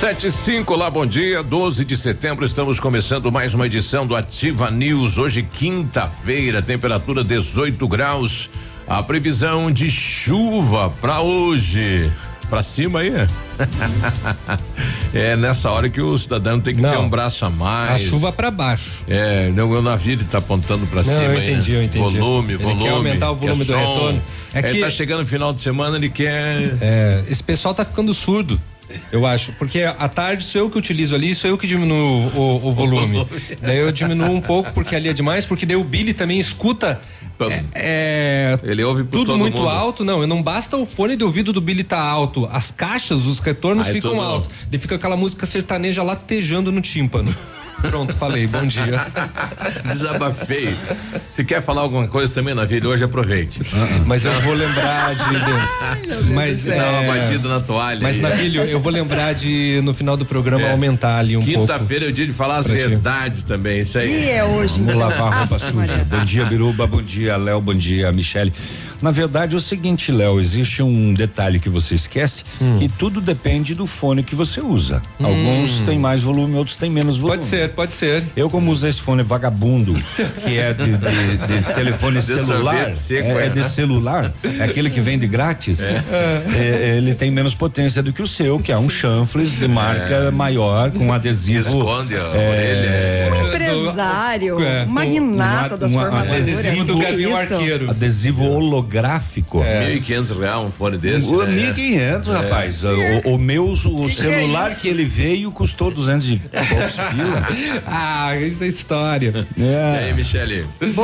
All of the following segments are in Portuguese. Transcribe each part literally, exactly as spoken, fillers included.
Sete e cinco, lá, bom dia, doze de setembro, estamos começando mais uma edição do Ativa News, hoje quinta-feira, temperatura dezoito graus, a previsão de chuva pra hoje, pra cima aí, é nessa hora que o cidadão tem que Não, ter um braço a mais. A chuva pra baixo. É, não, o navio tá apontando pra Não, cima eu entendi, aí, né? eu entendi. Volume, ele volume. Quer aumentar o volume do som. retorno. É, é que tá chegando no final de semana, ele quer. É, esse pessoal tá ficando surdo. Eu acho, porque à tarde sou eu que utilizo ali, sou eu que diminuo o, o volume. Daí eu diminuo um pouco porque ali é demais, porque daí o Billy também escuta. É, é, ele ouve por tudo todo muito mundo. alto, não, não basta o fone de ouvido do Billy tá alto, as caixas, os retornos Ai, ficam altos. Daí fica aquela música sertaneja latejando no tímpano. Pronto, falei, bom dia. Desabafei. Se quer falar alguma coisa também na vida, hoje aproveite. Uh-uh. Mas eu vou lembrar de. de mas Dá é, uma batida na toalha. Mas, Navilho, eu vou lembrar de, no final do programa, é. aumentar ali um Quinta pouco. Quinta-feira é o dia de falar as verdades também, isso aí. E é hoje. Vamos lavar a roupa suja. Bom dia, Biruba, bom dia, Léo, bom dia, Michele. Na verdade é o seguinte, Léo, existe um detalhe que você esquece, hum. que tudo depende do fone que você usa. Hum. Alguns têm mais volume, outros têm menos volume. Pode ser, pode ser. Eu, como uso esse fone vagabundo, que é de, de, de telefone de celular, seco, é, é de celular, é aquele que vende grátis, é. É, ele tem menos potência do que o seu, que é um chanfles de marca é. maior, com adesivo. Esconde a é, orelha. Um empresário, é, um magnata das formaturas. Adesivo do Gavião Arqueiro. Adesivo holográfico. Gráfico. É. mil e quinhentos reais um fone desse. O, né? mil e quinhentos, é. rapaz. É. O, o meu, o que celular que, que ele veio custou duzentos e poucos pila. Ah, isso é história. É. E aí, Michele?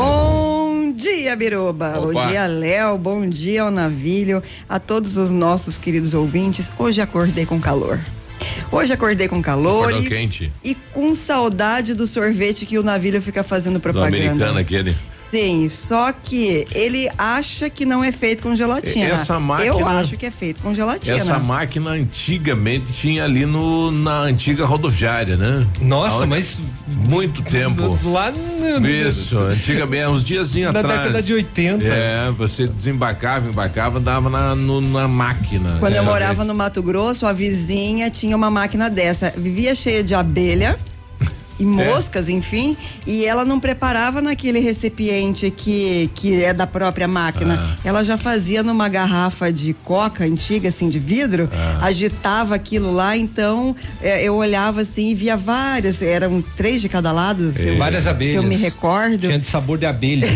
Bom dia, Biruba. Opa. Bom dia, Léo. Bom dia ao Navilho. A todos os nossos queridos ouvintes. Hoje acordei com calor. Hoje acordei com calor e, quente. e com saudade do sorvete que o Navilho fica fazendo propaganda. Do americano aquele. Sim, só que ele acha que não é feito com gelatina. Essa máquina, eu acho que é feito com gelatina. Essa máquina antigamente tinha ali no, na antiga rodoviária, né? Nossa, Aonde? mas muito tempo. Lá no, Isso, antigamente, uns diazinhos atrás. Na década de oitenta. É, você desembarcava, embarcava, dava na, no, na máquina. Quando eu morava no Mato Grosso, a vizinha tinha uma máquina dessa, vivia cheia de abelha e moscas, é. enfim, e ela não preparava naquele recipiente que, que é da própria máquina. Ah. Ela já fazia numa garrafa de coca antiga, assim, de vidro, ah. agitava aquilo lá, então é, eu olhava assim e via várias, eram três de cada lado. É. Eu, várias abelhas. Se eu me recordo. Tinha de sabor de abelha.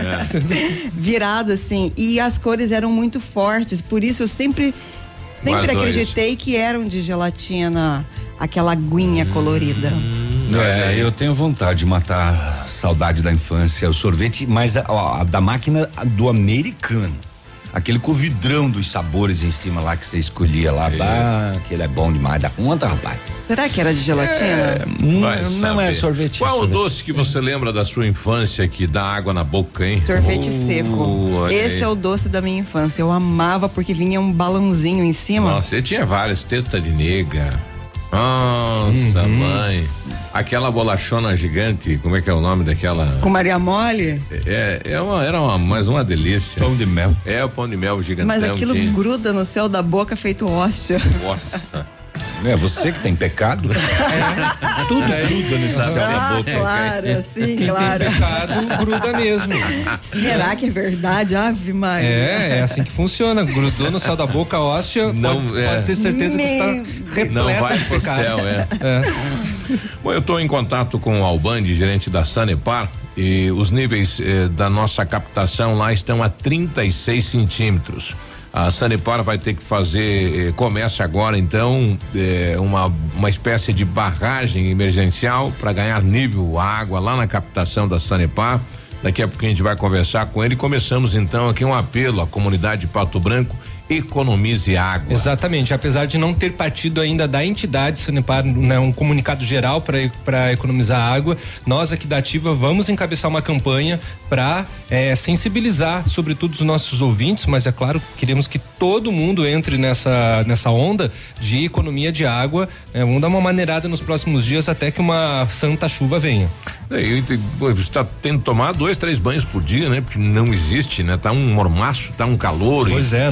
É. Virado assim, e as cores eram muito fortes, por isso eu sempre, sempre acreditei isso. que eram de gelatina, aquela aguinha hum. colorida. É, eu tenho vontade de matar a saudade da infância, o sorvete, mas a, a, a da máquina do americano. Aquele com o vidrão dos sabores em cima lá que você escolhia lá. Ah, aquele é bom demais, dá conta, rapaz. Será que era de gelatina? É, não, não é sorvete. Qual é sorvete. o doce que você lembra da sua infância que dá água na boca, hein? Sorvete oh, seco. Esse é o doce da minha infância. Eu amava porque vinha um balãozinho em cima. Nossa, eu tinha vários, teta de nega. Nossa, uhum. mãe. Aquela bolachona gigante, como é que é o nome daquela? Com Maria Mole? É, é uma, era uma, mais uma delícia. Pão de mel. É, o pão de mel gigantão. Mas aquilo tinha. gruda no céu da boca feito hóstia. Nossa. É você que tem pecado? É, tudo é. gruda nesse céu ah, da boca. Claro, sim, Quem claro. Tem pecado gruda mesmo. Será que é verdade? Ave Maria. É, é assim que funciona. Grudou no céu da boca, hóstia, não, pode, é. pode ter certeza Meu... que está repleta não vai de pro pecado. céu, é. é. Bom, eu estou em contato com o Albandi, gerente da Sanepar, e os níveis eh, da nossa captação lá estão a trinta e seis centímetros. A Sanepar vai ter que fazer, eh, começa agora então, eh, uma, uma espécie de barragem emergencial para ganhar nível água lá na captação da Sanepar. Daqui a pouco a gente vai conversar com ele. Começamos então aqui um apelo à comunidade de Pato Branco: economize água. Exatamente, apesar de não ter partido ainda da entidade Sanepar, né, um comunicado geral para economizar água, nós aqui da Ativa vamos encabeçar uma campanha para é, sensibilizar, sobretudo os nossos ouvintes, mas é claro, queremos que todo mundo entre nessa nessa onda de economia de água. É, vamos dar uma maneirada nos próximos dias até que uma santa chuva venha. É, você está tendo que tomar dois, três banhos por dia, né? Porque não existe, né? Tá um mormaço, tá um calor. Pois é, não dá. Mas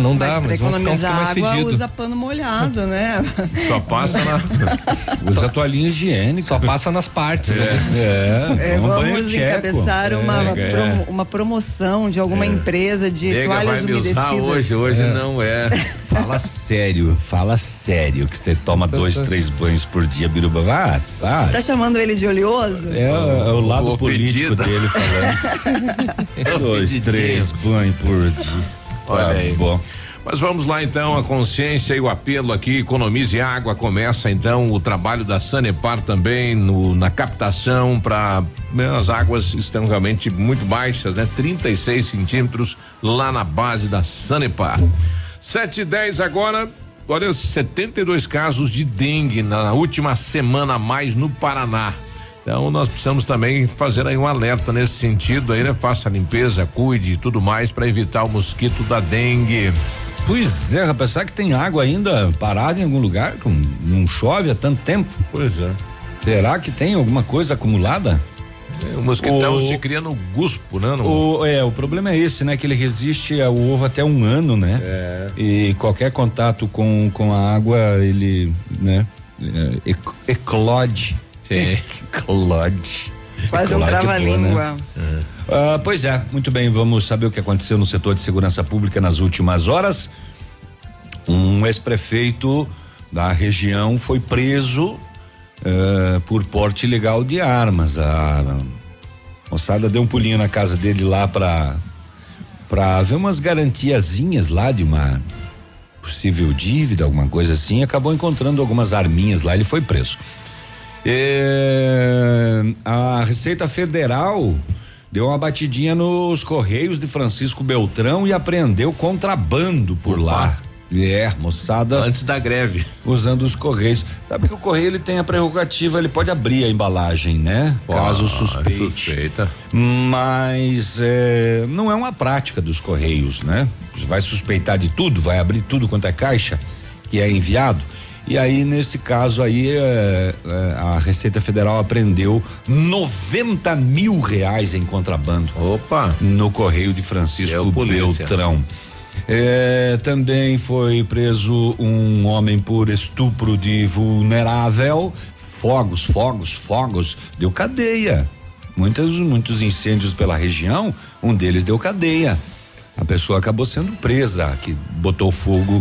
Pra economizar água, fedido. Usa pano molhado, né? Só passa na... Usa toalhinha higiênica. Só passa nas partes. É. É. É, vamos encabeçar é, uma, é. Promo, uma promoção de alguma é. empresa de Nega toalhas vai umedecidas. Me usar hoje, hoje é. não é. Fala sério, fala sério que você toma tô, dois, tô. três banhos por dia, Biruba. Vá, vá. Tá chamando ele de oleoso? É, é o lado o político dele falando. Dois, três banhos por dia. Olha aí. Bom. Mas vamos lá então, a consciência e o apelo aqui, economize água, começa então o trabalho da Sanepar também no, na captação para as águas estão realmente muito baixas, né? trinta e seis centímetros lá na base da Sanepar. sete e dez agora, olha, setenta e dois casos de dengue na última semana a mais no Paraná. Então nós precisamos também fazer aí um alerta nesse sentido aí, né? Faça a limpeza, cuide e tudo mais para evitar o mosquito da dengue. Pois é, rapaz, será que tem água ainda parada em algum lugar? Não chove há tanto tempo? Pois é. Será que tem alguma coisa acumulada? É, o mosquitão o, se cria no guspo, né? No... O, é, o problema é esse, né? Que ele resiste ao ovo até um ano, né? É. E qualquer contato com, com a água, ele, né? É, ec, eclode. Sim. Eclode. Quase um trava-língua. Né? É. Ah, pois é, muito bem, vamos saber o que aconteceu no setor de segurança pública nas últimas horas. Um ex-prefeito da região foi preso uh, por porte ilegal de armas. A moçada deu um pulinho na casa dele lá pra, pra ver umas garantiazinhas lá de uma possível dívida, alguma coisa assim, acabou encontrando algumas arminhas lá, ele foi preso. É, a Receita Federal deu uma batidinha nos Correios de Francisco Beltrão e apreendeu contrabando por Opa. lá. É, moçada. Antes da greve. Usando os Correios. Sabe que o Correio ele tem a prerrogativa, ele pode abrir a embalagem, né? Pô, Caso suspeite. Suspeita. Mas é, não é uma prática dos Correios, né? Vai suspeitar de tudo, vai abrir tudo quanto é caixa que é enviado. E aí, nesse caso aí, é, é, a Receita Federal apreendeu noventa mil reais em contrabando. Opa! No Correio de Francisco Beltrão. É, também foi preso um homem por estupro de vulnerável. Fogos, fogos, fogos. Deu cadeia. Muitos, muitos incêndios pela região, um deles deu cadeia. A pessoa acabou sendo presa, que botou fogo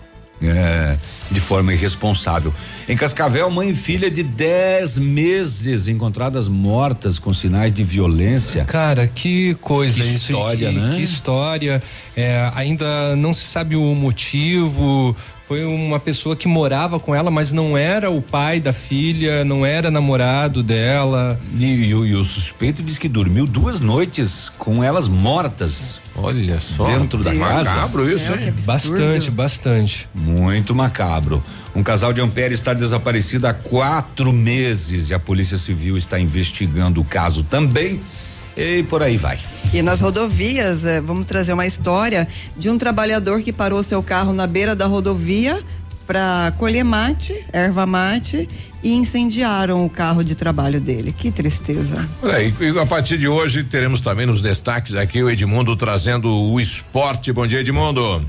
É, de forma irresponsável. Em Cascavel, mãe e filha de dez meses encontradas mortas com sinais de violência. Cara, que coisa que isso. História, que, né? Que história. É, ainda não se sabe o motivo. Foi uma pessoa que morava com ela, mas não era o pai da filha, não era namorado dela. E, e, e o suspeito diz que dormiu duas noites com elas mortas. Olha só. Dentro da casa. Macabro isso, hein? Bastante, bastante. Muito macabro. Um casal de Ampere está desaparecido há quatro meses e a Polícia Civil está investigando o caso também. E por aí vai. E nas rodovias, eh, vamos trazer uma história de um trabalhador que parou seu carro na beira da rodovia para colher mate, erva mate, e incendiaram o carro de trabalho dele. Que tristeza. Olha aí, e a partir de hoje teremos também nos destaques aqui o Edmundo trazendo o esporte. Bom dia, Edmundo.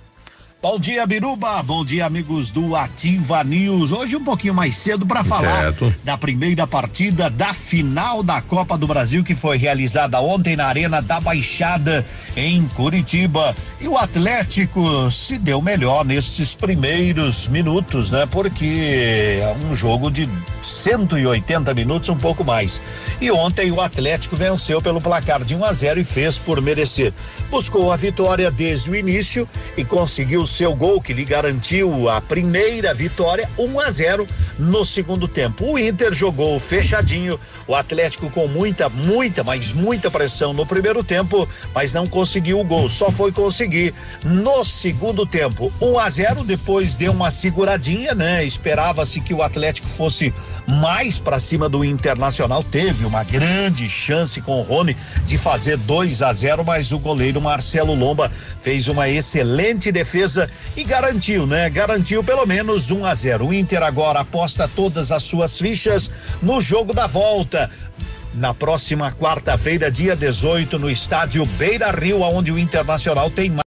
Bom dia, Biruba. Bom dia, amigos do Ativa News. Hoje um pouquinho mais cedo para falar certo. da primeira partida da final da Copa do Brasil que foi realizada ontem na Arena da Baixada em Curitiba. E o Atlético se deu melhor nesses primeiros minutos, né? Porque é um jogo de cento e oitenta minutos, um pouco mais. E ontem o Atlético venceu pelo placar de um a zero e fez por merecer. Buscou a vitória desde o início e conseguiu seu gol que lhe garantiu a primeira vitória, um a zero no segundo tempo. O Inter jogou fechadinho, o Atlético com muita, muita, mas muita pressão no primeiro tempo, mas não conseguiu o gol, só foi conseguir no segundo tempo. um a zero, depois deu uma seguradinha, né? Esperava-se que o Atlético fosse mais para cima do Internacional, teve uma grande chance com o Rony de fazer dois a zero, mas o goleiro Marcelo Lomba fez uma excelente defesa e garantiu, né? Garantiu pelo menos um a zero. O Inter agora aposta todas as suas fichas no jogo da volta. Na próxima quarta-feira, dia dezoito, no estádio Beira Rio, onde o Internacional tem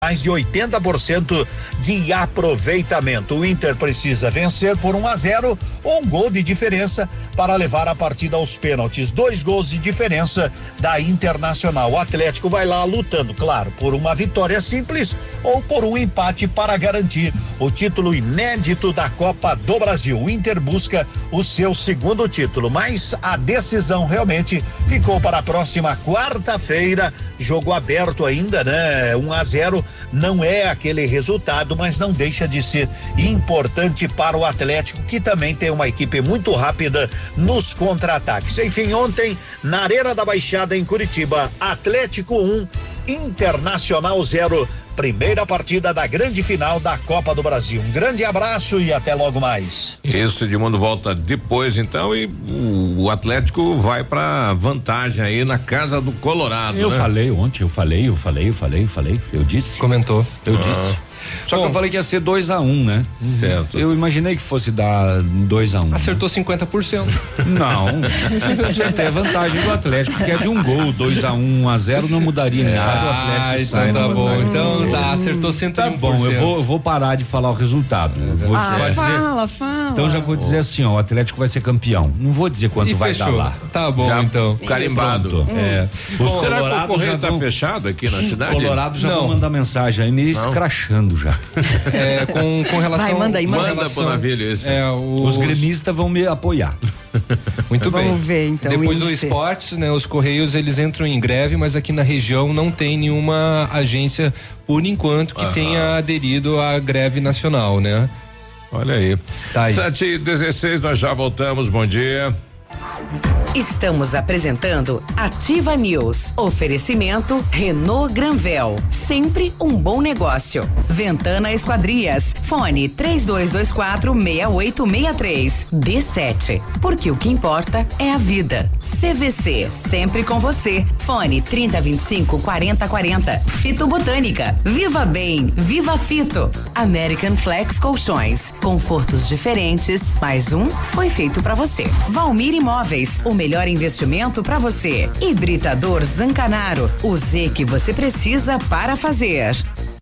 mais de oitenta por cento de aproveitamento. O Inter precisa vencer por um a zero ou um gol de diferença para levar a partida aos pênaltis. Dois gols de diferença da Internacional. O Atlético vai lá lutando, claro, por uma vitória simples ou por um empate para garantir o título inédito da Copa do Brasil. O Inter busca o seu segundo título, mas a decisão realmente ficou para a próxima quarta-feira. Jogo aberto ainda, né? um a zero não é aquele resultado, mas não deixa de ser importante para o Atlético, que também tem uma equipe muito rápida nos contra-ataques. Enfim, ontem, na Arena da Baixada, em Curitiba, Atlético um, Internacional zero. Primeira partida da grande final da Copa do Brasil. Um grande abraço e até logo mais. Isso, Edmundo volta depois então e o, o Atlético vai pra vantagem aí na casa do Colorado. Eu né? falei ontem, eu falei, eu falei, eu falei, eu falei, eu disse. Comentou. Eu ah. disse. Só Bom, que eu falei que ia ser dois a um, né? Certo. Eu imaginei que fosse dar dois a um. Acertou né? cinquenta por cento. Não. Até a vantagem do Atlético, que é de um gol, dois a um, um a zero não mudaria em nada. O Atlético ah, então tá bom. Então tá, acertou cento e um por cento. Tá bom, eu vou, eu vou parar de falar o resultado. Eu vou ah, dizer, fala, fala. Então já vou dizer assim, ó, o Atlético vai ser campeão. Não vou dizer quanto e vai fechou. dar lá. Tá bom, já então. Carimbado. Hum. É. O Bom, será que o correio tá vão... fechado aqui na cidade? Colorado já não. vão mandar mensagem aí, me escrachando já. É, com, com relação... Vai, manda aí, manda. Manda relação, pro navilho esse. É, os... os gremistas vão me apoiar. Muito Vamos bem. Vamos ver, então. Depois do esportes, né? Os Correios, eles entram em greve, mas aqui na região não tem nenhuma agência, por enquanto, que Aham. tenha aderido à greve nacional, né? Olha aí. Tá aí. sete e dezesseis, nós já voltamos. Bom dia. Estamos apresentando Ativa News. Oferecimento Renault Granvel. Sempre um bom negócio. Ventana Esquadrias. Fone três dois dois quatro seis oito seis três. D sete. Porque o que importa é a vida. C V C. Sempre com você. Fone trinta, vinte e cinco, quarenta, quarenta. Fito Botânica. Viva Bem. Viva Fito. American Flex Colchões. Confortos diferentes. Mais um foi feito pra você. Valmir Imóveis, o melhor investimento para você. Hibridador Zancanaro, o Z que você precisa para fazer.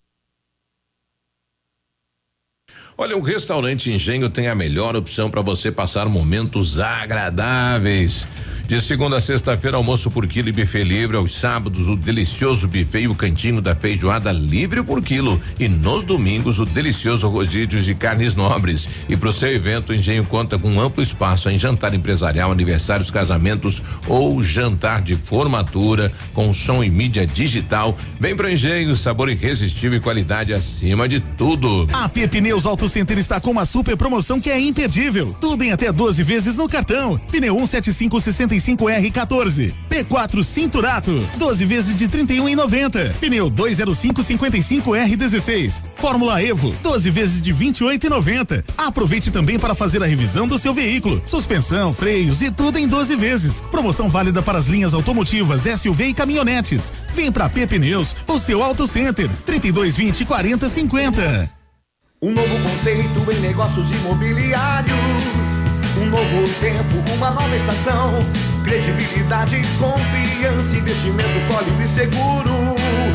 Olha, o restaurante Engenho tem a melhor opção para você passar momentos agradáveis. De segunda a sexta-feira, almoço por quilo e buffet livre. Aos sábados, o delicioso buffet e o cantinho da feijoada livre por quilo. E nos domingos, o delicioso rodízio de carnes nobres. E para o seu evento, o Engenho conta com um amplo espaço em jantar empresarial, aniversários, casamentos ou jantar de formatura com som e mídia digital. Vem pro Engenho, sabor irresistível e qualidade acima de tudo. A Pneus Auto Center está com uma super promoção que é imperdível. Tudo em até doze vezes no cartão. Pneu um sete cinco sessenta e cinco R quatorze. P quatro Cinturato, doze vezes de trinta e um e noventa. Pneu dois zero cinco cinquenta e cinco R dezesseis. Fórmula Evo, doze vezes de vinte e oito e noventa. Aproveite também para fazer a revisão do seu veículo. Suspensão, freios e tudo em doze vezes. Promoção válida para as linhas automotivas, S U V e caminhonetes. Vem pra P Pneus, o seu Auto Center. trinta e dois, vinte, quarenta, cinquenta. Um novo conceito em negócios imobiliários. Um novo tempo, uma nova estação. Credibilidade, confiança, investimento sólido e seguro.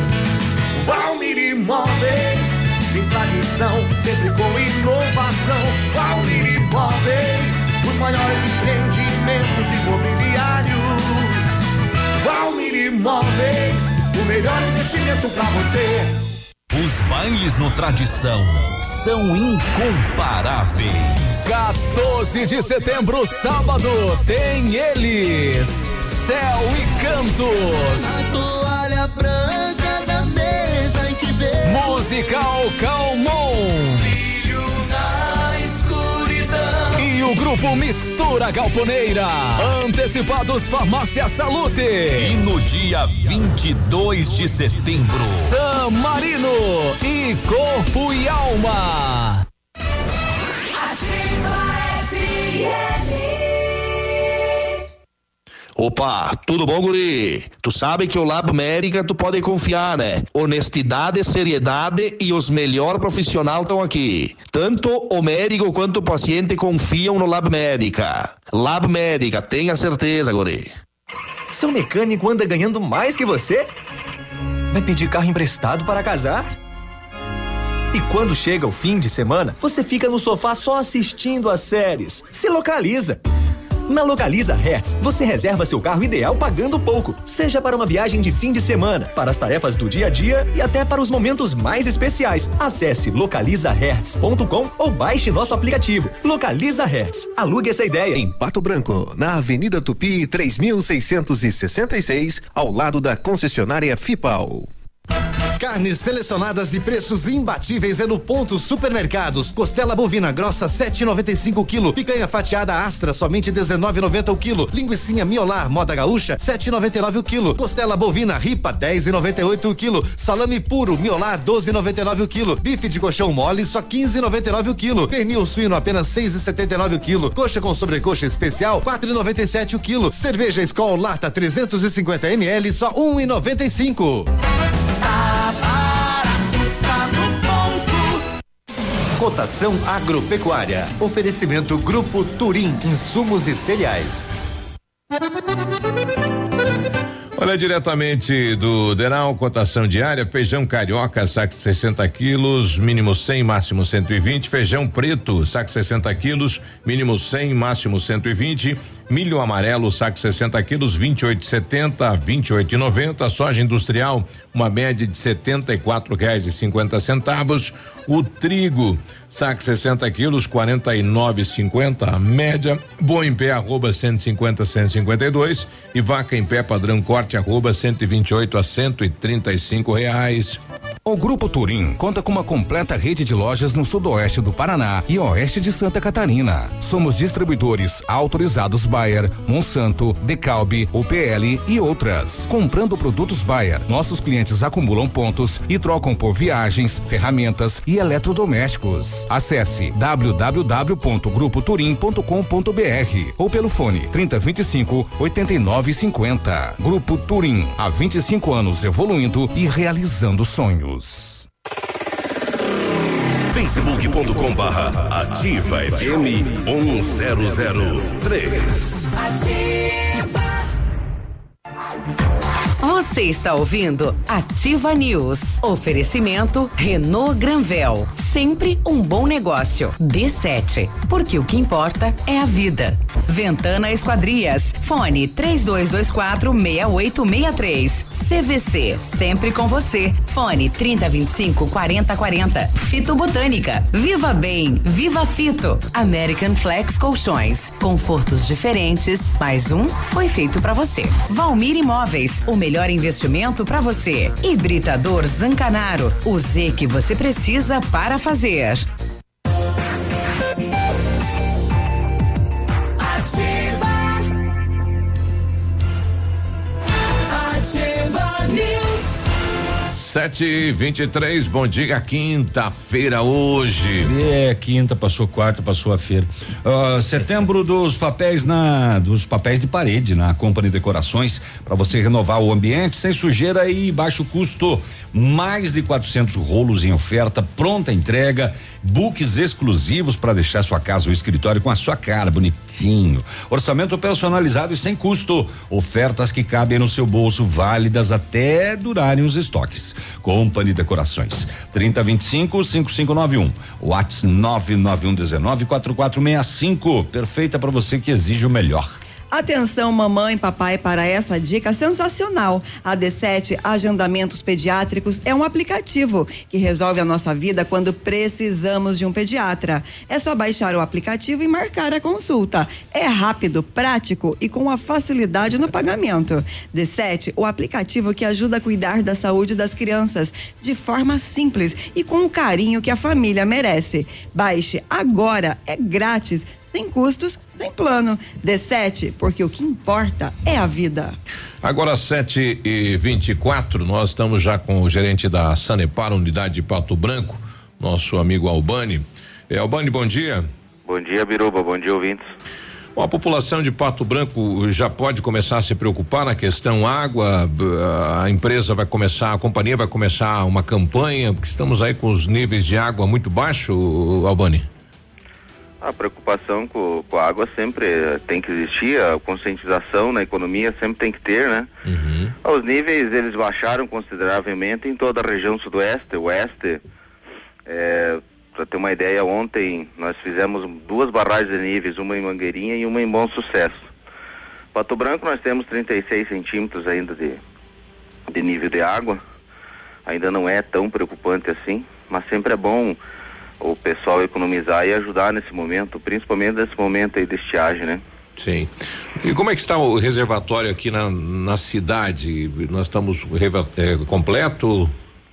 Valmir Imóveis, tem tradição, sempre com inovação. Valmir Imóveis, os maiores empreendimentos imobiliários. Valmir Imóveis, o melhor investimento pra você. Os bailes no Tradição são incomparáveis. quatorze de setembro, sábado, tem eles, Céu e Cantos. A toalha branca da mesa em que veio. Musical Calmon. Brilho na escuridão. E o grupo Mistura Galponeira. Antecipados Farmácia Salute. E no dia vinte e dois de setembro, San Marino e Corpo e Alma. Opa, tudo bom, guri? Tu sabe que o Lab Médica tu pode confiar, né? Honestidade, seriedade e os melhores profissionais estão aqui. Tanto o médico quanto o paciente confiam no Lab Médica. Lab Médica, tenha certeza, guri. Seu mecânico anda ganhando mais que você? Vai pedir carro emprestado para casar? E quando chega o fim de semana, você fica no sofá só assistindo as séries. Se localiza. Na Localiza Hertz, você reserva seu carro ideal pagando pouco, seja para uma viagem de fim de semana, para as tarefas do dia a dia e até para os momentos mais especiais. Acesse localiza hertz ponto com ou baixe nosso aplicativo. Localiza Hertz. Alugue essa ideia. Em Pato Branco, na Avenida Tupi, três mil seiscentos e sessenta e seis, ao lado da concessionária Fipal. Carnes selecionadas e preços imbatíveis é no Ponto Supermercados. Costela bovina grossa sete e noventa e cinco o quilo. Picanha fatiada Astra somente dezenove e noventa o quilo. Linguicinha Miolar moda gaúcha sete e noventa e nove o quilo. Costela bovina ripa dez e noventa e oito o quilo. Salame puro Miolar doze e noventa e nove o quilo. Bife de colchão mole só quinze e noventa e nove o quilo. Pernil suíno apenas seis e setenta e nove o quilo. Coxa com sobrecoxa especial quatro e noventa e sete o quilo. Cerveja Skol lata trezentos e cinquenta mililitros só um e noventa e cinco. Cotação agropecuária. Oferecimento Grupo Turim, insumos e cereais. Olha, diretamente do Deral, cotação diária: feijão carioca, saco sessenta quilos, mínimo cem, máximo cento e vinte. Feijão preto, saco sessenta quilos, mínimo cem, máximo cento e vinte. Milho amarelo, saco sessenta quilos, vinte e oito e setenta, vinte e oito e noventa. Soja industrial, uma média de setenta e quatro reais e cinquenta centavos. O trigo, saco sessenta quilos, quarenta e nove e cinquenta, a média. Boi em pé, arroba cento e cinquenta, cento e cinquenta e dois. E vaca em pé, padrão corte, arroba cento e vinte e oito a cento e trinta e cinco reais. O Grupo Turim conta com uma completa rede de lojas no sudoeste do Paraná e oeste de Santa Catarina. Somos distribuidores autorizados Bayer, Monsanto, Decalbe, U P L e outras. Comprando produtos Bayer, nossos clientes acumulam pontos e trocam por viagens, ferramentas e eletrodomésticos. Acesse w w w ponto grupo turim ponto com ponto b r ou pelo fone trinta, vinte e cinco, oitenta e nove, cinquenta. Grupo Turim, há vinte e cinco anos evoluindo e realizando sonhos. facebook ponto com barra ativa F M um zero zero três. Ativa. Você está ouvindo Ativa News. Oferecimento Renault Granvel. Sempre um bom negócio. D sete. Porque o que importa é a vida. Ventana Esquadrias. Fone três dois dois quatro, seis oito seis três. C V C. Sempre com você. Fone trinta, vinte e cinco, quarenta, quarenta. Fito Botânica. Viva Bem. Viva Fito. American Flex Colchões. Confortos diferentes. Mais um foi feito pra você. Valmir Imóveis. O melhor investimento pra você. Hibridador Zancanaro. O Z que você precisa para fazer. Sete e vinte e três, bom dia, quinta-feira hoje. É, quinta, passou quarta, passou a feira. Uh, setembro dos papéis na, dos papéis de parede na Company Decorações, para você renovar o ambiente sem sujeira e baixo custo. Mais de quatrocentos rolos em oferta, pronta entrega, books exclusivos para deixar sua casa ou escritório com a sua cara, bonitinho. Orçamento personalizado e sem custo. Ofertas que cabem no seu bolso, válidas até durarem os estoques. Company Decorações, trinta, vinte e cinco, cinquenta e cinco noventa e um. WhatsApp nove nove um dezenove, quatro quatro seis cinco. Perfeita para você que exige o melhor. Atenção, mamãe e papai, para essa dica sensacional. A D sete Agendamentos Pediátricos é um aplicativo que resolve a nossa vida quando precisamos de um pediatra. É só baixar o aplicativo e marcar a consulta. É rápido, prático e com a facilidade no pagamento. D sete, o aplicativo que ajuda a cuidar da saúde das crianças de forma simples e com o carinho que a família merece. Baixe agora, é grátis. Sem custos, sem plano. D sete, porque o que importa é a vida. Agora sete e vinte e quatro, nós estamos já com o gerente da Sanepar, unidade de Pato Branco, nosso amigo Albani. É, Albani, bom dia. Bom dia, Biruba, bom dia, ouvintes. Bom, a população de Pato Branco já pode começar a se preocupar na questão água, a empresa vai começar, a companhia vai começar uma campanha, porque estamos aí com os níveis de água muito baixos, Albani. A preocupação com, com a água sempre tem que existir, a conscientização na economia sempre tem que ter, né? Uhum. Os níveis, eles baixaram consideravelmente em toda a região sudoeste, oeste, É, para ter uma ideia, ontem nós fizemos duas barragens de níveis, uma em Mangueirinha e uma em Bom Sucesso. Pato Branco nós temos trinta e seis centímetros ainda de, de nível de água, ainda não é tão preocupante assim, mas sempre é bom o pessoal economizar e ajudar nesse momento, principalmente nesse momento aí de estiagem, né? Sim. E como é que está o reservatório aqui na, na cidade? Nós estamos é, completo?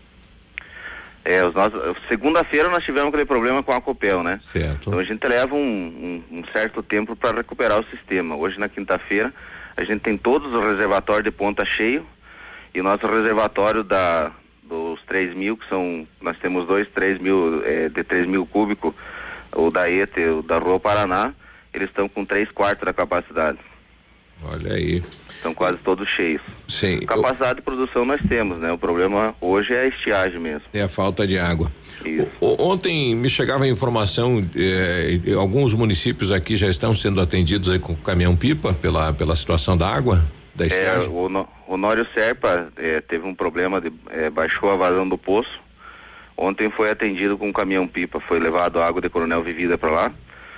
É, os nossos, segunda-feira nós tivemos aquele problema com a Copel, né? Certo. Então a gente leva um, um, um certo tempo para recuperar o sistema. Hoje na quinta-feira a gente tem todos os reservatórios de ponta cheio e o nosso reservatório da dos três mil, que são, nós temos dois, três mil, é, de três mil cúbicos, o da E T E, o da Rua Paraná, eles estão com três quartos da capacidade. Olha aí. Estão quase todos cheios. Sim. Capacidade de produção nós temos, né? O problema hoje é a estiagem mesmo. É a falta de água. Isso. O, ontem me chegava a informação, eh, alguns municípios aqui já estão sendo atendidos aí com caminhão-pipa pela, pela situação da água, da estiagem. É, o, no, o Nório Serpa eh, teve um problema, de, eh, baixou a vazão do poço. Ontem foi atendido com um caminhão-pipa, foi levado água de Coronel Vivida para lá,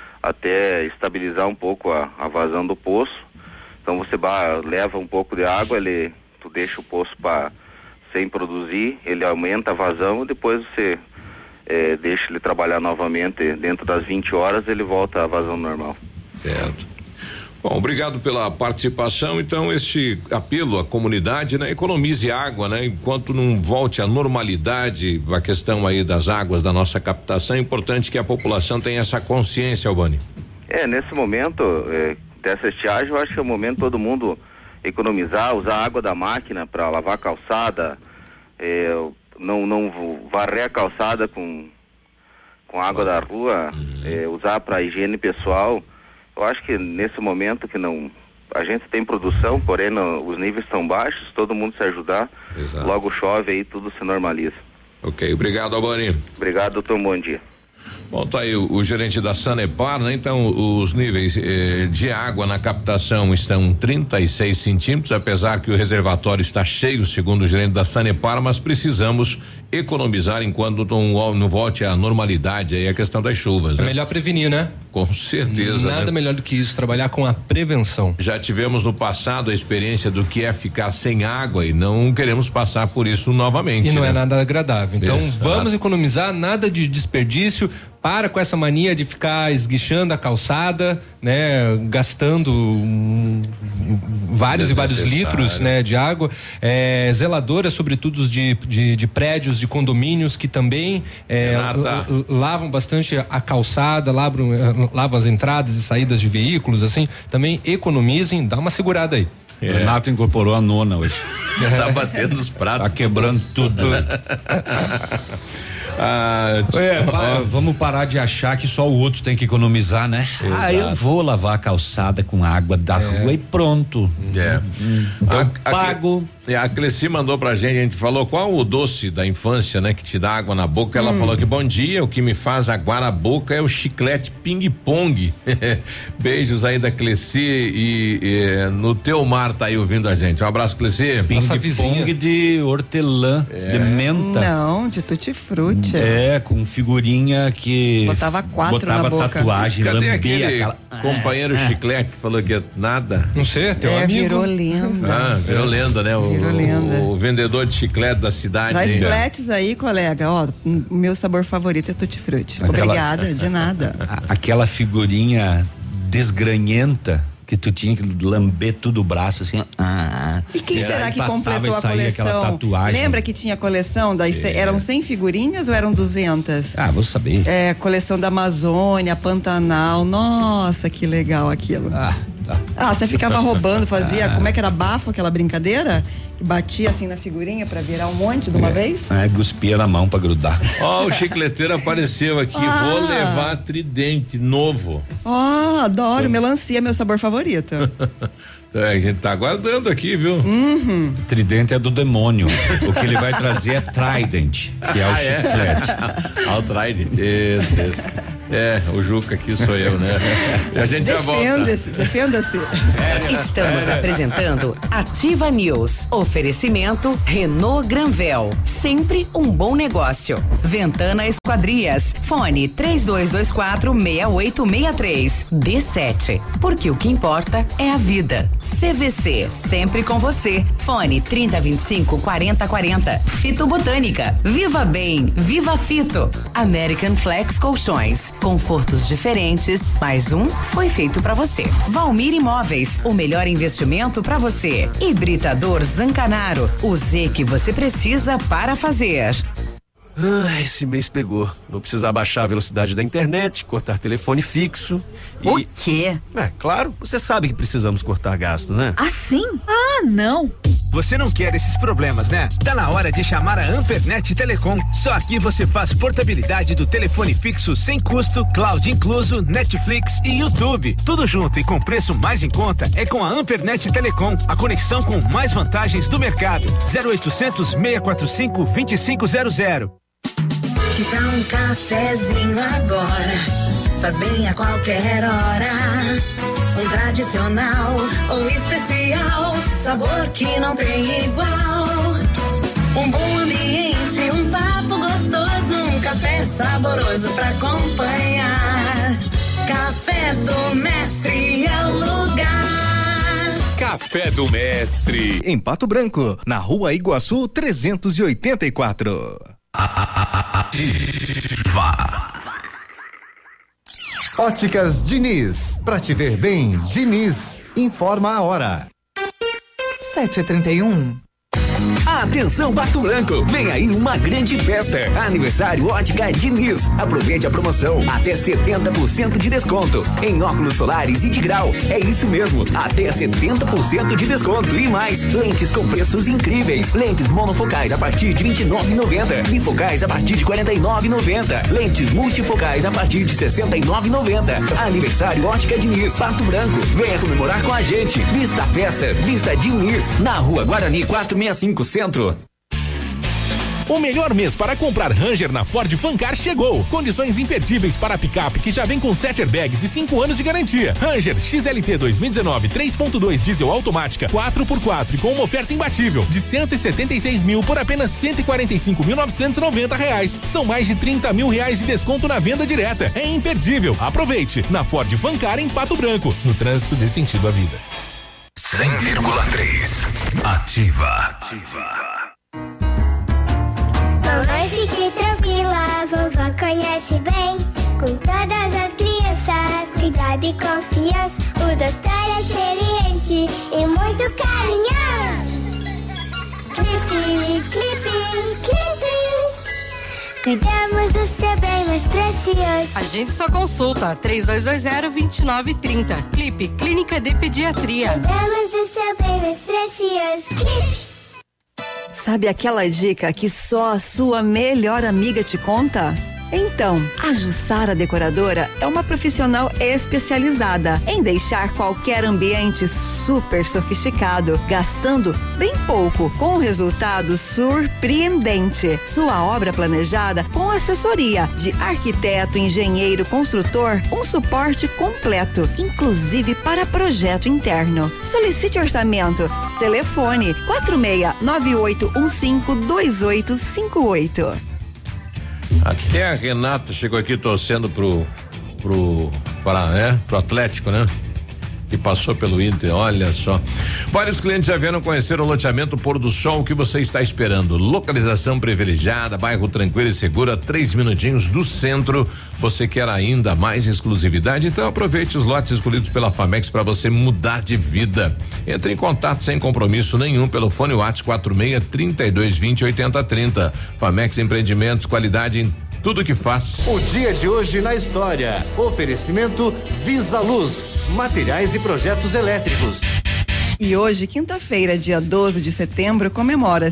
até estabilizar um pouco a, a vazão do poço. Então você ba, leva um pouco de água, ele, tu deixa o poço para sem produzir, ele aumenta a vazão e depois você eh, deixa ele trabalhar novamente. Dentro das vinte horas ele volta à vazão normal. Certo. Bom, obrigado pela participação. Então, este apelo à comunidade, né? Economize água, né? Enquanto não volte à normalidade a questão aí das águas da nossa captação, é importante que a população tenha essa consciência, Albani. É, nesse momento é, dessa estiagem, eu acho que é o momento todo mundo economizar, usar a água da máquina para lavar a calçada, é, não, não varrer a calçada com, com água da rua, uhum. é, usar para higiene pessoal. Eu acho que nesse momento que não, a gente tem produção, porém não, os níveis estão baixos, todo mundo se ajudar, Exato. Logo chove aí tudo se normaliza. Ok, obrigado, Albani. Obrigado, doutor, bom dia. Bom, tá aí o, o gerente da Sanepar, né? Então, os níveis eh, de água na captação estão trinta e seis centímetros, apesar que o reservatório está cheio, segundo o gerente da Sanepar, mas precisamos economizar enquanto não, não volte à normalidade aí a questão das chuvas. É né? melhor prevenir, né? Com certeza. Nada né? melhor do que isso, trabalhar com a prevenção. Já tivemos no passado a experiência do que é ficar sem água e não queremos passar por isso novamente. E não né? é nada agradável. Então, Exato. Vamos economizar, nada de desperdício. Para com essa mania de ficar esguichando a calçada, né? Gastando um, vários e vários litros, né? De água. É, zeladoras, sobretudo de, de, de prédios, de condomínios que também é, lavam bastante a calçada, lavam, lavam as entradas e saídas de veículos, assim. Também economizem, dá uma segurada aí. É. Renato incorporou a nona hoje. Tá batendo os pratos. Tá quebrando tudo. Ah, é, ó, vamos parar de achar que só o outro tem que economizar, né? Exato. Ah, eu vou lavar a calçada com água da é. rua e pronto. É. Hum, eu a, pago. A, a Cleci mandou pra gente, a gente falou qual o doce da infância, né? Que te dá água na boca. Ela hum. falou que bom dia, o que me faz aguar a boca é o chiclete ping-pong. Beijos aí da Cleci e, e no teu mar tá aí ouvindo a gente. Um abraço, Cleci. Ping-pong de hortelã, é. de menta. Não, de tutti-frutti. É, com figurinha que botava quatro botava na boca. Tatuagem, cadê aquele aquela... companheiro ah, chiclete que falou que é nada? Não sei, teu é, amigo. Virou lenda. Ah, virou lenda, né? O, virou lenda. O, o vendedor de chiclete da cidade. Traz chicletes aí, colega. Ó, o meu sabor favorito é tutti-frutti. Obrigada, de nada. A, aquela figurinha desgranhenta que tu tinha que lamber tudo o braço assim. Ah, e quem e será que completou a coleção? Lembra que tinha coleção das é. eram cem figurinhas ou eram duzentas? Ah, vou saber. É, coleção da Amazônia, Pantanal. Nossa, que legal aquilo. Ah, tá. Ah, você ficava roubando, fazia, ah. como é que era bafo aquela brincadeira? Batia assim na figurinha pra virar um monte de uma é. vez? É, cuspia na mão pra grudar. Ó, oh, o chicleteiro apareceu aqui. Ah. Vou levar tridente novo. Ó, oh, adoro. Melancia é meu sabor favorito. É, a gente tá aguardando aqui, viu? Uhum. Tridente é do demônio. O que ele vai trazer é Trident, que é o ah, chiclete. É? Ah, o Trident. Isso, isso. É, o Juca aqui sou eu, né? E a gente defenda, já volta. Defenda Entenda-se. Estamos apresentando Ativa News. Oferecimento Renault Granvel. Sempre um bom negócio. Ventana Esquadrias. Fone três dois dois quatro, seis oito seis três. D sete. Porque o que importa é a vida. C V C. Sempre com você. Fone trinta, vinte e cinco, quarenta, quarenta. Fito Botânica. Viva Bem. Viva Fito. American Flex Colchões. Confortos diferentes. Mais um foi feito pra você. Valmir Imóveis. O melhor investimento pra você. Hibridador Zancanaro. O Z que você precisa para fazer. Ah, esse mês pegou. Vou precisar baixar a velocidade da internet, cortar telefone fixo. E... O quê? É, claro, você sabe que precisamos cortar gastos, né? Assim? Ah, não. Você não quer esses problemas, né? Tá na hora de chamar a Ampernet Telecom. Só aqui você faz portabilidade do telefone fixo sem custo, cloud incluso, Netflix e YouTube. Tudo junto e com preço mais em conta é com a Ampernet Telecom. A conexão com mais vantagens do mercado. zero oitocentos, seis quatro cinco, dois cinco zero zero. Que tal um cafezinho agora? Faz bem a qualquer hora. Um tradicional ou especial, sabor que não tem igual. Um bom ambiente, um papo gostoso, um café saboroso pra acompanhar. Café do Mestre é o lugar. Café do Mestre. Em Pato Branco, na Rua Iguaçu trezentos e oitenta e quatro. Ativa. Óticas Diniz, pra te ver bem, Diniz, informa a hora. sete e trinta e um. Atenção Pato Branco, vem aí uma grande festa, aniversário Ótica Diniz, aproveite a promoção, até setenta por cento de desconto, em óculos solares e de grau, é isso mesmo, até setenta por cento de desconto e mais, lentes com preços incríveis, lentes monofocais a partir de vinte e nove reais e noventa centavos, bifocais a partir de quarenta e nove reais e noventa centavos, lentes multifocais a partir de sessenta e nove reais e noventa centavos, aniversário Ótica Diniz, Pato Branco, venha comemorar com a gente, vista a festa, vista Diniz, na Rua Guarani quatrocentos e sessenta e cinco Centro. O melhor mês para comprar Ranger na Ford Fancar chegou. Condições imperdíveis para a picape que já vem com sete airbags e cinco anos de garantia. Ranger X L T dois mil e dezenove três ponto dois diesel automática quatro por quatro e com uma oferta imbatível de cento e setenta e seis mil por apenas cento e quarenta e cinco mil novecentos e noventa reais. São mais de trinta mil reais de desconto na venda direta. É imperdível. Aproveite na Ford Fancar em Pato Branco. No trânsito dê sentido à vida. cem vírgula três. Ativa. Ativa. Mamãe, fique tranquila, vovó conhece bem. Com todas as crianças, cuidado e confiança. O doutor é experiente e muito carinhoso. Clipe, clipe, clipe. Cuidamos do seu bem mais precioso. A gente só consulta três dois dois zero, dois nove três zero. Clipe, Clínica de Pediatria. Cuidamos do seu bem mais precioso. Clipe. Sabe aquela dica que só a sua melhor amiga te conta? Então, a Jussara Decoradora é uma profissional especializada em deixar qualquer ambiente super sofisticado, gastando bem pouco, com um resultado surpreendente. Sua obra planejada com assessoria de arquiteto, engenheiro, construtor, um suporte completo, inclusive para projeto interno. Solicite orçamento. Telefone quatro seis nove oito um cinco dois oito cinco oito. Até a Renata chegou aqui torcendo pro pro para, né, pro Atlético, né? Que passou pelo Inter, olha só. Vários clientes já vieram conhecer o loteamento Pôr do Sol. O que você está esperando? Localização privilegiada, bairro tranquilo e seguro, a três minutinhos do centro. Você quer ainda mais exclusividade? Então aproveite os lotes escolhidos pela Famex para você mudar de vida. Entre em contato sem compromisso nenhum pelo fone WhatsApp quatro seis, trinta e dois, vinte, oitenta, trinta. Famex Empreendimentos, qualidade em tudo que faz. O dia de hoje na história. Oferecimento Visa Luz, materiais e projetos elétricos. E hoje, quinta-feira, dia doze de setembro, comemora-se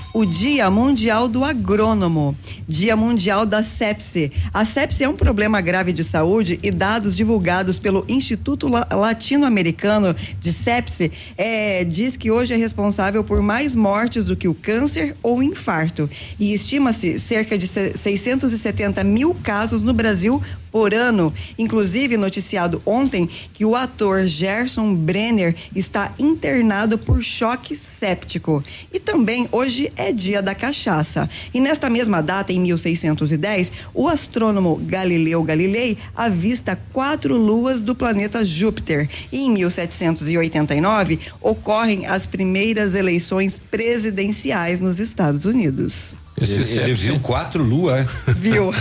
o Dia Mundial do Agrônomo, Dia Mundial da Sepse. A sepse é um problema grave de saúde e dados divulgados pelo Instituto Latino-Americano de Sepse é, diz que hoje é responsável por mais mortes do que o câncer ou o infarto. E estima-se cerca de seiscentos e setenta mil casos no Brasil por ano. Inclusive, noticiado ontem que o ator Gerson Brenner está internado por choque séptico. E também hoje é dia da cachaça. E nesta mesma data, em mil seiscentos e dez, o astrônomo Galileu Galilei avista quatro luas do planeta Júpiter. E em mil setecentos e oitenta e nove ocorrem as primeiras eleições presidenciais nos Estados Unidos. Ele, ele viu quatro luas. Viu.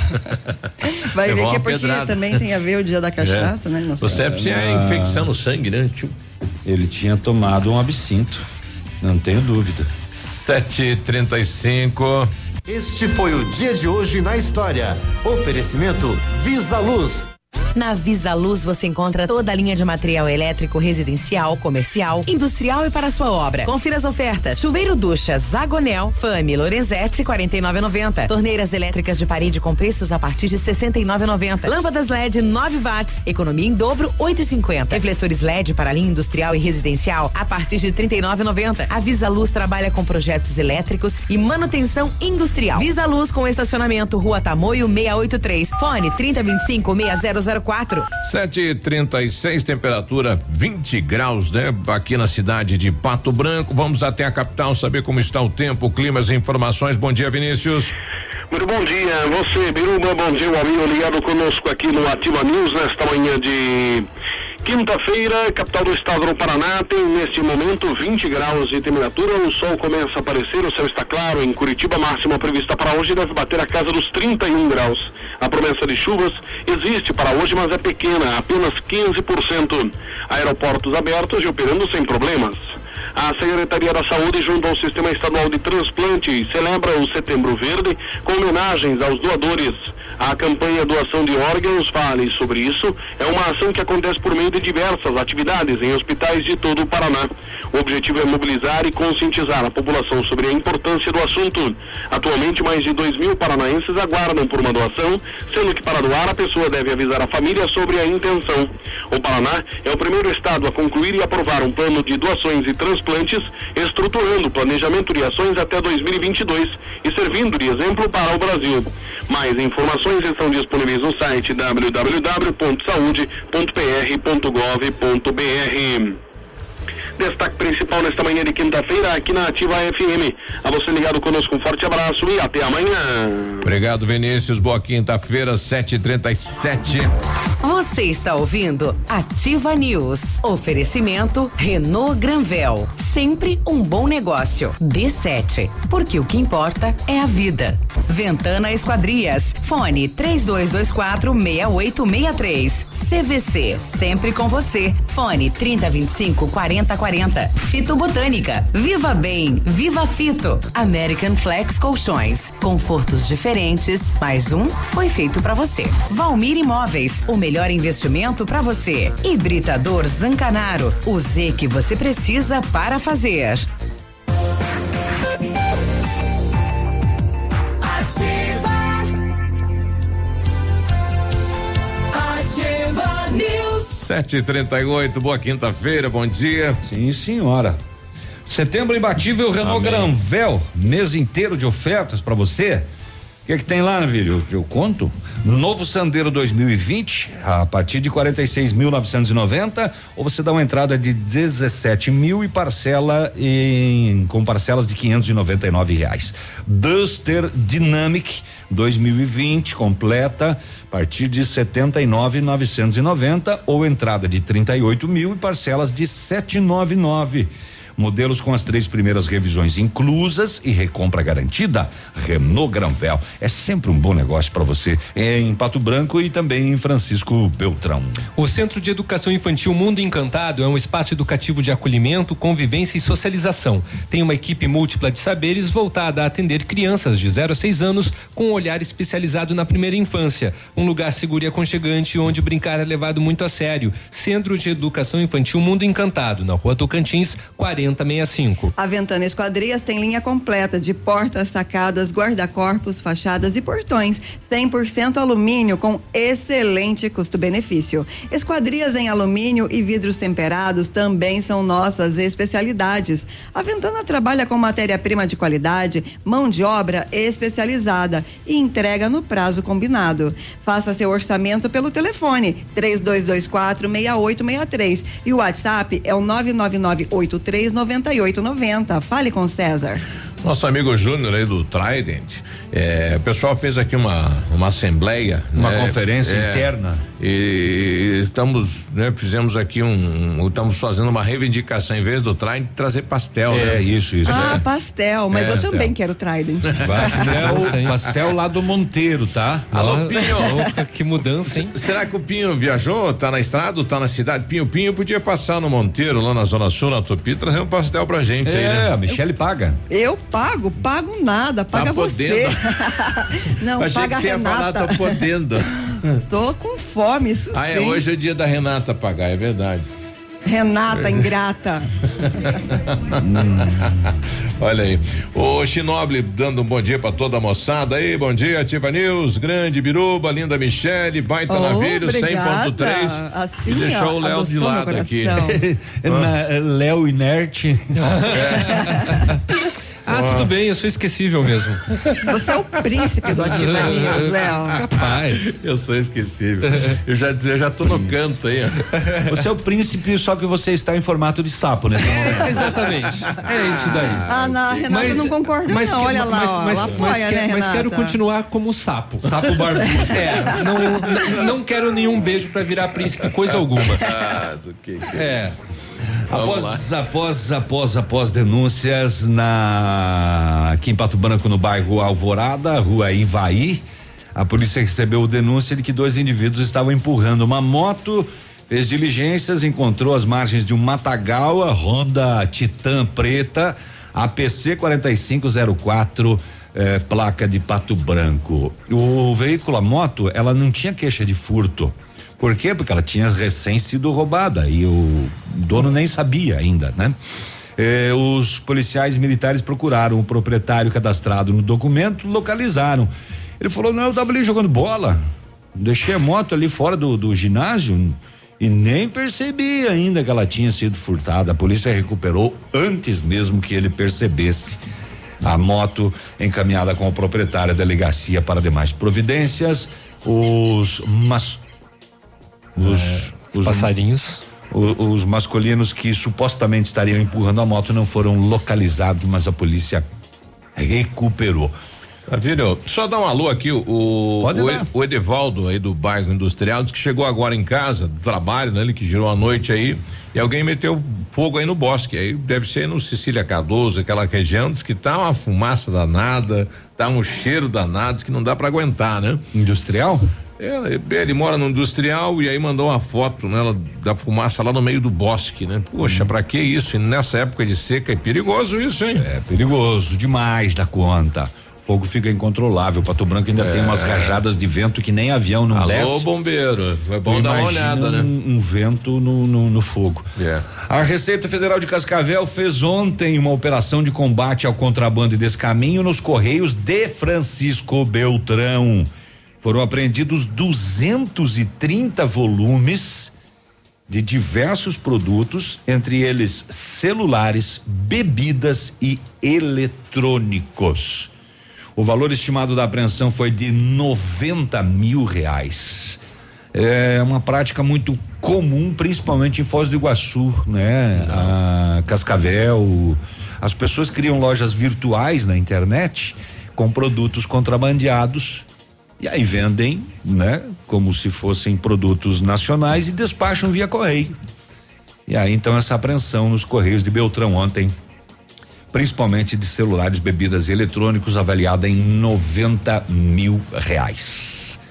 Vai ver que é porque pedrada. Também tem a ver o dia da cachaça, é. né? Não sei. O sepse é a infecção no sangue, né? Ele tinha tomado um absinto, não tenho dúvida. sete e trinta e cinco. Este foi o dia de hoje na história. Oferecimento Visa Luz. Na Visa Luz você encontra toda a linha de material elétrico residencial, comercial, industrial e para sua obra. Confira as ofertas: chuveiro ducha Zagonel, Fame, Lorenzetti, quarenta e nove e noventa. Torneiras elétricas de parede com preços a partir de sessenta e nove e noventa. Lâmpadas L E D nove watts, economia em dobro oito e cinquenta. Refletores L E D para linha industrial e residencial a partir de trinta e nove e noventa. A Visa Luz trabalha com projetos elétricos e manutenção industrial. Visa Luz com estacionamento Rua Tamoio seiscentos e oitenta e três. Fone trinta e vinte e cinco, seis zero zero quatro. sete e trinta e seis, temperatura vinte graus, né? Aqui na cidade de Pato Branco. Vamos até a capital saber como está o tempo, climas e informações. Bom dia, Vinícius. Muito bom dia, você, Biruba, bom dia, o amigo ligado conosco aqui no Ativa News nesta manhã de quinta-feira, capital do estado do Paraná, tem neste momento vinte graus de temperatura, o sol começa a aparecer, o céu está claro. Em Curitiba, a máxima prevista para hoje deve bater a casa dos trinta e um graus. A promessa de chuvas existe para hoje, mas é pequena, apenas quinze por cento. Aeroportos abertos e operando sem problemas. A Secretaria da Saúde, junto ao Sistema Estadual de Transplante, celebra o Setembro Verde com homenagens aos doadores. A campanha Doação de Órgãos, fale sobre isso, é uma ação que acontece por meio de diversas atividades em hospitais de todo o Paraná. O objetivo é mobilizar e conscientizar a população sobre a importância do assunto. Atualmente, mais de dois mil paranaenses aguardam por uma doação, sendo que para doar a pessoa deve avisar a família sobre a intenção. O Paraná é o primeiro estado a concluir e aprovar um plano de doações e transplantes, estruturando o planejamento de ações até dois mil e vinte e dois e servindo de exemplo para o Brasil. Mais informações estão disponíveis no site w w w ponto saúde ponto p r ponto gov ponto b r. Destaque principal nesta manhã de quinta-feira aqui na Ativa F M. A você ligado conosco, um forte abraço e até amanhã. Obrigado, Vinícius. Boa quinta-feira, sete e trinta e sete. Você está ouvindo Ativa News. Oferecimento Renault Granvel. Sempre um bom negócio. D sete. Porque o que importa é a vida. Ventana Esquadrias. Fone três dois dois quatro, seis oito seis três. C V C. Sempre com você. Fone trinta, vinte e cinco, quarenta, quarenta. Fito Botânica. Viva Bem. Viva Fito. American Flex Colchões. Confortos diferentes. Mais um foi feito pra você. Valmir Imóveis. O melhor investimento pra você. Hibridador Zancanaro. O Z que você precisa para fazer. Ativa. Ativa News. sete e trinta e oito, boa quinta-feira, bom dia. Sim, senhora. Setembro imbatível Renault Amém. Granvel, mês inteiro de ofertas para você. O que é que tem lá, Navilho? Eu, eu conto. Novo Sandero dois mil e vinte, a partir de quarenta e seis mil novecentos e noventa, ou você dá uma entrada de dezessete mil e parcela em com parcelas de quinhentos e noventa e nove reais. Duster Dynamic dois mil e vinte completa a partir de setenta e nove mil novecentos e noventa ou entrada de trinta e oito mil e parcelas de setecentos e noventa e nove. Modelos com as três primeiras revisões inclusas e recompra garantida. Renault Granvel é sempre um bom negócio para você em Pato Branco e também em Francisco Beltrão. O Centro de Educação Infantil Mundo Encantado é um espaço educativo de acolhimento, convivência e socialização. Tem uma equipe múltipla de saberes voltada a atender crianças de zero a seis anos com um olhar especializado na primeira infância. Um lugar seguro e aconchegante onde brincar é levado muito a sério. Centro de Educação Infantil Mundo Encantado, na Rua Tocantins, quarenta quarenta sessenta e cinco. A Ventana Esquadrias tem linha completa de portas, sacadas, guarda-corpos, fachadas e portões, cem por cento alumínio com excelente custo-benefício. Esquadrias em alumínio e vidros temperados também são nossas especialidades. A Ventana trabalha com matéria-prima de qualidade, mão de obra especializada e entrega no prazo combinado. Faça seu orçamento pelo telefone três dois dois quatro, seis oito seis três e o WhatsApp é o nove nove nove oito três nove oito nove zero. Fale com César. Nosso amigo Júnior aí do Trident, é, o pessoal fez aqui uma uma assembleia, uma né? conferência é, interna e estamos, né, fizemos aqui um, estamos fazendo uma reivindicação em vez do Trident trazer pastel. É, né? isso, isso. Ah, é. pastel, mas é, eu pastel. também quero Trident. Pastel, pastel lá do Monteiro, tá? Alô, Pinho. Que mudança, hein? Será que o Pinho viajou? Tá na estrada? Tá na cidade? Pinho, Pinho podia passar no Monteiro, lá na Zona Sul, na Tupi, trazer um pastel pra gente é, aí, né? a Michele paga. Eu pago, pago nada, paga tá você. Não, Achei paga que você a Renata. ia falar, tô podendo. Tô com fome, isso ah, sim. é, hoje é o dia da Renata pagar, é verdade. Renata, ingrata. Olha aí. O Chinoble dando um bom dia pra toda a moçada aí. Bom dia, Ativa News, grande Biruba, linda Michele, baita Oh, navio, cem ponto três. Assim, e deixou ó, o Léo de adoçou lado meu aqui. Na- Léo inerte. Ah, tudo bem, eu sou esquecível mesmo. Você é o príncipe do Ativa News, Léo. Capaz. Eu sou esquecível. Eu já eu já tô no canto aí. Ó. Você é o príncipe, só que você está em formato de sapo nesse momento. Exatamente. É isso daí. Ah, na Renata eu não concordo mas não, que- olha lá, mas, ó, mas, ela mas, apoia, quer- né, mas Renata? quero continuar como sapo. Sapo barbudo. É, não, não, não quero nenhum beijo pra virar príncipe, coisa alguma. Ah, do que que É. Após, após, após, após denúncias na aqui em Pato Branco, no bairro Alvorada, rua Ivaí, a polícia recebeu denúncia de que dois indivíduos estavam empurrando uma moto, fez diligências, encontrou as margens de um matagal, a Honda Titan preta, A P C quarenta e cinco zero quatro, eh, placa de Pato Branco. O veículo, a moto, ela não tinha queixa de furto. Por quê? Porque ela tinha recém sido roubada e o dono nem sabia ainda, né? Eh, os policiais militares procuraram o proprietário cadastrado no documento, localizaram. Ele falou: não, eu tava ali jogando bola, deixei a moto ali fora do, do ginásio e nem percebi ainda que ela tinha sido furtada. A polícia recuperou antes mesmo que ele percebesse. A moto encaminhada com o proprietário à delegacia para demais providências. Os mas Os, É, os passarinhos. Os, os masculinos que supostamente estariam empurrando a moto não foram localizados, mas a polícia recuperou. Tá vendo? Só dar um alô aqui, o, Pode o, dar. o Edevaldo aí do bairro Industrial disse que chegou agora em casa, do trabalho, né? Ele que girou a noite aí e alguém meteu fogo aí no bosque, aí deve ser no Cecília Cardoso, aquela região, diz que tá uma fumaça danada, tá um cheiro danado que não dá pra aguentar, né? Industrial? É, ele mora no industrial e aí mandou uma foto, né, da fumaça lá no meio do bosque, né? Poxa, hum. pra que isso? E nessa época de seca é perigoso isso, hein? É perigoso demais da conta. O fogo fica incontrolável. Pato Branco ainda é. tem umas rajadas de vento que nem avião não Alô, desce. Alô, bombeiro. É bom dar uma olhada, né? Um, um vento no, no, no fogo. É. A Receita Federal de Cascavel fez ontem uma operação de combate ao contrabando e descaminho nos Correios de Francisco Beltrão. Foram apreendidos duzentos e trinta volumes de diversos produtos, entre eles celulares, bebidas e eletrônicos. O valor estimado da apreensão foi de noventa mil reais. É uma prática muito comum, principalmente em Foz do Iguaçu, né? A Cascavel. As pessoas criam lojas virtuais na internet com produtos contrabandeados. E aí vendem, né? Como se fossem produtos nacionais e despacham via correio. E aí então essa apreensão nos Correios de Beltrão ontem, principalmente de celulares, bebidas e eletrônicos, avaliada em noventa mil reais.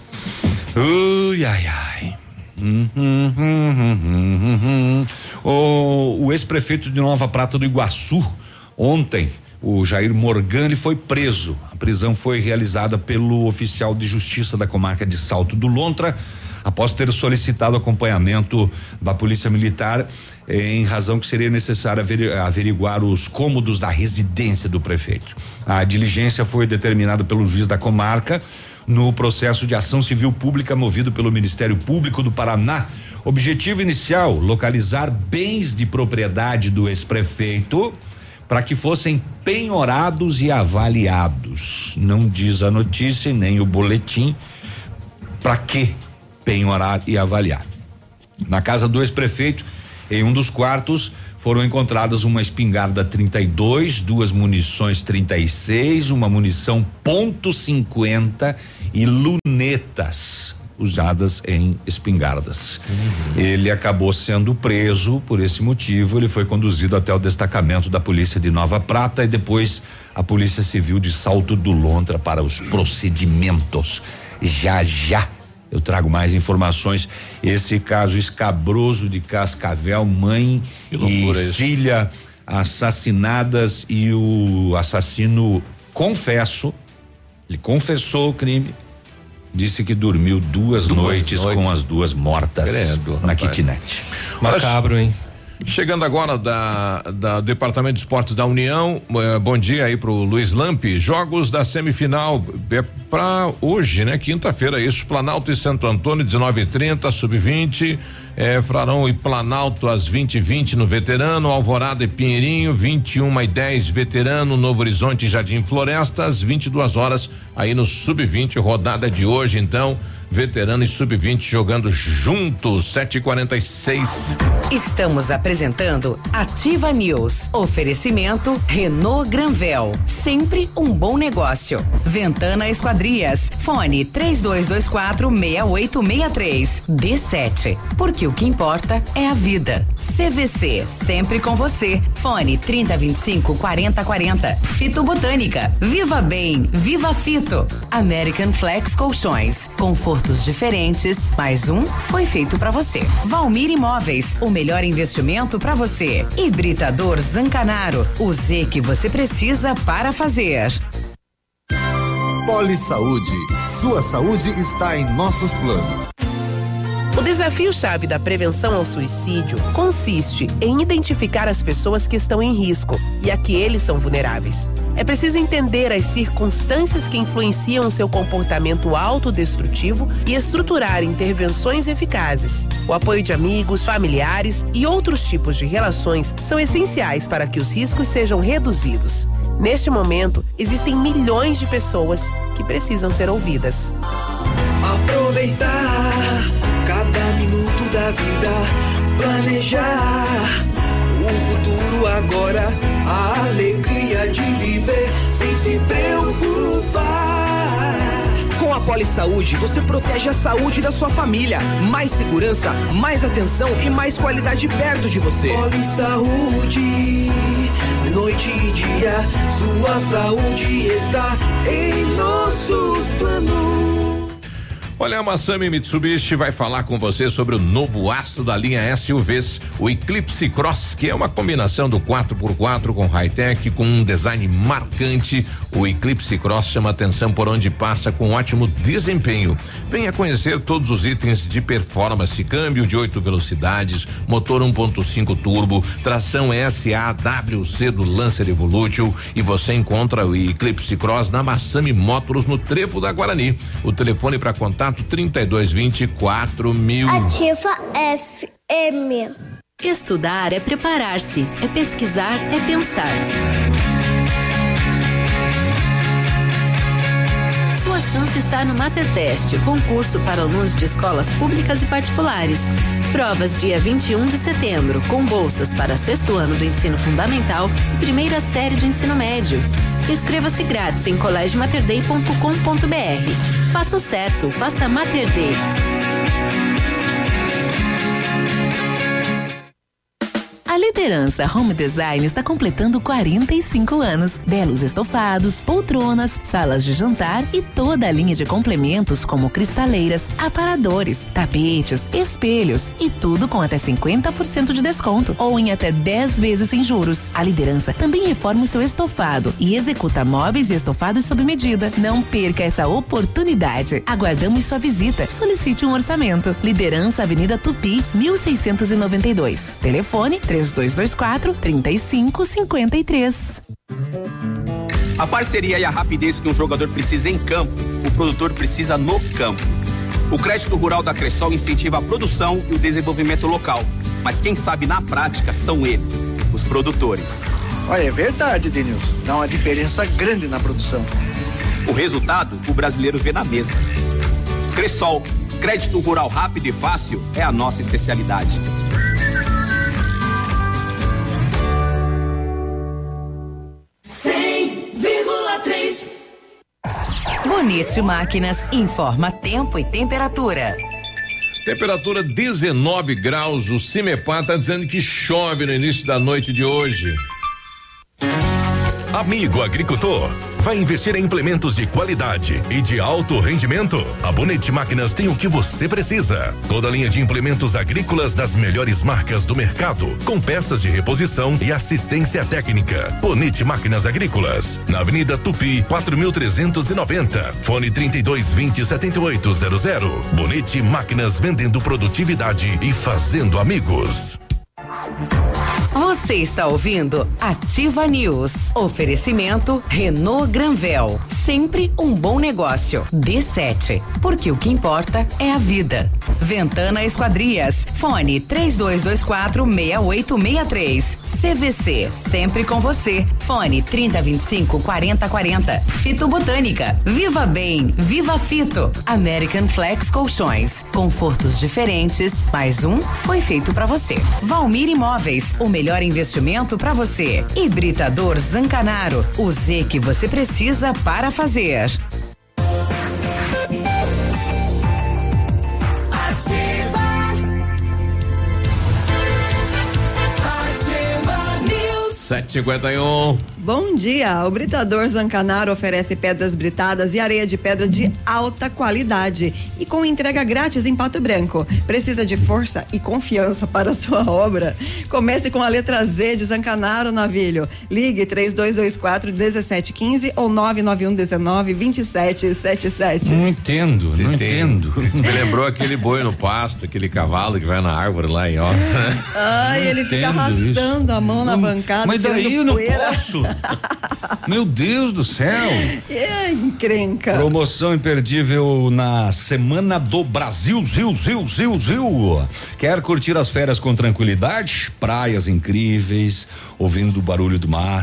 Ui, ai, ai. Hum, hum, hum, hum, hum, hum. O, o ex-prefeito de Nova Prata do Iguaçu, ontem, o Jair Morgani, foi preso. A prisão foi realizada pelo oficial de justiça da comarca de Salto do Lontra, após ter solicitado acompanhamento da Polícia Militar em razão que seria necessário averiguar os cômodos da residência do prefeito. A diligência foi determinada pelo juiz da comarca no processo de ação civil pública movido pelo Ministério Público do Paraná. Objetivo inicial: localizar bens de propriedade do ex-prefeito para que fossem penhorados e avaliados. Não diz a notícia nem o boletim para que penhorar e avaliar. Na casa do ex-prefeito, em um dos quartos, foram encontradas uma espingarda trinta e dois, duas munições trinta e seis, uma munição ponto cinquenta e lunetas usadas em espingardas. Uhum. Ele acabou sendo preso por esse motivo. Ele foi conduzido até o destacamento da Polícia de Nova Prata e depois a Polícia Civil de Salto do Lontra para os procedimentos. Já já eu trago mais informações. Esse caso escabroso de Cascavel, mãe e filha assassinadas e o assassino, confesso, ele confessou o crime, disse que dormiu duas, duas noites, noites com as duas mortas. Credo, na kitnet. Macabro, hein? Chegando agora da, da Departamento de Esportes da União, eh, bom dia aí pro Luiz Lampi. Jogos da semifinal é pra hoje, né? Quinta-feira, isso. Planalto e Santo Antônio, dezenove e trinta, sub vinte. Eh, Frarão e Planalto às vinte e vinte no veterano. Alvorada e Pinheirinho, vinte e uma e dez veterano. Novo Horizonte e Jardim Floresta, às vinte e duas horas aí no sub vinte. Rodada de hoje, então. Veterano e sub vinte jogando juntos, sete e quarenta e seis. Estamos apresentando Ativa News. Oferecimento Renault Granvel. Sempre um bom negócio. Ventana Esquadrias. Fone três dois dois quatro, seis oito seis três. D sete. Porque o que importa é a vida. C V C. Sempre com você. Fone trinta, vinte e cinco, quarenta, quarenta. Fito Botânica. Viva Bem. Viva Fito. American Flex Colchões. Conforto diferentes, mais um foi feito para você. Valmir Imóveis, o melhor investimento para você. Hibridador Zancanaro, o Z que você precisa para fazer. Poli Saúde, sua saúde está em nossos planos. O desafio-chave da prevenção ao suicídio consiste em identificar as pessoas que estão em risco e a que eles são vulneráveis. É preciso entender as circunstâncias que influenciam o seu comportamento autodestrutivo e estruturar intervenções eficazes. O apoio de amigos, familiares e outros tipos de relações são essenciais para que os riscos sejam reduzidos. Neste momento, existem milhões de pessoas que precisam ser ouvidas. Aproveitar cada minuto da vida, planejar o futuro agora, a alegria de viver sem se preocupar. Com a Poli Saúde, você protege a saúde da sua família. Mais segurança, mais atenção e mais qualidade perto de você. Poli Saúde, noite e dia, sua saúde está em nossos planos. Olha, a Massami Mitsubishi vai falar com você sobre o novo astro da linha S U Vs, o Eclipse Cross, que é uma combinação do quatro por quatro com high-tech, com um design marcante. O Eclipse Cross chama atenção por onde passa com ótimo desempenho. Venha conhecer todos os itens de performance: câmbio de oito velocidades, motor um ponto cinco turbo, tração S A W C do Lancer Evolution, e você encontra o Eclipse Cross na Massami Motors, no Trevo da Guarani. O telefone para contato trinta e dois, vinte e quatro mil. Ativa F M. Estudar é preparar-se, é pesquisar, é pensar. Sua chance está no MaterTest, concurso para alunos de escolas públicas e particulares. Provas dia vinte e um de setembro, com bolsas para sexto ano do ensino fundamental e primeira série do ensino médio. Inscreva-se grátis em colégio mater dei ponto com ponto b r. Faça o certo, faça MaterDay. A A Liderança Home Design está completando quarenta e cinco anos. Belos estofados, poltronas, salas de jantar e toda a linha de complementos como cristaleiras, aparadores, tapetes, espelhos e tudo com até cinquenta por cento de desconto ou em até dez vezes sem juros. A Liderança também reforma o seu estofado e executa móveis e estofados sob medida. Não perca essa oportunidade. Aguardamos sua visita. Solicite um orçamento. Liderança Avenida Tupi, mil seiscentos e noventa e dois. Telefone três dois dois quatro, três cinco cinco três. A parceria e a rapidez que um jogador precisa em campo, o produtor precisa no campo. O crédito rural da Cressol incentiva a produção e o desenvolvimento local, mas quem sabe na prática são eles, os produtores. Olha, é verdade, Denilson. Dá uma diferença grande na produção. O resultado, o brasileiro vê na mesa. Cressol, crédito rural rápido e fácil é a nossa especialidade. cem vírgula três. Bonito Máquinas informa tempo e temperatura. Temperatura dezenove graus. O Cimepar está dizendo que chove no início da noite de hoje. Amigo agricultor, vai investir em implementos de qualidade e de alto rendimento? A Bonete Máquinas tem o que você precisa. Toda a linha de implementos agrícolas das melhores marcas do mercado, com peças de reposição e assistência técnica. Bonete Máquinas Agrícolas, na Avenida Tupi, quatro mil trezentos e noventa. Fone trinta e dois, vinte, setenta e oito zero zero. Bonete Máquinas, vendendo produtividade e fazendo amigos. Você está ouvindo Ativa News. Oferecimento Renault Granvel. Sempre um bom negócio. D sete. Porque o que importa é a vida. Ventana Esquadrias. Fone três dois dois quatro, seis oito seis três. C V C. Sempre com você. Fone trinta, vinte e cinco, quarenta, quarenta. Fito Botânica. Viva Bem. Viva Fito. American Flex Colchões. Confortos diferentes. Mais um foi feito pra você. Valmir Imóveis. O melhor investimento para você. Hibridador Zancanaro. O Z que você precisa para fazer. sete e cinquenta e um. Bom dia, o Britador Zancanaro oferece pedras britadas e areia de pedra de alta qualidade e com entrega grátis em Pato Branco. Precisa de força e confiança para a sua obra? Comece com a letra Z de Zancanaro, Navilho. Ligue três dois dois quatro, um sete um cinco ou nove nove um um nove, dois sete sete sete. Não entendo, não entendo. Me lembrou aquele boi no pasto, aquele cavalo que vai na árvore lá e ó. Ai, ele fica arrastando isso. a mão na bancada. Mas daí eu não posso. Meu Deus do céu. É encrenca. Promoção imperdível na Semana do Brasil, Zil, Zil, Zil, Zil. Quer curtir as férias com tranquilidade? Praias incríveis, ouvindo o barulho do mar.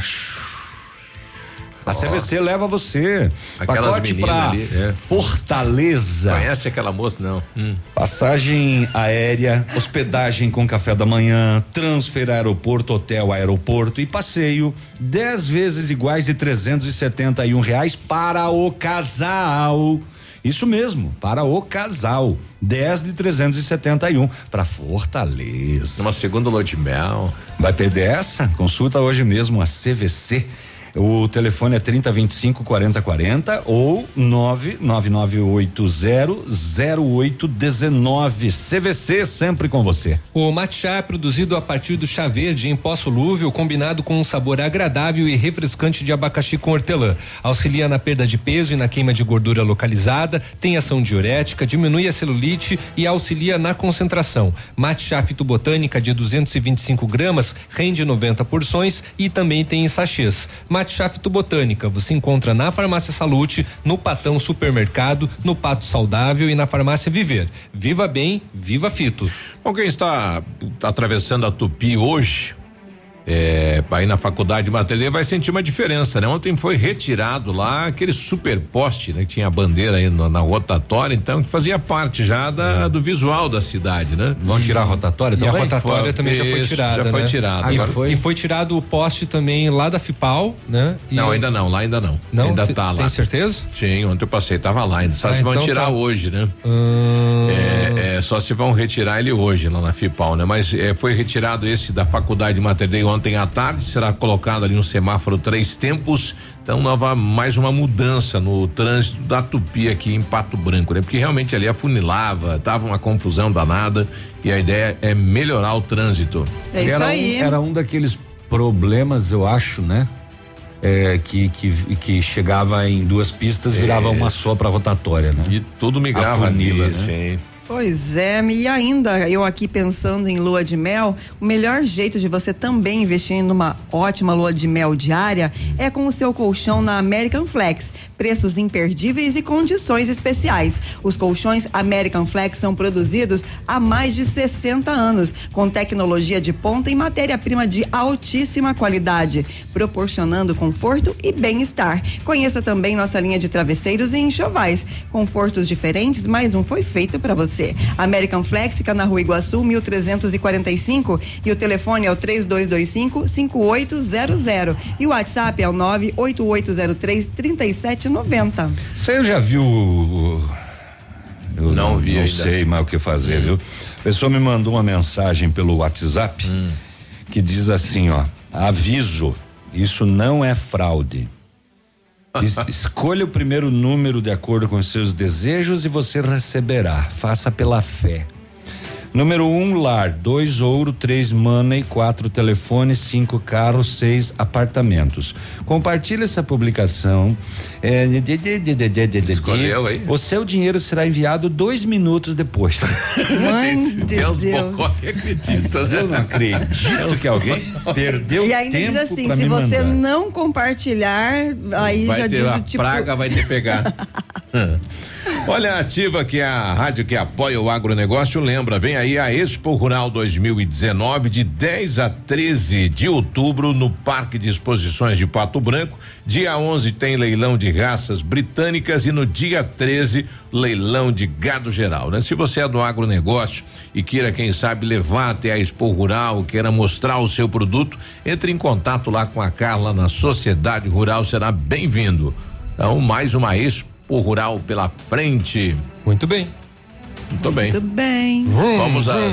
A oh. C V C leva você. Aquelas pacote pra ali, é. Fortaleza. Conhece aquela moça? Não. Hum. Passagem aérea, hospedagem com café da manhã, transfer aeroporto, hotel, aeroporto e passeio. Dez vezes iguais de trezentos e setenta e um reais para o casal. Isso mesmo, para o casal. dez de trezentos e setenta e um para Fortaleza. Uma segunda lua de mel. Vai perder essa? Consulta hoje mesmo a C V C. O telefone é trinta, vinte e cinco, quarenta, quarenta ou nove nove nove oito zero, zero oito um nove. C V C sempre com você. O matcha é produzido a partir do chá verde em pó solúvel, combinado com um sabor agradável e refrescante de abacaxi com hortelã. Auxilia na perda de peso e na queima de gordura localizada, tem ação diurética, diminui a celulite e auxilia na concentração. Matcha fitobotânica de duzentos e vinte e cinco gramas rende noventa porções e também tem em sachês. Matcha fitobotânica você encontra na Farmácia Salute, no Patão Supermercado, no Pato Saudável e na Farmácia Viver. Viva Bem, Viva Fito. Bom, quem está atravessando a Tupi hoje, é, aí na faculdade de Matelê vai sentir uma diferença, né? Ontem foi retirado lá aquele super poste, né? Que tinha a bandeira aí no, na rotatória, então que fazia parte já da, do visual da cidade, né? Vão tirar a rotatória também? E a rotatória foi, também isso, já foi tirada, já foi né? tirada. E foi, e foi tirado o poste também lá da Fipal, né? E não, ainda não, lá ainda não. Não, ainda te, tá lá. Tem certeza? Sim, ontem eu passei, tava lá ainda. Só ah, se vão então tirar tá. hoje, né? Hum, é, é, É, só se vão retirar ele hoje lá na FIPAL, né? Mas é, foi retirado esse da Faculdade de Mater Dei ontem à tarde, será colocado ali um semáforo três tempos, então nova, mais uma mudança no trânsito da Tupi aqui em Pato Branco, né? Porque realmente ali afunilava, tava uma confusão danada e a ideia é melhorar o trânsito. É isso era aí. Um, era um daqueles problemas, eu acho, né? É, que, que, que chegava em duas pistas, é. virava uma só para rotatória, né? E tudo migrava Afunila, ali, né? Sim. Pois é, e ainda eu aqui pensando em lua de mel, o melhor jeito de você também investir numa ótima lua de mel diária é com o seu colchão na American Flex. Preços imperdíveis e condições especiais. Os colchões American Flex são produzidos há mais de sessenta anos, com tecnologia de ponta e matéria-prima de altíssima qualidade, proporcionando conforto e bem-estar. Conheça também nossa linha de travesseiros e enxovais, confortos diferentes, mas um foi feito para você. American Flex fica na Rua Iguaçu, mil trezentos e quarenta e cinco, e o telefone é o três dois dois cinco, cinco oito zero zero e o WhatsApp é o nove oito oito zero três, três sete nove zero. Você já viu? Eu não, não vi, não ainda. Sei mais o que fazer, hum. viu? A pessoa me mandou uma mensagem pelo WhatsApp hum. que diz assim, ó, aviso, isso não é fraude. Es, escolha o primeiro número de acordo com os seus desejos e você receberá. Faça pela fé. Número um, lar, dois ouro, três money, quatro telefones, cinco carros, seis apartamentos. Compartilhe essa publicação. É, de, de, de, de, de, de, Escolheu aí? O seu dinheiro será enviado dois minutos depois. Mãe de Deus. Deus. Que acredita, eu não acredito que alguém perdeu tempo. E ainda diz assim, se você mandar. não compartilhar, aí vai já ter diz a o tipo. praga vai te pegar. Olha, a Ativa, que é a rádio que apoia o agronegócio, lembra, vem aí a Expo Rural dois mil e dezenove, de dez a treze de outubro, no Parque de Exposições de Pato Branco. Dia onze tem leilão de raças britânicas e no dia treze, leilão de gado geral, né? Se você é do agronegócio e queira, quem sabe, levar até a Expo Rural, queira mostrar o seu produto, entre em contato lá com a Carla na Sociedade Rural, será bem-vindo. Então, mais uma Expo o rural pela frente. Muito bem. Muito bem. Muito bem. Vamos às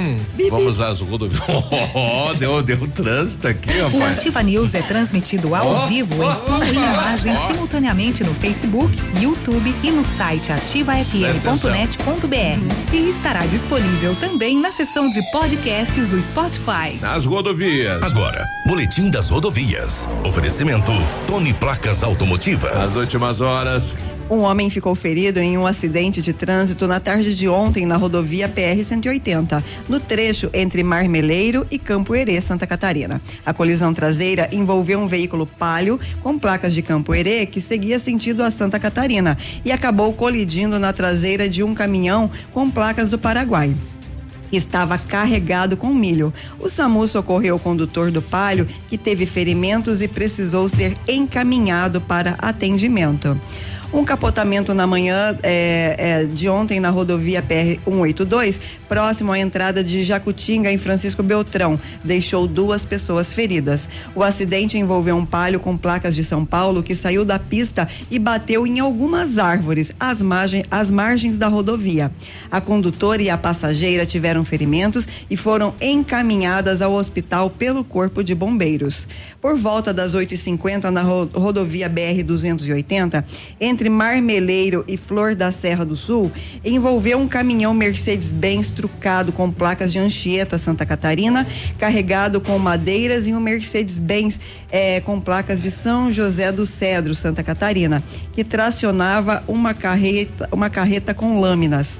vamos às rodovias. Oh, deu deu trânsito aqui, rapaz. O Ativa News é transmitido ao oh, vivo oh, em som oh, e imagem oh. simultaneamente no Facebook, YouTube e no site ativa f m ponto net ponto b r. E estará disponível também na seção de podcasts do Spotify. Nas rodovias. Agora, Boletim das Rodovias. Oferecimento Tony Placas Automotivas. As últimas horas. Um homem ficou ferido em um acidente de trânsito na tarde de ontem na rodovia P R cento e oitenta, no trecho entre Marmeleiro e Campo Herê, Santa Catarina. A colisão traseira envolveu um veículo Palio com placas de Campo Herê que seguia sentido a Santa Catarina e acabou colidindo na traseira de um caminhão com placas do Paraguai. Estava carregado com milho. O SAMU socorreu o condutor do Palio, que teve ferimentos e precisou ser encaminhado para atendimento. Um capotamento na manhã é, é, de ontem na rodovia P R cento e oitenta e dois, próximo à entrada de Jacutinga, em Francisco Beltrão, deixou duas pessoas feridas. O acidente envolveu um Palio com placas de São Paulo que saiu da pista e bateu em algumas árvores às, margem, às margens da rodovia. A condutora e a passageira tiveram ferimentos e foram encaminhadas ao hospital pelo Corpo de Bombeiros. Por volta das oito e cinquenta na ro- rodovia B R duzentos e oitenta, entre Entre Marmeleiro e Flor da Serra do Sul, envolveu um caminhão Mercedes-Benz trucado com placas de Anchieta, Santa Catarina, carregado com madeiras, e um Mercedes-Benz eh, com placas de São José do Cedro, Santa Catarina, que tracionava uma carreta, uma carreta com lâminas.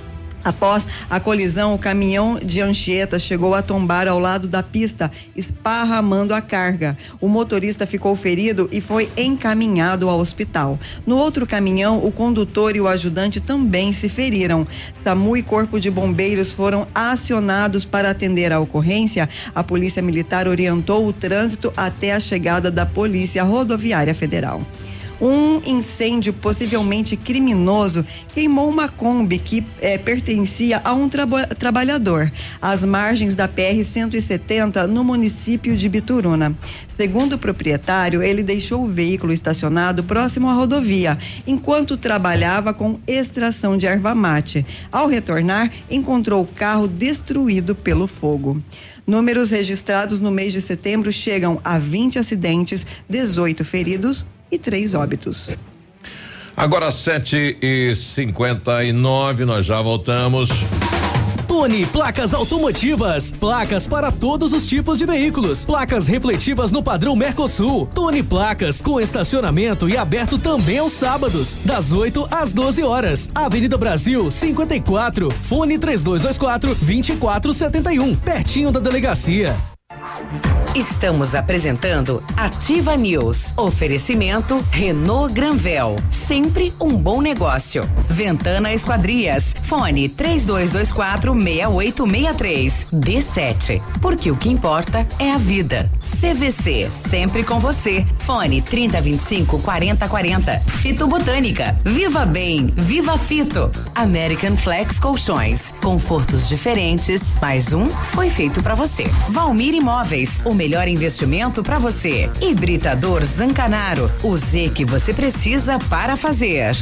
Após a colisão, o caminhão de Anchieta chegou a tombar ao lado da pista, esparramando a carga. O motorista ficou ferido e foi encaminhado ao hospital. No outro caminhão, o condutor e o ajudante também se feriram. SAMU e Corpo de Bombeiros foram acionados para atender a ocorrência. A Polícia Militar orientou o trânsito até a chegada da Polícia Rodoviária Federal. Um incêndio possivelmente criminoso queimou uma Kombi que eh, pertencia a um traba- trabalhador, às margens da P R cento e setenta, no município de Bituruna. Segundo o proprietário, ele deixou o veículo estacionado próximo à rodovia, enquanto trabalhava com extração de erva mate. Ao retornar, encontrou o carro destruído pelo fogo. Números registrados no mês de setembro chegam a vinte acidentes, dezoito feridos e três óbitos. Agora sete e cinquenta e nove, nós já voltamos. Tony Placas Automotivas, placas para todos os tipos de veículos, placas refletivas no padrão Mercosul. Tony Placas, com estacionamento e aberto também aos sábados, das oito às doze horas. Avenida Brasil cinquenta e quatro, fone três dois dois quatro, vinte e quatro setenta e um, pertinho da delegacia. Estamos apresentando Ativa News. Oferecimento Renault Granvel, sempre um bom negócio. Ventana Esquadrias, fone três dois dois quatro, seis oito seis três. D sete, porque o que importa é a vida. C V C, sempre com você. Fone trinta, vinte e cinco, quarenta, quarenta. Fito Botânica, Viva Bem, Viva Fito. American Flex Colchões, confortos diferentes, mais um foi feito pra você. Valmir Imóveis, o melhor investimento para você. Hibridador Zancanaro, o Z que você precisa para fazer.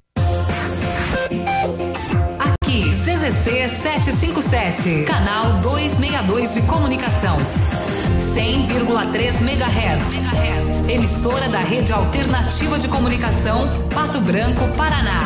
Aqui, C Z C setecentos e cinquenta e sete, canal duzentos e sessenta e dois de comunicação. cem vírgula três megahertz. Emissora da Rede Alternativa de Comunicação, Pato Branco, Paraná.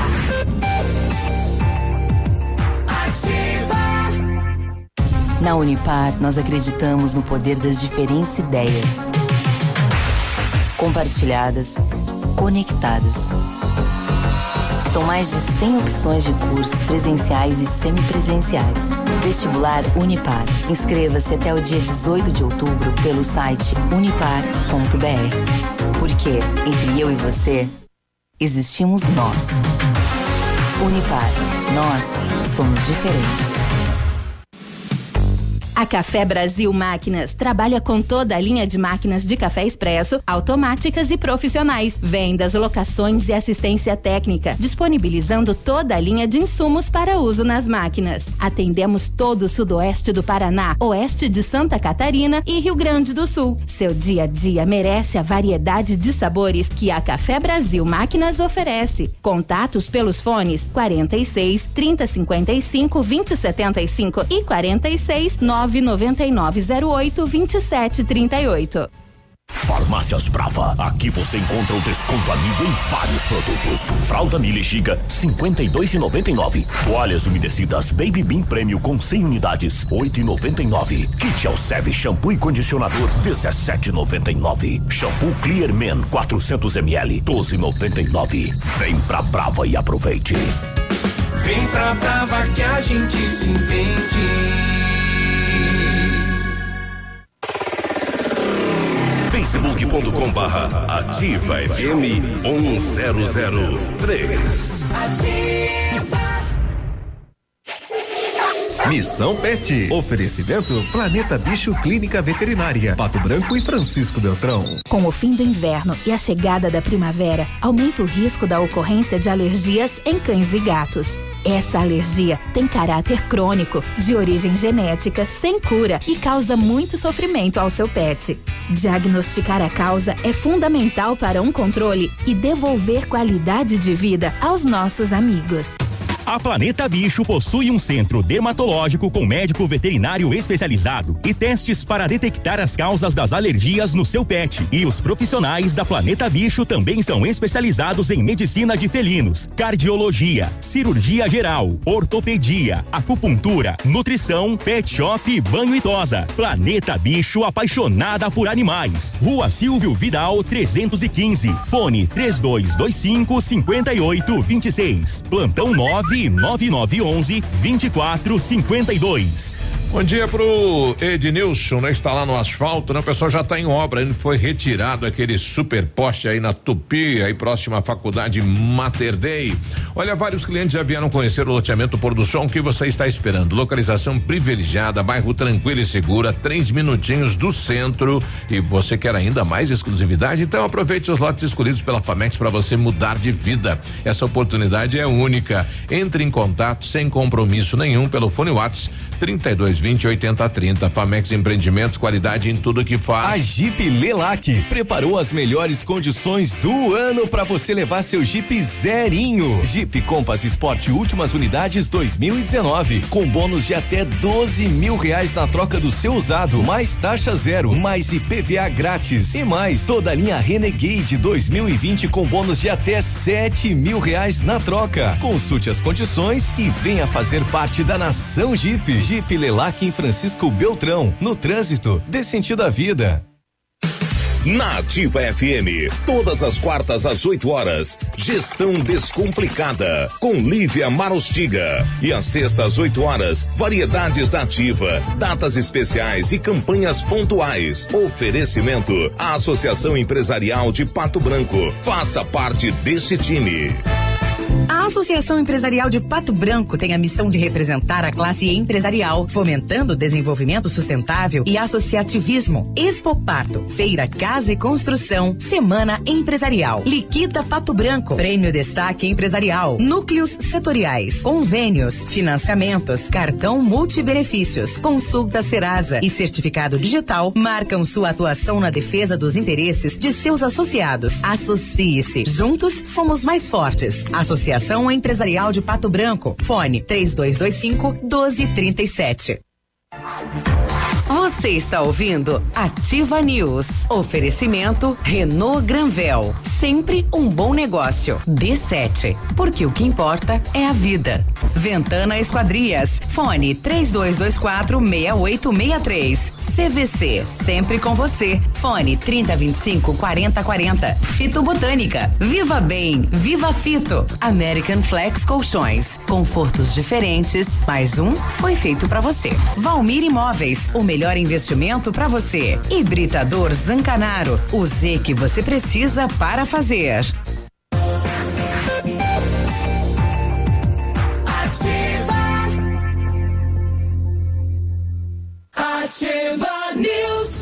Na Unipar, nós acreditamos no poder das diferentes ideias. Compartilhadas, conectadas. São mais de cem opções de cursos presenciais e semipresenciais. Vestibular Unipar. Inscreva-se até o dia dezoito de outubro pelo site unipar ponto b r. Porque entre eu e você, existimos nós. Unipar. Nós somos diferentes. A Café Brasil Máquinas trabalha com toda a linha de máquinas de café expresso, automáticas e profissionais. Vendas, locações e assistência técnica, disponibilizando toda a linha de insumos para uso nas máquinas. Atendemos todo o sudoeste do Paraná, oeste de Santa Catarina e Rio Grande do Sul. Seu dia a dia merece a variedade de sabores que a Café Brasil Máquinas oferece. Contatos pelos fones quarenta e seis, trinta, cinquenta e cinco, vinte, setenta e cinco e quarenta e seis, nove noventa e nove zero oito, vinte e sete trinta e oito. Farmácias Brava. Aqui você encontra o desconto amigo em vários produtos. Fralda Mili Giga, cinquenta e dois e noventa e nove. Toalhas umedecidas Baby Beam Prêmio com cem unidades, oito e noventa e nove. Kit Alceve shampoo e condicionador, dezessete e noventa e nove. Shampoo Clear Men quatrocentos mililitros, doze e noventa e nove. Vem pra Brava e aproveite. Vem pra Brava que a gente se entende. facebook ponto com barra Ativa F M um zero zero três. Ativa. Missão Pet. Oferecimento Planeta Bicho Clínica Veterinária, Pato Branco e Francisco Beltrão. Com o fim do inverno e a chegada da primavera, aumenta o risco da ocorrência de alergias em cães e gatos. Essa alergia tem caráter crônico, de origem genética, sem cura e causa muito sofrimento ao seu pet. Diagnosticar a causa é fundamental para um controle e devolver qualidade de vida aos nossos amigos. A Planeta Bicho possui um centro dermatológico com médico veterinário especializado e testes para detectar as causas das alergias no seu pet. E os profissionais da Planeta Bicho também são especializados em medicina de felinos, cardiologia, cirurgia geral, ortopedia, acupuntura, nutrição, pet shop e banho e tosa. Planeta Bicho, apaixonada por animais. Rua Silvio Vidal trezentos e quinze. Fone três dois dois cinco, cinco oito dois seis. Plantão nove nove nove onze, vinte e quatro cinquenta e dois. Bom dia pro Ednilson, né? Está lá no asfalto, né? O pessoal já está em obra, ele foi retirado aquele super poste aí na Tupi, aí próxima à faculdade Mater Dei. Olha, vários clientes já vieram conhecer o loteamento Pôr do Sol. O que você está esperando? Localização privilegiada, bairro tranquilo e segura, três minutinhos do centro. E você quer ainda mais exclusividade? Então aproveite os lotes escolhidos pela Famex para você mudar de vida. Essa oportunidade é única. Entre em contato sem compromisso nenhum pelo fone WhatsApp trinta e dois vinte, oitenta, trinta. Famex Empreendimentos, qualidade em tudo que faz. A Jeep Lelac preparou as melhores condições do ano para você levar seu Jeep zerinho. Jeep Compass Sport últimas unidades dois mil e dezenove, com bônus de até doze mil reais na troca do seu usado, mais taxa zero, mais I P V A grátis e mais toda a linha Renegade dois mil e vinte com bônus de até sete mil reais na troca. Consulte as condições e venha fazer parte da nação Jeep. Jeep Lelac em Francisco Beltrão, no trânsito, dê sentido à vida. Na Ativa F M, todas as quartas às oito horas, Gestão Descomplicada, com Lívia Marostiga. E às sextas às oito horas, variedades da Ativa, datas especiais e campanhas pontuais. Oferecimento à Associação Empresarial de Pato Branco. Faça parte desse time. A Associação Empresarial de Pato Branco tem a missão de representar a classe empresarial, fomentando o desenvolvimento sustentável e associativismo. Expo Pato, Feira Casa e Construção, Semana Empresarial, Liquida Pato Branco, Prêmio Destaque Empresarial, Núcleos Setoriais, Convênios, Financiamentos, Cartão Multibenefícios, Consulta Serasa e Certificado Digital marcam sua atuação na defesa dos interesses de seus associados. Associe-se. Juntos somos mais fortes. Associação Empresarial de Pato Branco. Fone três dois dois cinco, um dois três sete. Você está ouvindo Ativa News. Oferecimento Renault Granvel. Sempre um bom negócio. D sete. Porque o que importa é a vida. Ventana Esquadrias. Fone três dois dois quatro, seis oito seis três. C V C. Sempre com você. Fone trinta, vinte e cinco, quarenta, quarenta. Fito Botânica. Viva Bem. Viva Fito. American Flex Colchões. Confortos diferentes. Mais um foi feito pra você. Valmir Imóveis. O melhor investimento pra você. Hibridador Zancanaro. O Z que você precisa para fazer. Ativa News.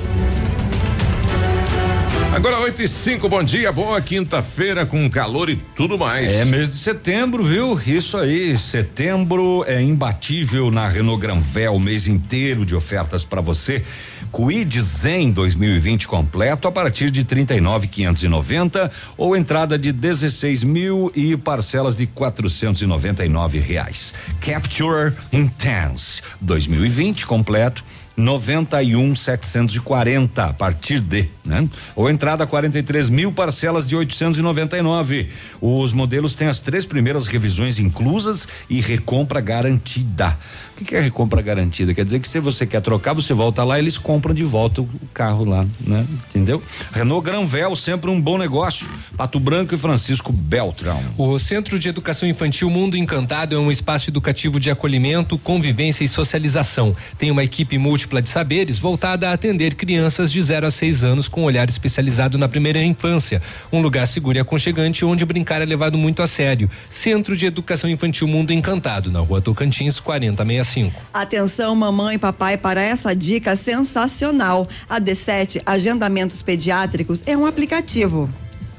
Agora oito e cinco, bom dia, boa quinta-feira com calor e tudo mais. É mês de setembro, viu? Isso aí, setembro é imbatível na Renault Granvel, o mês inteiro de ofertas para você. Kwid Zen dois mil e vinte completo a partir de trinta e nove mil quinhentos e noventa ou entrada de dezesseis mil e parcelas de quatrocentos e noventa e nove reais. Capture Intense dois mil e vinte completo noventa e um mil setecentos e quarenta a partir de, né? Ou entrada quarenta e três mil, parcelas de oitocentos e noventa e nove. Os modelos têm as três primeiras revisões inclusas e recompra garantida. O que é recompra garantida? Quer dizer que se você quer trocar, você volta lá, eles compram de volta o carro lá, né? Entendeu? Renault Granvel, sempre um bom negócio. Pato Branco e Francisco Beltrão. O Centro de Educação Infantil Mundo Encantado é um espaço educativo de acolhimento, convivência e socialização. Tem uma equipe múltipla de saberes voltada a atender crianças de zero a seis anos com olhar especializado na primeira infância. Um lugar seguro e aconchegante onde brincar é levado muito a sério. Centro de Educação Infantil Mundo Encantado, na Rua Tocantins, quarenta sessenta e cinco. Atenção, mamãe e papai, para essa dica sensacional. A D sete Agendamentos Pediátricos é um aplicativo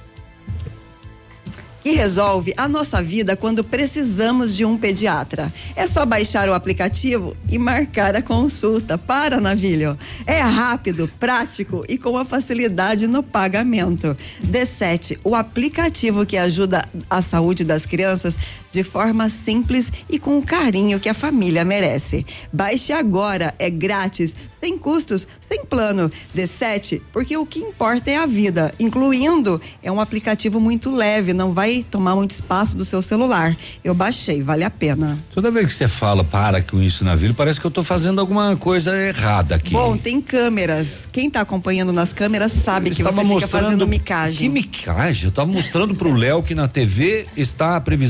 que resolve a nossa vida quando precisamos de um pediatra. É só baixar o aplicativo e marcar a consulta. Para, Navilho. É rápido, prático e com a facilidade no pagamento. D sete, o aplicativo que ajuda a saúde das crianças de forma simples e com o carinho que a família merece. Baixe agora, é grátis, sem custos, sem plano. D sete, porque o que importa é a vida, incluindo, é um aplicativo muito leve, não vai tomar muito espaço do seu celular. Eu baixei, vale a pena. Toda vez que você fala para com isso na vida, parece que eu tô fazendo alguma coisa errada aqui. Bom, tem câmeras. Quem tá acompanhando nas câmeras sabe eu que você fica fazendo micagem. Que micagem? Eu tava mostrando pro Léo que na T V está a previsão do tempo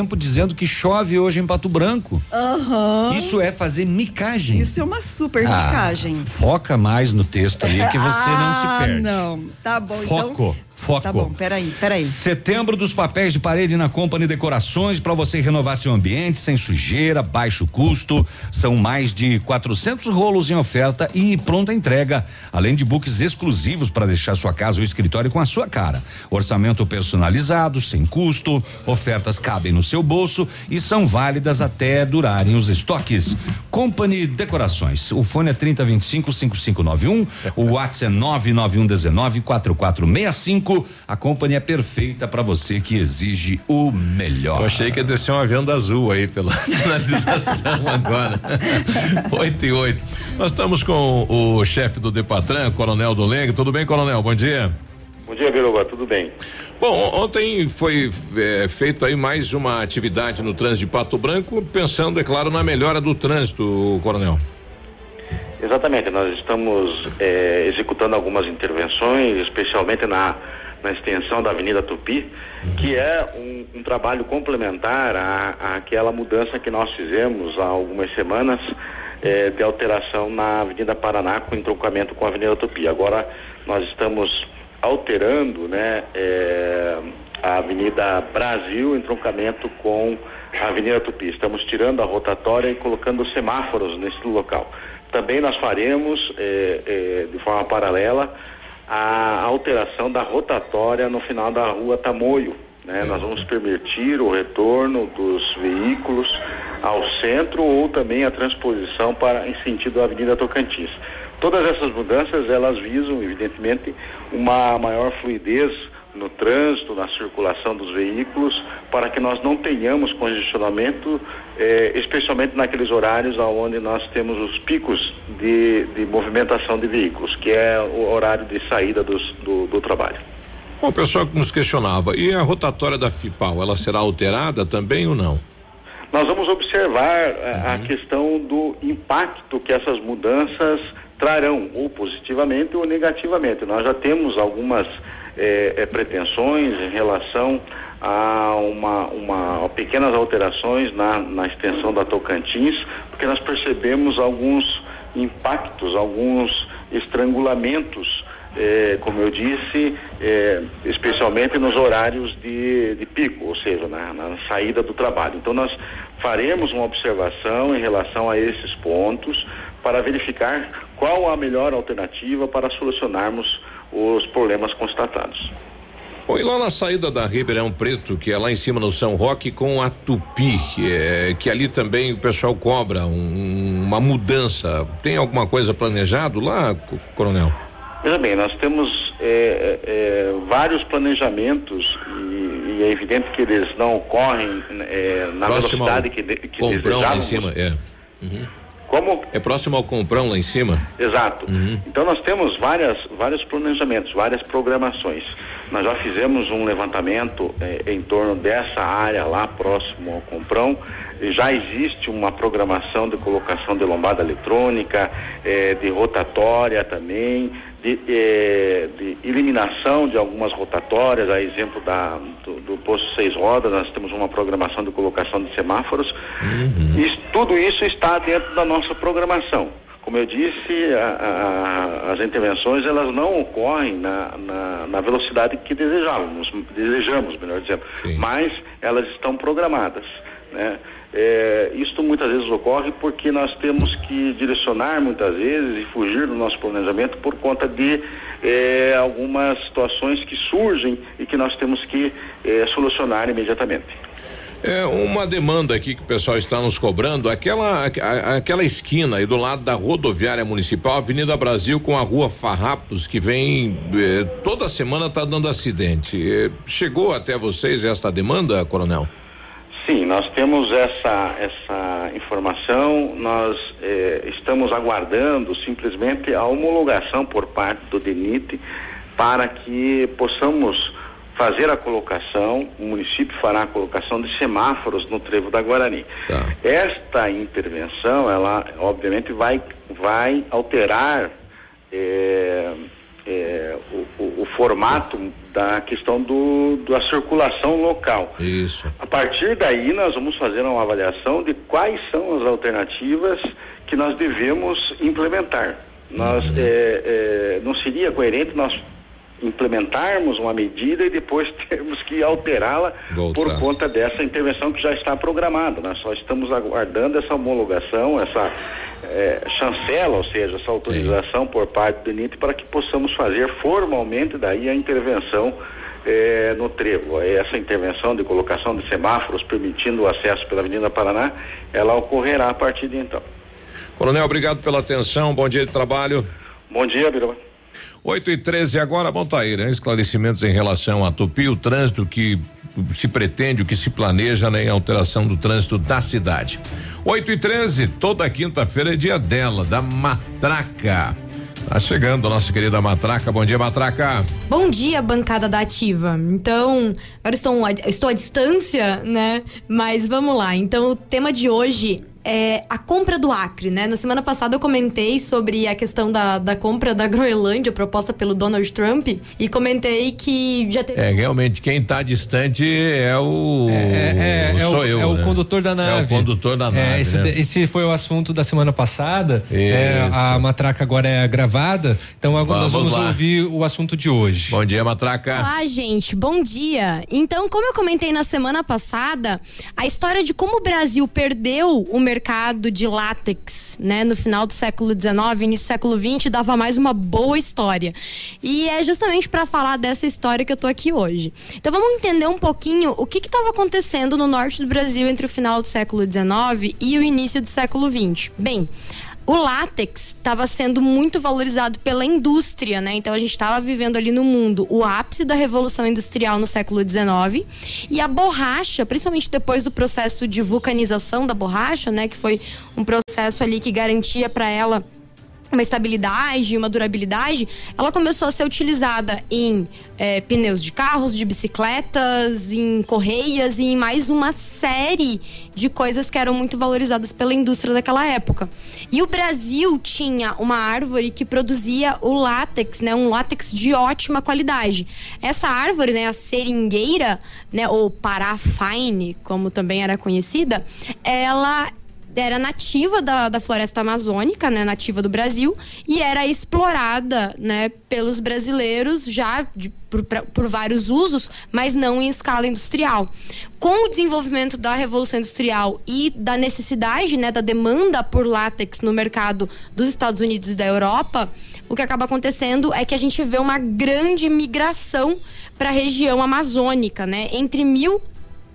tempo dizendo que chove hoje em Pato Branco. Aham. Isso é fazer micagem. Isso é uma super Ah, micagem. Foca mais no texto ali que você não se Ah, perde. não. Tá bom, Foco. então. Foco. Tá bom, peraí, peraí. Setembro dos papéis de parede na Company Decorações para você renovar seu ambiente sem sujeira, baixo custo. São mais de quatrocentos rolos em oferta e pronta entrega, além de books exclusivos para deixar sua casa ou escritório com a sua cara. Orçamento personalizado, sem custo, ofertas cabem no seu bolso e são válidas até durarem os estoques. Company Decorações. O fone é trinta, vinte e cinco, cinquenta e cinco noventa e um, o WhatsApp é nove nove um um nove, quatro quatro seis cinco. A Company é perfeita para você que exige o melhor. Eu achei que ia descer uma venda azul aí pela sinalização agora. Oito e oito. Nós estamos com o chefe do Depatran, Coronel Dolengue. Tudo bem, Coronel? Bom dia. Bom dia, Biruba, tudo bem? Bom, ontem foi é, feito aí mais uma atividade no trânsito de Pato Branco, pensando, é claro, na melhora do trânsito, Coronel. Exatamente, nós estamos é, executando algumas intervenções, especialmente na, na extensão da Avenida Tupi, uhum. que é um, um trabalho complementar à, àquela mudança que nós fizemos há algumas semanas é, de alteração na Avenida Paraná com entroncamento com a Avenida Tupi. Agora nós estamos alterando, né, é, a Avenida Brasil, entroncamento com a Avenida Tupi. Estamos tirando a rotatória e colocando semáforos nesse local. Também nós faremos, é, é, de forma paralela, a alteração da rotatória no final da rua Tamoio, né? Nós vamos permitir o retorno dos veículos ao centro ou também a transposição para em sentido da Avenida Tocantins. Todas essas mudanças, elas visam, evidentemente, uma maior fluidez no trânsito, na circulação dos veículos, para que nós não tenhamos congestionamento, eh, especialmente naqueles horários onde nós temos os picos de, de movimentação de veículos, que é o horário de saída dos, do, do trabalho. Bom, o pessoal que nos questionava, e a rotatória da FIPAL, ela será alterada também ou não? Nós vamos observar uhum. a questão do impacto que essas mudanças trarão, ou positivamente ou negativamente. Nós já temos algumas É, é, pretensões em relação a uma, uma a pequenas alterações na, na extensão da Tocantins, porque nós percebemos alguns impactos, alguns estrangulamentos, é, como eu disse, é, especialmente nos horários de, de pico, ou seja, na, na saída do trabalho. Então nós faremos uma observação em relação a esses pontos para verificar qual a melhor alternativa para solucionarmos os problemas constatados. Bom, e lá na saída da Ribeirão Preto, que é lá em cima no São Roque, com a Tupi, é, que ali também o pessoal cobra um, uma mudança, tem alguma coisa planejado lá, Coronel? Veja bem, nós temos é, é, vários planejamentos e, e é evidente que eles não ocorrem é, na Próximo velocidade que, de, que Comprão lá em desejávamos. cima, é. Uhum. Como? É próximo ao Comprão lá em cima? Exato. Uhum. Então nós temos várias, vários planejamentos, várias programações. Nós já fizemos um levantamento eh, em torno dessa área lá próximo ao Comprão. Já existe uma programação de colocação de lombada eletrônica, eh, de rotatória também, de, eh, de eliminação de algumas rotatórias, a exemplo da, do, do posto seis rodas, nós temos uma programação de colocação de semáforos. Uhum. E tudo isso está dentro da nossa programação. Como eu disse, a, a, as intervenções elas não ocorrem na, na, na velocidade que desejávamos, desejamos, melhor dizendo, Sim. mas elas estão programadas, né? É, isto muitas vezes ocorre porque nós temos que direcionar muitas vezes e fugir do nosso planejamento por conta de é, algumas situações que surgem e que nós temos que é, solucionar imediatamente. É uma demanda aqui que o pessoal está nos cobrando, aquela a, aquela esquina aí do lado da rodoviária municipal, Avenida Brasil com a Rua Farrapos, que vem eh, toda semana está dando acidente. Eh, chegou até vocês esta demanda, Coronel? Sim, nós temos essa essa informação, nós eh, estamos aguardando simplesmente a homologação por parte do DENIT para que possamos fazer a colocação, o município fará a colocação de semáforos no trevo da Guarani. Tá. Esta intervenção, ela obviamente vai, vai alterar é, é, o, o, o formato da questão do, da circulação local. Isso. A partir daí nós vamos fazer uma avaliação de quais são as alternativas que nós devemos implementar. Nós, uhum. é, é, não seria coerente nós implementarmos uma medida e depois termos que alterá-la por conta dessa intervenção que já está programada. Nós só estamos aguardando essa homologação, essa é, chancela, ou seja, essa autorização Sim. por parte do I N I T para que possamos fazer formalmente daí a intervenção é, no trevo. Essa intervenção de colocação de semáforos permitindo o acesso pela Avenida Paraná, ela ocorrerá a partir de então. Coronel, obrigado pela atenção, bom dia de trabalho. Bom dia, Biruba. oito e treze agora, bom, tá aí, né? Esclarecimentos em relação à Tupi, o trânsito que se pretende, o que se planeja, né? Em alteração do trânsito da cidade. oito e treze, toda quinta-feira é dia dela, da Matraca. Tá chegando a nossa querida Matraca. Bom dia, Matraca. Bom dia, bancada da Ativa. Então, agora estou, estou à distância, né? Mas vamos lá. Então, o tema de hoje é a compra do Acre, né? Na semana passada eu comentei sobre a questão da, da compra da Groenlândia proposta pelo Donald Trump e comentei que já teve... É, realmente, quem tá distante é o... É, é, é, sou o, eu, é o né? condutor da nave. É o condutor da nave, é, esse, né? esse foi o assunto da semana passada. É, a Matraca agora é gravada, então agora vamos nós vamos lá. ouvir o assunto de hoje. Bom dia, Matraca. Olá, gente, bom dia. Então, como eu comentei na semana passada, a história de como o Brasil perdeu o mercado de látex, né, no final do século dezenove, início do século vinte, dava mais uma boa história. E é justamente para falar dessa história que eu tô aqui hoje. Então vamos entender um pouquinho o que que estava acontecendo no norte do Brasil entre o final do século dezenove e o início do século vinte. Bem, o látex estava sendo muito valorizado pela indústria, né? Então a gente estava vivendo ali no mundo o ápice da Revolução Industrial no século dezenove e a borracha, principalmente depois do processo de vulcanização da borracha, né? Que foi um processo ali que garantia para ela uma estabilidade, uma durabilidade, ela começou a ser utilizada em é, pneus de carros, de bicicletas, em correias e em mais uma série de coisas que eram muito valorizadas pela indústria daquela época. E o Brasil tinha uma árvore que produzia o látex, né, um látex de ótima qualidade. Essa árvore, né, a seringueira, né, ou paraffine, como também era conhecida, ela era nativa da, da floresta amazônica, né, nativa do Brasil, e era explorada, né, pelos brasileiros já de, por, pra, por vários usos, mas não em escala industrial. Com o desenvolvimento da Revolução Industrial e da necessidade, né, da demanda por látex no mercado dos Estados Unidos e da Europa, o que acaba acontecendo é que a gente vê uma grande migração para a região amazônica, né, entre mil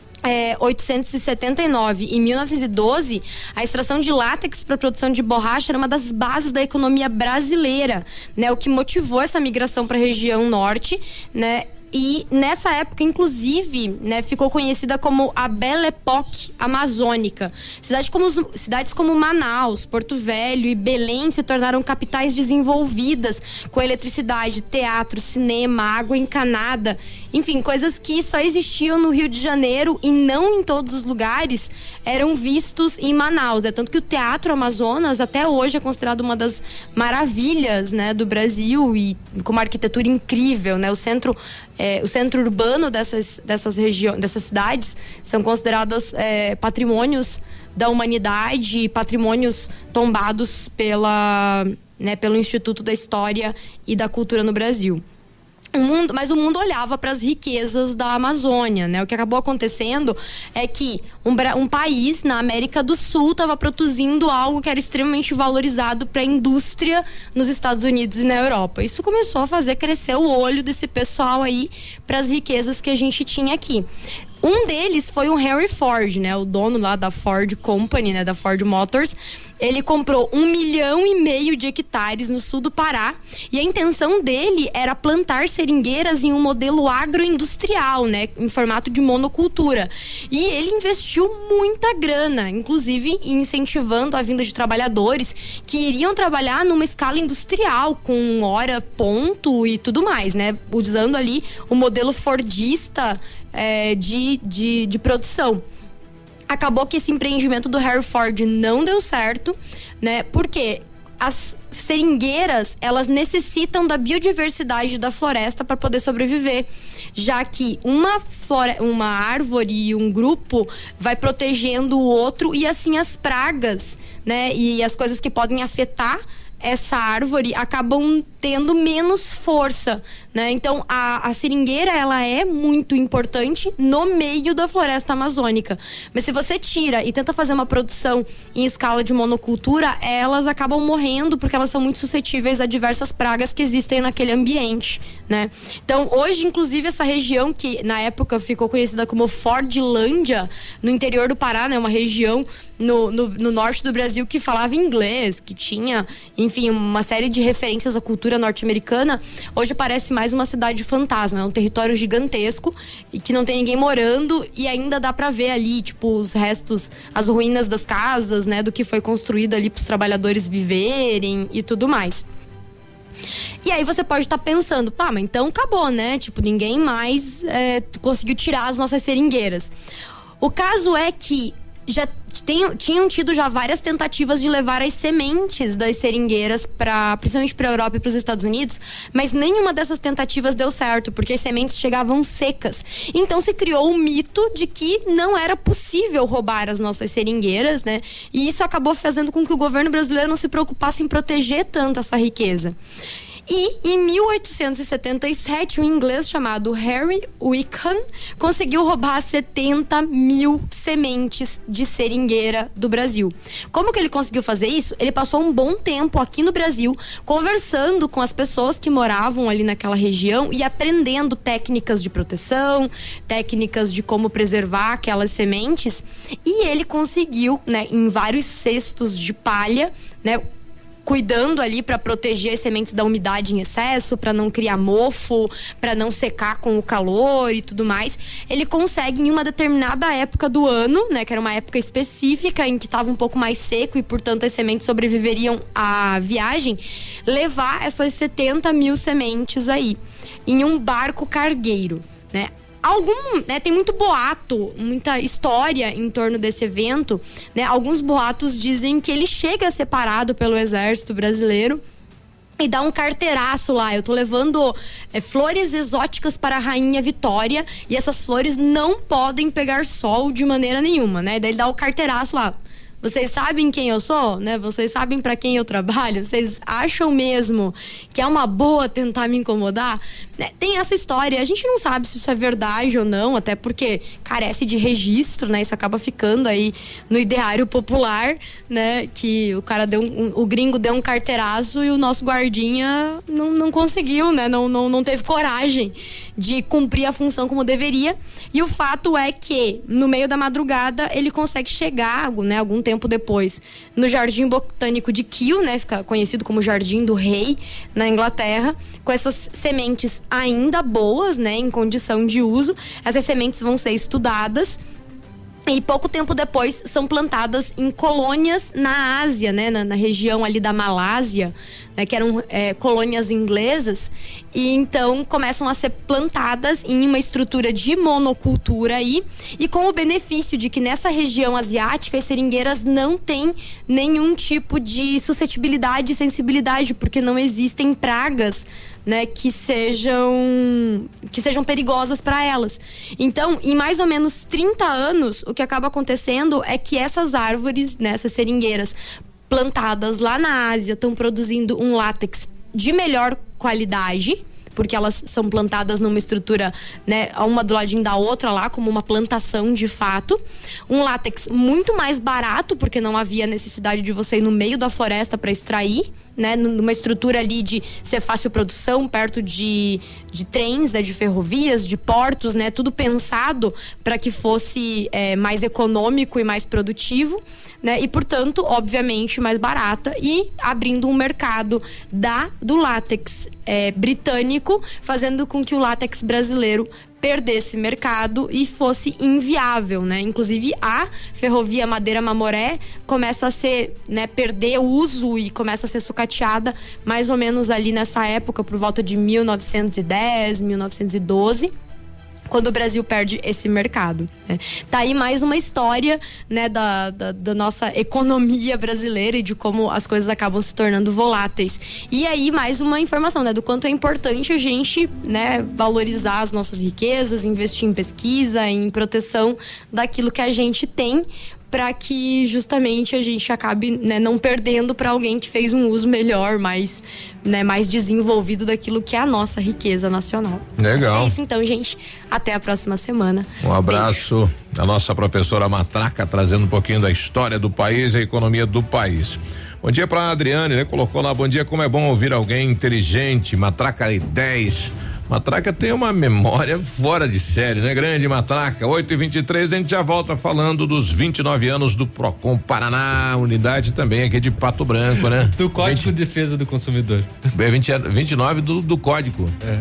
É, oitocentos e setenta e nove e mil novecentos e doze, a extração de látex para a produção de borracha era uma das bases da economia brasileira, né? O que motivou essa migração para a região norte, né? E nessa época, inclusive, né, ficou conhecida como a Belle Époque amazônica. Cidades como, cidades como Manaus, Porto Velho e Belém se tornaram capitais desenvolvidas com eletricidade, teatro, cinema, água encanada, enfim, coisas que só existiam no Rio de Janeiro e não em todos os lugares eram vistos em Manaus. É tanto que o Teatro Amazonas até hoje é considerado uma das maravilhas, né, do Brasil e com uma arquitetura incrível, né? O centro É, o centro urbano dessas, dessas regiões, dessas cidades são consideradas é, patrimônios da humanidade, patrimônios tombados pela, né, pelo Instituto da História e da Cultura no Brasil. O mundo, mas o mundo olhava para as riquezas da Amazônia, né? O que acabou acontecendo é que um, um país na América do Sul estava produzindo algo que era extremamente valorizado para a indústria nos Estados Unidos e na Europa. Isso começou a fazer crescer o olho desse pessoal aí para as riquezas que a gente tinha aqui. Um deles foi o Henry Ford, né? O dono lá da Ford Company, né? Da Ford Motors. Ele comprou um milhão e meio de hectares no sul do Pará e a intenção dele era plantar seringueiras em um modelo agroindustrial, né? Em formato de monocultura. E ele investiu muita grana, inclusive incentivando a vinda de trabalhadores que iriam trabalhar numa escala industrial, com hora ponto e tudo mais, né? Usando ali o modelo fordista é, de, de, de produção. Acabou que esse empreendimento do Henry Ford não deu certo, né? Porque as seringueiras, elas necessitam da biodiversidade da floresta para poder sobreviver, já que uma, flore- uma árvore e um grupo vai protegendo o outro, e assim as pragas, né, e as coisas que podem afetar essa árvore acabam tendo menos força, né? Então a, a seringueira, ela é muito importante no meio da floresta amazônica, mas se você tira e tenta fazer uma produção em escala de monocultura, elas acabam morrendo porque elas são muito suscetíveis a diversas pragas que existem naquele ambiente, né? Então hoje, inclusive, essa região que na época ficou conhecida como Fordlândia, no interior do Pará, né? Uma região no, no, no norte do Brasil que falava inglês, que tinha, enfim, uma série de referências à cultura norte-americana, hoje parece mais uma cidade fantasma. É um território gigantesco e que não tem ninguém morando, e ainda dá pra ver ali, tipo, os restos, as ruínas das casas, né, do que foi construído ali pros trabalhadores viverem e tudo mais. E aí você pode estar tá pensando, pá, mas então acabou, né? Tipo, ninguém mais é, conseguiu tirar as nossas seringueiras. O caso é que já tem, tinham tido já várias tentativas de levar as sementes das seringueiras para, principalmente para a Europa e para os Estados Unidos, mas nenhuma dessas tentativas deu certo, porque as sementes chegavam secas. Então se criou o mito de que não era possível roubar as nossas seringueiras, né? E isso acabou fazendo com que o governo brasileiro não se preocupasse em proteger tanto essa riqueza. E em mil oitocentos e setenta e sete, um inglês chamado Harry Wickham conseguiu roubar setenta mil sementes de seringueira do Brasil. Como que ele conseguiu fazer isso? Ele passou um bom tempo aqui no Brasil conversando com as pessoas que moravam ali naquela região e aprendendo técnicas de proteção, técnicas de como preservar aquelas sementes, e ele conseguiu, né, em vários cestos de palha, né, cuidando ali para proteger as sementes da umidade em excesso, para não criar mofo, para não secar com o calor e tudo mais. Ele consegue, em uma determinada época do ano, né, que era uma época específica em que estava um pouco mais seco e, portanto, as sementes sobreviveriam à viagem, levar essas setenta mil sementes aí em um barco cargueiro, né? Algum, né, tem muito boato, muita história em torno desse evento, né? Alguns boatos dizem que ele chega separado pelo exército brasileiro e dá um carteiraço lá. Eu tô levando é, flores exóticas para a Rainha Vitória e essas flores não podem pegar sol de maneira nenhuma, né? Daí ele dá o carteiraço lá. Vocês sabem quem eu sou, né? Vocês sabem para quem eu trabalho? Vocês acham mesmo que é uma boa tentar me incomodar? Né? Tem essa história. A gente não sabe se isso é verdade ou não, até porque carece de registro, né? Isso acaba ficando aí no ideário popular, né? Que o cara deu um, o gringo deu um carteiraço e o nosso guardinha não, não conseguiu, né? Não, não, não teve coragem de cumprir a função como deveria. E o fato é que no meio da madrugada ele consegue chegar, né? Algum tempo depois, no Jardim Botânico de Kew, né? Fica conhecido como Jardim do Rei, na Inglaterra, com essas sementes ainda boas, né? Em condição de uso. Essas sementes vão ser estudadas e pouco tempo depois são plantadas em colônias na Ásia, né? Na, na região ali da Malásia, né? Que eram é, colônias inglesas, e então começam a ser plantadas em uma estrutura de monocultura aí, e com o benefício de que nessa região asiática as seringueiras não têm nenhum tipo de suscetibilidade e sensibilidade, porque não existem pragas, né, que sejam que sejam perigosas para elas. Então, em mais ou menos trinta anos, o que acaba acontecendo é que essas árvores, né, essas seringueiras plantadas lá na Ásia, estão produzindo um látex de melhor qualidade, porque elas são plantadas numa estrutura, né, uma do ladinho da outra lá, como uma plantação de fato. Um látex muito mais barato, porque não havia necessidade de você ir no meio da floresta para extrair, né, numa estrutura ali de ser fácil produção, perto de, de trens, né, de ferrovias, de portos, né, tudo pensado para que fosse é, mais econômico e mais produtivo, né, e portanto, obviamente, mais barata, e abrindo um mercado da, do látex é, britânico, fazendo com que o látex brasileiro perdesse mercado e fosse inviável, né? Inclusive a ferrovia Madeira-Mamoré começa a ser, né, perder o uso e começa a ser sucateada mais ou menos ali nessa época, por volta de mil novecentos e dez, mil novecentos e doze. quando o Brasil perde esse mercado, né? Tá aí mais uma história, né, da, da, da nossa economia brasileira e de como as coisas acabam se tornando voláteis. E aí mais uma informação, né, do quanto é importante a gente, né, valorizar as nossas riquezas, investir em pesquisa, em proteção daquilo que a gente tem, para que justamente a gente acabe, né, não perdendo para alguém que fez um uso melhor, mais, né, mais desenvolvido daquilo que é a nossa riqueza nacional. Legal. É isso então, gente. Até a próxima semana. Um abraço da nossa professora Matraca, trazendo um pouquinho da história do país e a economia do país. Bom dia para a Adriane, né? Colocou lá, bom dia, como é bom ouvir alguém inteligente, Matraca dez. Matraca tem uma memória fora de série, né? Grande Matraca, oito e vinte e três, a gente já volta falando dos vinte e nove anos do Procon Paraná, unidade também aqui de Pato Branco, né? Do Código de Defesa do Consumidor. vinte, vinte e nove do, do Código. É.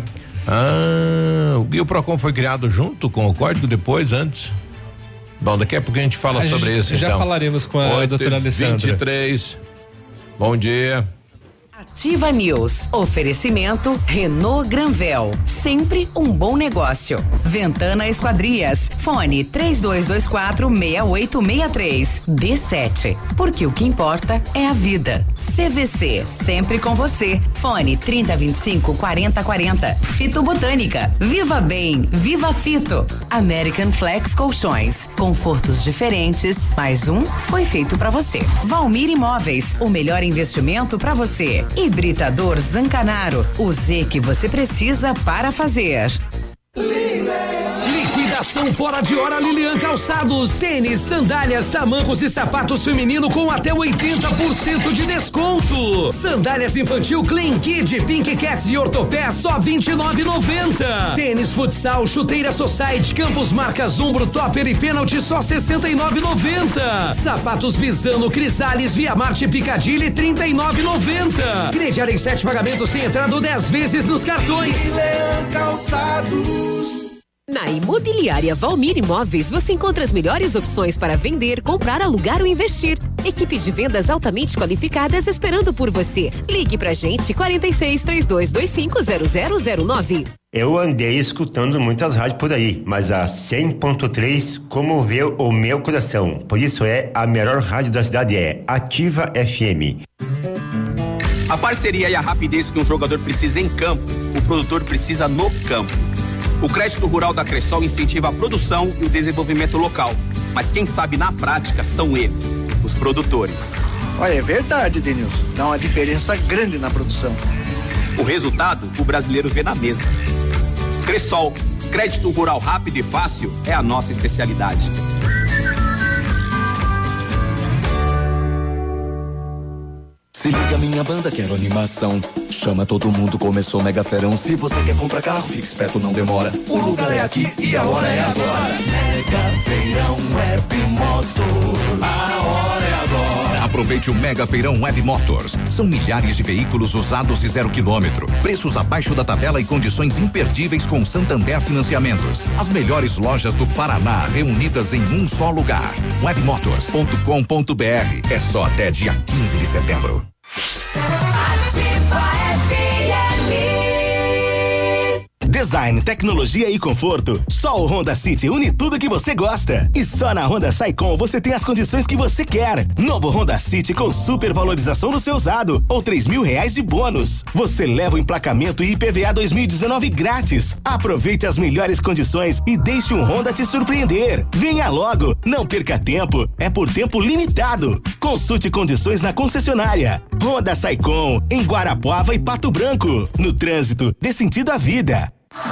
Ah, e o Procon foi criado junto com o Código, depois, antes? Bom, daqui a pouco a gente fala a sobre gente, isso, já então. falaremos com a doutora Alessandra. vinte e três, bom dia. Ativa News. Oferecimento Renault Granvel. Sempre um bom negócio. Ventana Esquadrias. Fone três dois dois quatro seis oito seis três. D sete. Porque o que importa é a vida. C V C. Sempre com você. Fone trinta, vinte e cinco, quarenta, quarenta. Fito Botânica. Viva Bem. Viva Fito. American Flex Colchões. Confortos diferentes. Mais um foi feito pra você. Valmir Imóveis. O melhor investimento pra você. Hibridador Zancanaro, o Z que você precisa para fazer. Liquidação fora de hora Lilian Calçados, tênis, sandálias, tamancos e sapatos feminino com até oitenta por cento de desconto. Sandálias infantil Clean Kid, Pink Cats e Ortopé só vinte e nove reais e noventa centavos. Tênis futsal, chuteira Society, Campos Marcas Umbro, Topper e Pênalti só sessenta e nove reais e noventa centavos. Sapatos Visano, Crisales, Via Marte Picadilly trinta e nove reais e noventa centavos. Crediário em sete pagamentos sem entrada dez vezes nos cartões. Lilian Calçados. Na Imobiliária Valmir Imóveis, você encontra as melhores opções para vender, comprar, alugar ou investir. Equipe de vendas altamente qualificadas esperando por você. Ligue pra gente, quarenta e seis, trinta e dois, vinte e cinco, zero zero zero nove. Eu andei escutando muitas rádios por aí, mas a cem ponto três comoveu o meu coração. Por isso é a melhor rádio da cidade, é Ativa F M. A parceria e a rapidez que um jogador precisa em campo, o produtor precisa no campo. O crédito rural da Cressol incentiva a produção e o desenvolvimento local. Mas quem sabe na prática são eles, os produtores. Olha, é verdade, Denilson. Dá uma diferença grande na produção. O resultado, o brasileiro vê na mesa. Cressol, crédito rural rápido e fácil é a nossa especialidade. Se liga minha banda, quero animação. Chama todo mundo, começou Mega Ferão. Se você quer comprar carro, fique esperto, não demora. O lugar é aqui e a hora é agora. Mega Feirão Web Motors. A hora é agora. Aproveite o Mega Feirão Web Motors. São milhares de veículos usados e zero quilômetro. Preços abaixo da tabela e condições imperdíveis com Santander Financiamentos. As melhores lojas do Paraná reunidas em um só lugar. webmotors ponto com ponto br. É só até dia quinze de setembro. Ativa F M. Design, tecnologia e conforto. Só o Honda City une tudo que você gosta. E só na Honda Saicom você tem as condições que você quer. Novo Honda City com super valorização no seu usado ou três mil reais de bônus. Você leva o emplacamento e I P V A dois mil e dezenove grátis. Aproveite as melhores condições e deixe um Honda te surpreender. Venha logo, não perca tempo. É por tempo limitado. Consulte condições na concessionária. Honda Saicom, em Guarapuava e Pato Branco. No trânsito, dê sentido à vida.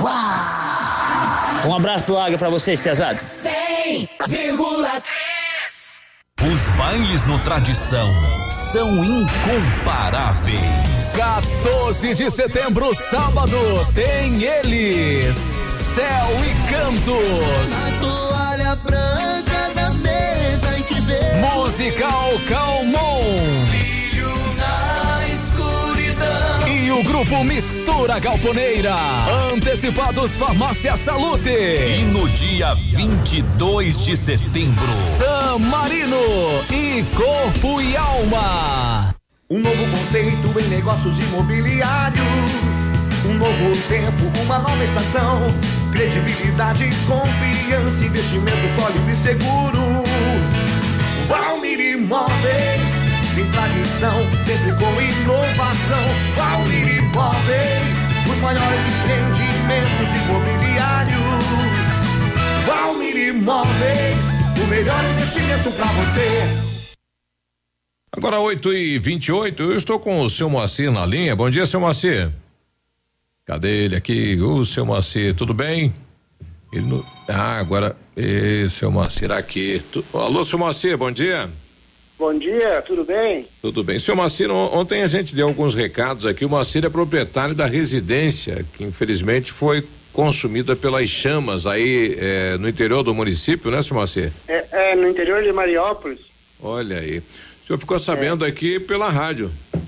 Um abraço do Águia pra vocês, pesados. cem vírgula três. Os bailes no Tradição são incomparáveis. quatorze de setembro, sábado, tem eles, Céu e Cantos. A toalha branca da mesa em que vê. Musical Calmon. E o grupo Mistura Galponeira. Antecipados Farmácia Salute. E no dia vinte e dois de setembro, San Marino e Corpo e Alma. Um novo conceito em negócios imobiliários. Um novo tempo, uma nova estação. Credibilidade, confiança, investimento sólido e seguro. Valmir Imóveis, tem tradição, sempre com inovação. Valmir Imóveis, os maiores empreendimentos imobiliários. Valmir Imóveis, o melhor investimento pra você. Agora oito e vinte e oito, eu estou com o seu Moacir na linha. Bom dia, seu Moacir. Cadê ele aqui? O seu Moacir, tudo bem? Ele no, ah, agora, e, seu Moacir aqui. Tu, alô, seu Moacir, bom dia. Bom dia, tudo bem? Tudo bem. Seu Moacir, ontem a gente deu alguns recados aqui. O Moacir é proprietário da residência, que infelizmente foi consumida pelas chamas aí é, no interior do município, né, seu Moacir? É, é, no interior de Mariópolis. Olha aí. O senhor ficou sabendo é. aqui pela rádio.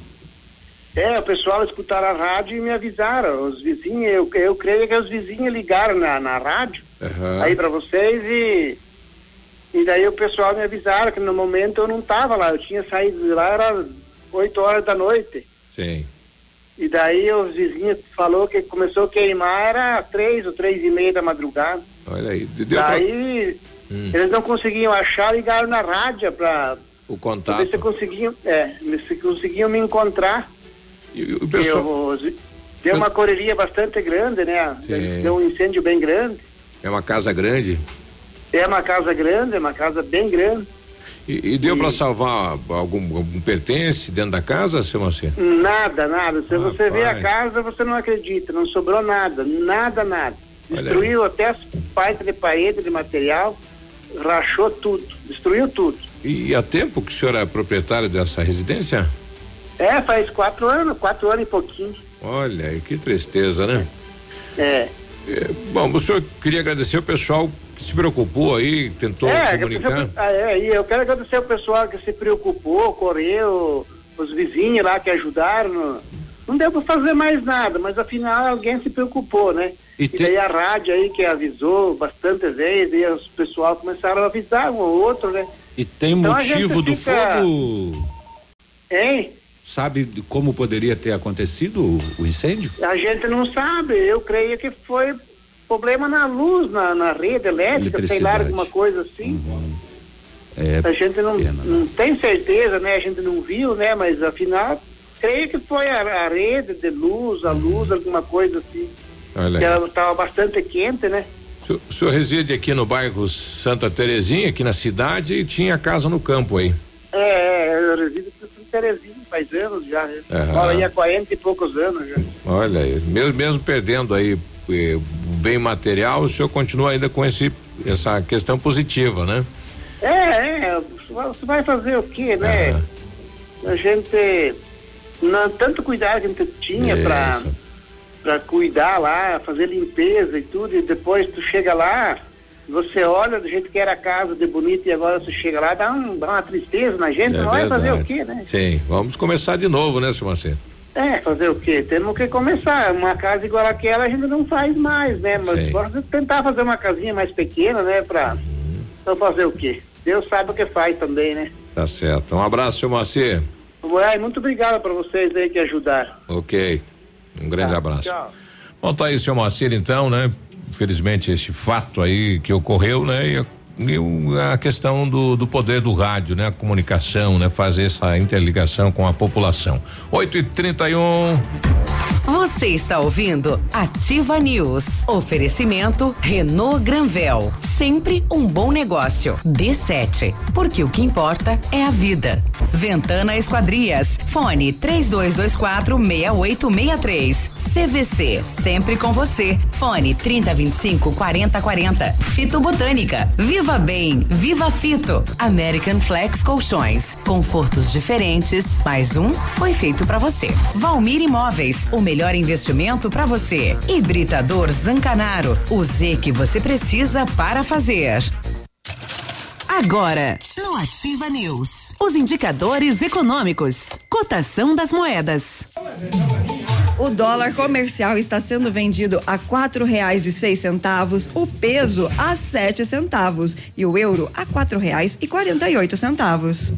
É, o pessoal escutaram a rádio e me avisaram. Os vizinhos, eu, eu creio que os vizinhos ligaram na, na rádio uhum. aí pra vocês e e daí o pessoal me avisaram que no momento eu não tava lá, eu tinha saído de lá, era oito horas da noite. Sim. E daí os vizinhos falou que começou a queimar, era três ou três e meia da madrugada. Olha aí. Deu daí pra... hum. eles não conseguiam achar, ligaram na rádio pra o contato. Pra ver se conseguiam, é, se conseguiam me encontrar. E o pessoal... Eu, deu uma correria bastante grande, né? Sim. Deu um incêndio bem grande. É uma casa grande? É uma casa grande, é uma casa bem grande. E, e deu e... para salvar algum, algum pertence dentro da casa, seu Moacir? Nada, nada. Se ah, você vê a casa, você não acredita, não sobrou nada, nada, nada. Destruiu até as partes de parede, de material, rachou tudo, destruiu tudo. E há tempo que o senhor é proprietário dessa residência? É, faz quatro anos, quatro anos e pouquinho. Olha aí, que tristeza, né? É. é. Bom, o senhor queria agradecer o pessoal que se preocupou aí, tentou é, comunicar. Ah, é, e eu quero agradecer o pessoal que se preocupou, correu, os vizinhos lá que ajudaram. Não, não deu pra fazer mais nada, mas afinal alguém se preocupou, né? E, e tem... daí a rádio aí que avisou bastante vezes, e os pessoal começaram a avisar um ou outro, né? E tem então motivo do fica... fogo? Hein? Sabe como poderia ter acontecido o, o incêndio? A gente não sabe, eu creio que foi problema na luz, na, na rede elétrica, sei lá, alguma coisa assim. Uhum. É, a gente não, pena, não né? tem certeza, né? A gente não viu, né? Mas afinal, creio que foi a, a rede de luz, a luz, alguma coisa assim. Olha, que ela estava bastante quente, né? O senhor reside aqui no bairro Santa Terezinha, aqui na cidade, e tinha casa no campo aí. É, eu resido em Santa Terezinha, faz anos já. Uhum. Moro aí há quarenta e poucos anos já. Olha aí, mesmo, mesmo perdendo aí eh, bem material, o senhor continua ainda com esse, essa questão positiva, né? É, é, você vai fazer o quê, né? Uhum. A gente, não, tanto cuidado que a gente tinha pra, pra cuidar lá, fazer limpeza e tudo, e depois tu chega lá, você olha do jeito que era a casa de bonito e agora você chega lá, dá, um, dá uma tristeza na gente, é não vai fazer o quê, né? Sim, vamos começar de novo, né, seu Marcelo? É, fazer o quê? Temos que começar, uma casa igual aquela a gente não faz mais, né? Mas sim, agora tentar fazer uma casinha mais pequena, né, pra, uhum. pra fazer o quê? Deus sabe o que faz também, né? Tá certo, um abraço, seu Marcelo. Muito obrigado para vocês aí que ajudaram. Ok, um grande tá, abraço. Tchau. Bom, tá aí, seu Marcelo, então, né? Infelizmente, esse fato aí que ocorreu, né? E a, e a questão do, do poder do rádio, né? A comunicação, né? Fazer essa interligação com a população. oito e trinta e um. Você está ouvindo Ativa News. Oferecimento Renault Granvel. Sempre um bom negócio. D sete. Porque o que importa é a vida. Ventana Esquadrias. Fone três dois dois quatro seis oito seis três. C V C. Sempre com você. Fone trinta vinte e cinco quarenta quarenta. Fito Botânica. Viva Bem. Viva Fito. American Flex Colchões. Confortos diferentes. Mais um foi feito pra você. Valmir Imóveis. O melhor investimento pra você. Hibridador Zancanaro. O Z que você precisa para fazer. Agora, no Ativa News, os indicadores econômicos, cotação das moedas. O dólar comercial está sendo vendido a quatro reais e seis centavos, o peso a sete centavos e o euro a quatro reais e quarenta e oito centavos.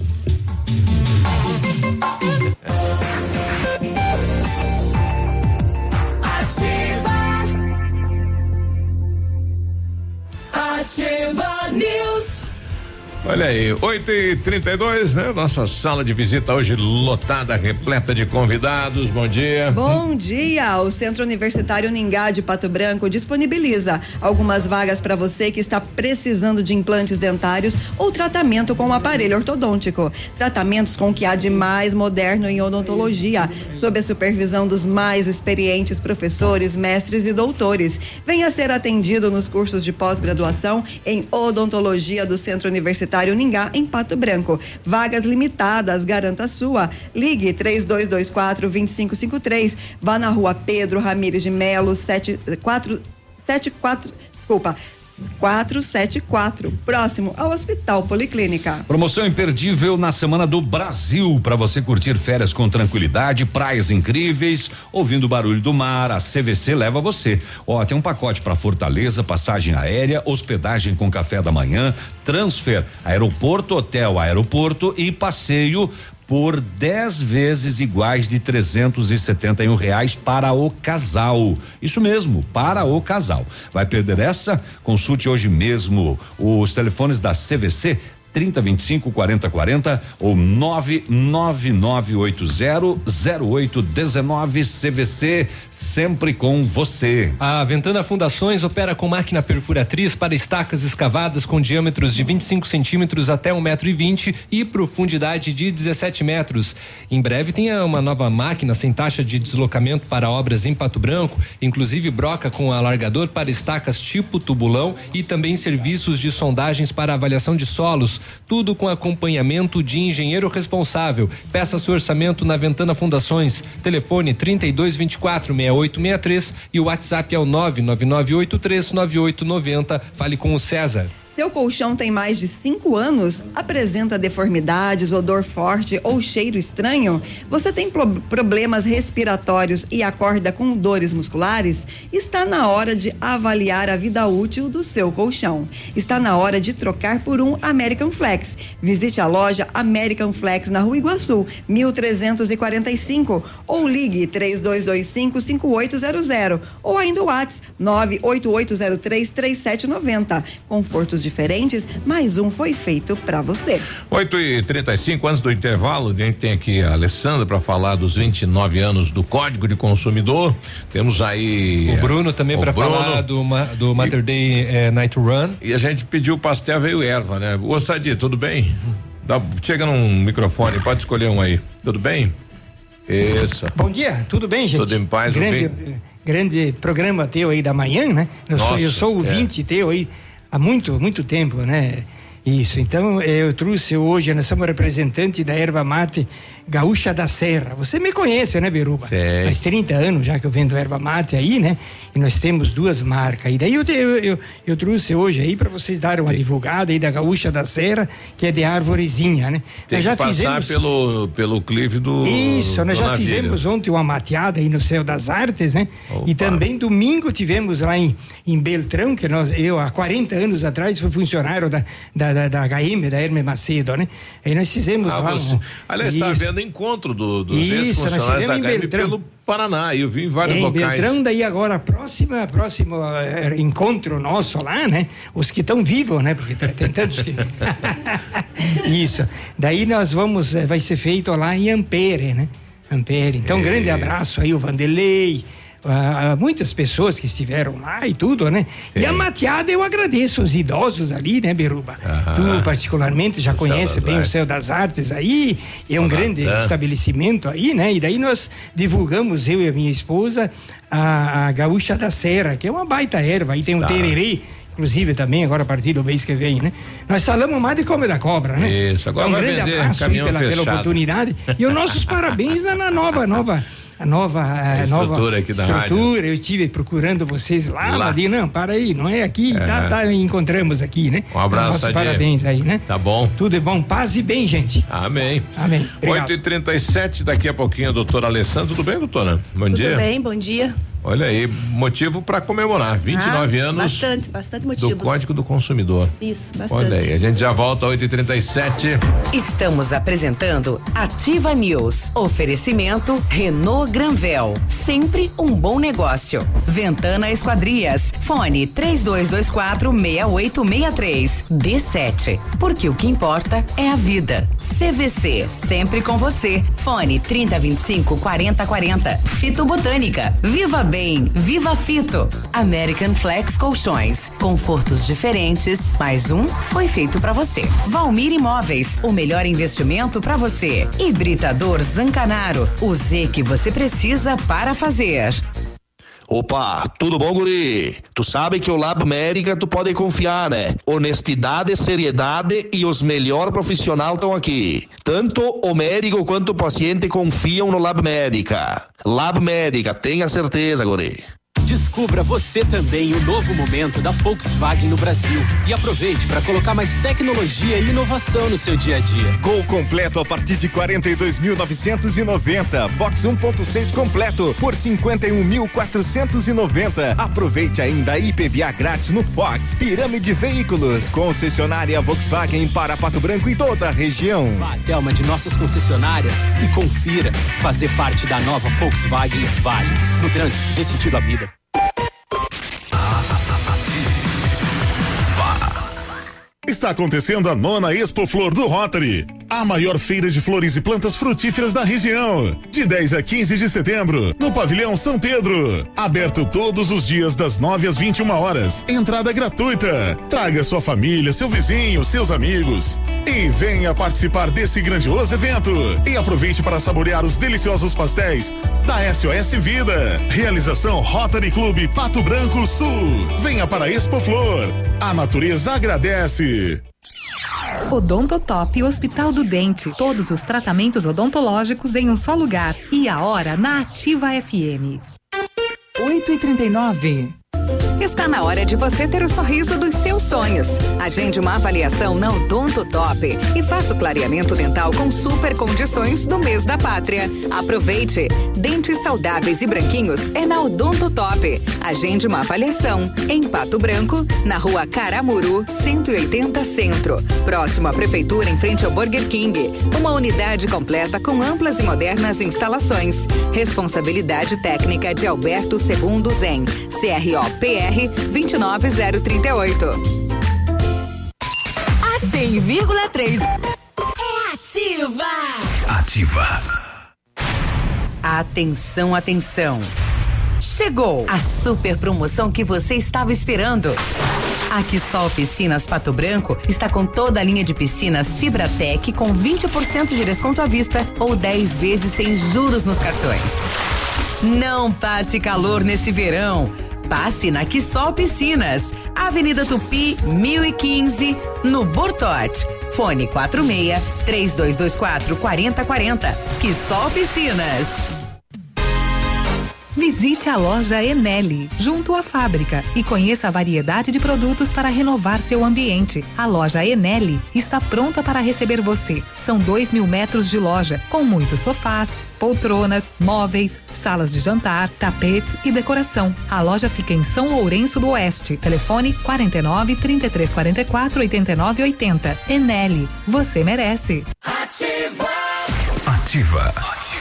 Olha aí, oito e trinta e dois, né? Nossa sala de visita hoje lotada, repleta de convidados. Bom dia. Bom dia. O Centro Universitário Ningá de Pato Branco disponibiliza algumas vagas para você que está precisando de implantes dentários ou tratamento com aparelho ortodôntico. Tratamentos com o que há de mais moderno em odontologia, sob a supervisão dos mais experientes professores, mestres e doutores. Venha ser atendido nos cursos de pós-graduação em odontologia do Centro Universitário Ningá, em Pato Branco. Vagas limitadas, garanta a sua. Ligue três dois dois quatro, dois cinco cinco três. Vá na rua Pedro Ramires de Melo, sete quatro sete quatro, desculpa, quatrocentos e setenta e quatro, próximo ao Hospital Policlínica. Promoção imperdível na Semana do Brasil, para você curtir férias com tranquilidade, praias incríveis, ouvindo o barulho do mar. A C V C leva você. Ó, tem um pacote para Fortaleza, passagem aérea, hospedagem com café da manhã, transfer, aeroporto, hotel, aeroporto e passeio por dez vezes iguais de trezentos e setenta e um reais para o casal. Isso mesmo, para o casal. Vai perder essa? Consulte hoje mesmo os telefones da C V C trinta, vinte e cinco, quarenta, quarenta ou nove nove nove oito zero zero oito um nove. C V C, sempre com você. A Ventana Fundações opera com máquina perfuratriz para estacas escavadas com diâmetros de vinte e cinco centímetros até um metro e vinte e profundidade de dezessete metros. Em breve tem uma nova máquina sem taxa de deslocamento para obras em Pato Branco, inclusive broca com alargador para estacas tipo tubulão e também serviços de sondagens para avaliação de solos, tudo com acompanhamento de engenheiro responsável. Peça seu orçamento na Ventana Fundações. Telefone trinta e dois, vinte e quatro, sessenta e oito sessenta e três e o WhatsApp é o nove nove nove oito três nove oito nove zero. Fale com o César. Seu colchão tem mais de cinco anos? Apresenta deformidades, odor forte ou cheiro estranho? Você tem pro- problemas respiratórios e acorda com dores musculares? Está na hora de avaliar a vida útil do seu colchão. Está na hora de trocar por um American Flex. Visite a loja American Flex na Rua Iguaçu, mil trezentos e quarenta e cinco, ou ligue três dois dois cinco, cinco oito zero zero ou ainda o WhatsApp nove oito oito zero três, três sete nove zero. Confortos diferentes, mais um foi feito para você. oito e trinta e cinco, antes do intervalo, a gente tem aqui a Alessandra para falar dos vinte e nove anos do Código de Consumidor. Temos aí o Bruno também para falar do, do Mater Day eh, Night Run. E a gente pediu pastel, veio erva, né? Ô Sadi, tudo bem? Dá, chega num microfone, pode escolher um aí. Tudo bem? Isso. Bom dia, tudo bem, gente? Tudo em paz, grande, grande programa teu aí da manhã, né? Eu Nossa, sou, eu sou ouvinte é. teu aí há muito, muito tempo, né? Isso, então eu trouxe hoje, nós somos representante da erva mate Gaúcha da Serra. Você me conhece, né, Biruba? Sei. Faz trinta anos já que eu vendo erva mate aí, né? E nós temos duas marcas. E daí eu, eu, eu, eu trouxe hoje aí para vocês darem uma Sim. divulgada aí da Gaúcha da Serra, que é de arvorezinha, né? Tem nós já que passar fizemos pelo, pelo clive do. Isso, nós do já navio. fizemos ontem uma mateada aí no Céu das Artes, né? Opa. E também domingo tivemos lá em, em Beltrão, que nós, eu há quarenta anos atrás fui funcionário da, da, da, da H M, da Hermes Macedo, né? Aí nós fizemos ah, lá. Você, um, aliás, está havendo encontro do, dos isso, ex-funcionários da em H M Beltrão. pelo Paraná, eu vi em vários em locais. Beltrão, daí agora, próxima, próximo uh, encontro nosso lá, né? Os que estão vivos, né? Porque tem tantos que... Isso. Daí nós vamos, vai ser feito lá em Ampere, né? Ampere. Então, um grande abraço aí, o Vanderlei, Uh, muitas pessoas que estiveram lá e tudo, né? Sim. E a mateada eu agradeço os idosos ali, né, Biruba? Tu particularmente já o conhece bem Artes. O Céu das Artes aí, é um Olá, grande tá. estabelecimento aí, né? E daí nós divulgamos, eu e a minha esposa, a, a Gaúcha da Serra, que é uma baita erva, aí tem um tá. tererê, inclusive também agora a partir do mês que vem, né? Nós falamos mais de Come da Cobra, né? Isso, agora então, um vai grande vender abraço aí pela, pela oportunidade e os nossos parabéns na, na nova, nova a nova a estrutura nova aqui da estrutura, rádio. Eu estive procurando vocês lá, lá. mas digo, não, para aí, não é aqui, é. Tá, tá, encontramos aqui, né? Um abraço, então, parabéns aí, né? Tá bom. Tudo é bom, paz e bem, gente. Amém. Amém. oito e trinta e sete, daqui a pouquinho a doutora Alessandra, tudo bem, doutora? Bom tudo dia. Tudo bem, bom dia. Olha aí, motivo para comemorar, vinte e nove ah, anos. Bastante, bastante motivos. Do Código do Consumidor. Isso, bastante. Olha aí, a gente já volta às oito e trinta e sete. Estamos apresentando Ativa News. Oferecimento Renault Granvel. Sempre um bom negócio. Ventana Esquadrias. Fone três dois dois quatro, seis oito seis três. D sete. porque o que importa é a vida. C V C, sempre com você. Fone trinta, vinte e cinco, quarenta, quarenta. Fito Botânica, Viva Bem, Viva Fito. American Flex Colchões, confortos diferentes, mais um foi feito pra você. Valmir Imóveis, o melhor investimento pra você. Hibridador Zancanaro, o Z que você precisa para fazer. Opa, tudo bom, guri? Tu sabe que o Lab Médica tu pode confiar, né? Honestidade, seriedade e os melhores profissionais estão aqui. Tanto o médico quanto o paciente confiam no Lab Médica. Lab Médica, tenha certeza, guri. Descubra você também o novo momento da Volkswagen no Brasil e aproveite para colocar mais tecnologia e inovação no seu dia a dia. Gol completo a partir de quarenta e dois mil novecentos e noventa. Fox um ponto seis completo por cinquenta e um mil quatrocentos e noventa. Aproveite ainda a I P V A grátis no Fox. Pirâmide Veículos, concessionária Volkswagen para Pato Branco e toda a região. Vá até uma de nossas concessionárias e confira. Fazer parte da nova Volkswagen vale. No trânsito, dê sentido à vida. Está acontecendo a nona Expo Flor do Rotary, a maior feira de flores e plantas frutíferas da região, de dez a quinze de setembro, no Pavilhão São Pedro. Aberto todos os dias das nove às vinte e uma horas. Entrada gratuita. Traga sua família, seu vizinho, seus amigos e venha participar desse grandioso evento. E aproveite para saborear os deliciosos pastéis da S O S Vida. Realização Rotary Clube Pato Branco Sul. Venha para a Expo Flor. A natureza agradece. Odontotop Hospital do Dente. Todos os tratamentos odontológicos em um só lugar. E a hora na Ativa F M. oito e trinta e nove. Está na hora de você ter o sorriso dos seus sonhos. Agende uma avaliação na Odonto Top e faça o clareamento dental com super condições do mês da pátria. Aproveite! Dentes saudáveis e branquinhos é na Odonto Top. Agende uma avaliação em Pato Branco, na rua Caramuru, cento e oitenta Centro. Próximo à Prefeitura, em frente ao Burger King. Uma unidade completa com amplas e modernas instalações. Responsabilidade técnica de Alberto Segundo Zen. C R O P R dois nove zero três oito. A cem vírgula três é ativa. Ativa. Atenção, atenção. Chegou a super promoção que você estava esperando. A Quissol Piscinas Pato Branco está com toda a linha de piscinas Fibratec com vinte por cento de desconto à vista ou dez vezes sem juros nos cartões. Não passe calor nesse verão. Passe na Quissol Piscinas, Avenida Tupi, mil e quinze, no Bortote. Fone quatro seis, três dois dois quatro, quatro zero quatro zero. Quissol Piscinas. Visite a loja Enel, junto à fábrica, e conheça a variedade de produtos para renovar seu ambiente. A loja Enel está pronta para receber você. São dois mil metros de loja, com muitos sofás, poltronas, móveis, salas de jantar, tapetes e decoração. A loja fica em São Lourenço do Oeste. Telefone quarenta e nove, trinta e três quarenta e quatro, oitenta e nove oitenta. Enel, você merece. Ativa. Ativa.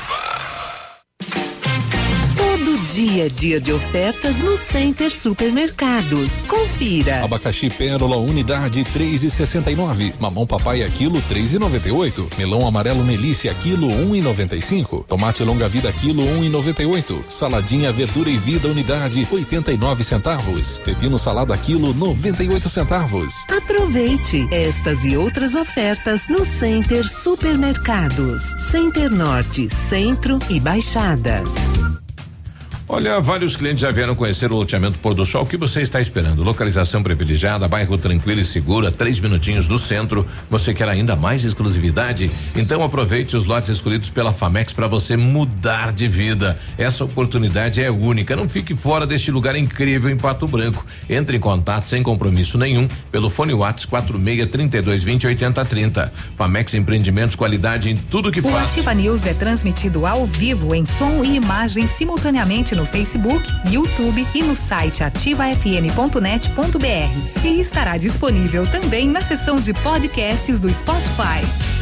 Todo dia a dia de ofertas no Center Supermercados. Confira. Abacaxi Pérola unidade três e sessenta e nove. Mamão papai quilo três e noventa e oito. Melão amarelo Melícia quilo um e noventa e cinco. Tomate longa vida quilo um e noventa e oito. Saladinha verdura e vida unidade oitenta e nove centavos. Pepino salada quilo noventa e oito centavos. Aproveite estas e outras ofertas no Center Supermercados. Center Norte, Centro e Baixada. Olha, vários clientes já vieram conhecer o loteamento Pôr do Sol. O que você está esperando? Localização privilegiada, bairro tranquilo e seguro, a três minutinhos do centro. Você quer ainda mais exclusividade? Então aproveite os lotes escolhidos pela Famex para você mudar de vida. Essa oportunidade é única. Não fique fora deste lugar incrível em Pato Branco. Entre em contato sem compromisso nenhum pelo fone WhatsApp quatro seis, trinta e dois, vinte, oitenta, trinta. Famex Empreendimentos, qualidade em tudo que o faz. O Ativa News é transmitido ao vivo em som e imagem simultaneamente no Facebook, YouTube e no site ativa f m ponto net ponto b r. E estará disponível também na seção de podcasts do Spotify.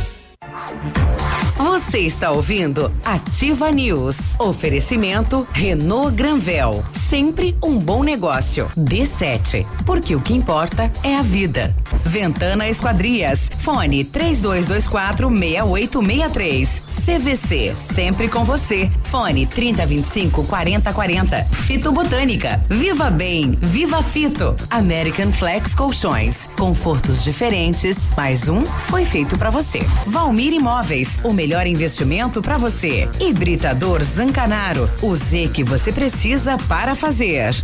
Você está ouvindo Ativa News. Oferecimento Renault Granvel. Sempre um bom negócio. D sete. Porque o que importa é a vida. Ventana Esquadrias. Fone três dois dois quatro seis oito seis três. C V C, sempre com você. Fone trinta vinte e cinco quarenta quarenta. Fito Botânica. Viva Bem, Viva Fito. American Flex Colchões. Confortos diferentes, mais um foi feito pra você. Valmir Imóveis, o melhor investimento pra você. Hibridador Zancanaro, o Z que você precisa para fazer.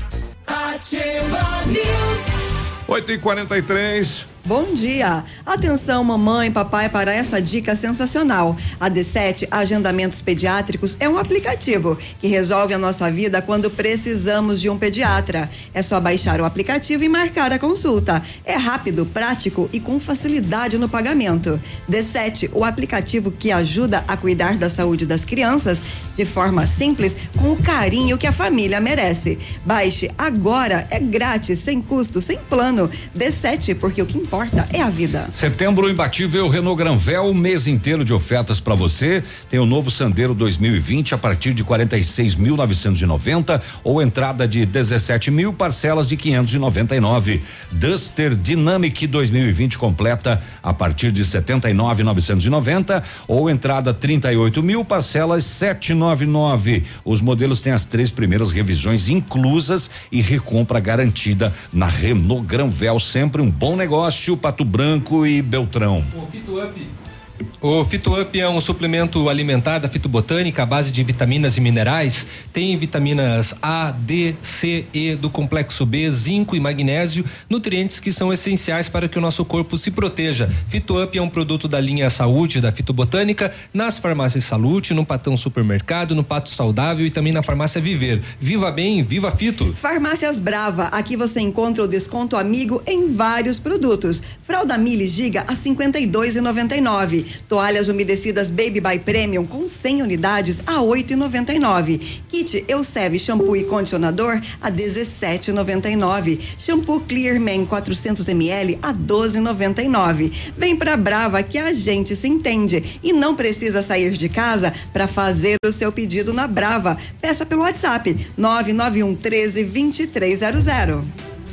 Ativa News. oito e quarenta e três. Bom dia! Atenção, mamãe e papai, para essa dica sensacional. A D sete Agendamentos Pediátricos é um aplicativo que resolve a nossa vida quando precisamos de um pediatra. É só baixar o aplicativo e marcar a consulta. É rápido, prático e com facilidade no pagamento. D sete, o aplicativo que ajuda a cuidar da saúde das crianças de forma simples, com o carinho que a família merece. Baixe agora, é grátis, sem custo, sem plano. D sete, porque o que importa é a vida. Setembro imbatível Renault Granvel, mês inteiro de ofertas para você. Tem o novo Sandero dois mil e vinte a partir de quarenta e seis mil novecentos e noventa ou entrada de dezessete mil, parcelas de quinhentos e noventa e nove. Duster Dynamic dois mil e vinte completa a partir de setenta e nove mil novecentos e noventa ou entrada trinta e oito mil, parcelas setecentos e noventa e nove. Os modelos têm as três primeiras revisões inclusas e recompra garantida na Renault Granvel, sempre um bom negócio. Pato Branco e Beltrão. O Fito Up. O Fito Up é um suplemento alimentar da Fitobotânica à base de vitaminas e minerais. Tem vitaminas A, D, C, E do complexo B, zinco e magnésio, nutrientes que são essenciais para que o nosso corpo se proteja. Fito Up é um produto da linha Saúde da Fitobotânica, nas farmácias Salute, no Patão Supermercado, no Pato Saudável e também na farmácia Viver. Viva Bem, Viva Fito. Farmácias Brava, aqui você encontra o desconto amigo em vários produtos. Fralda Mili Giga a cinquenta e dois reais e noventa e nove. Toalhas umedecidas Baby by Premium com cem unidades a oito reais e noventa e nove. Kit Elseve shampoo e condicionador a dezessete reais e noventa e nove. Shampoo Clear Man quatrocentos mililitros a doze reais e noventa e nove. Vem pra Brava que a gente se entende e não precisa sair de casa para fazer o seu pedido na Brava. Peça pelo WhatsApp nove nove um treze vinte e três zero zero.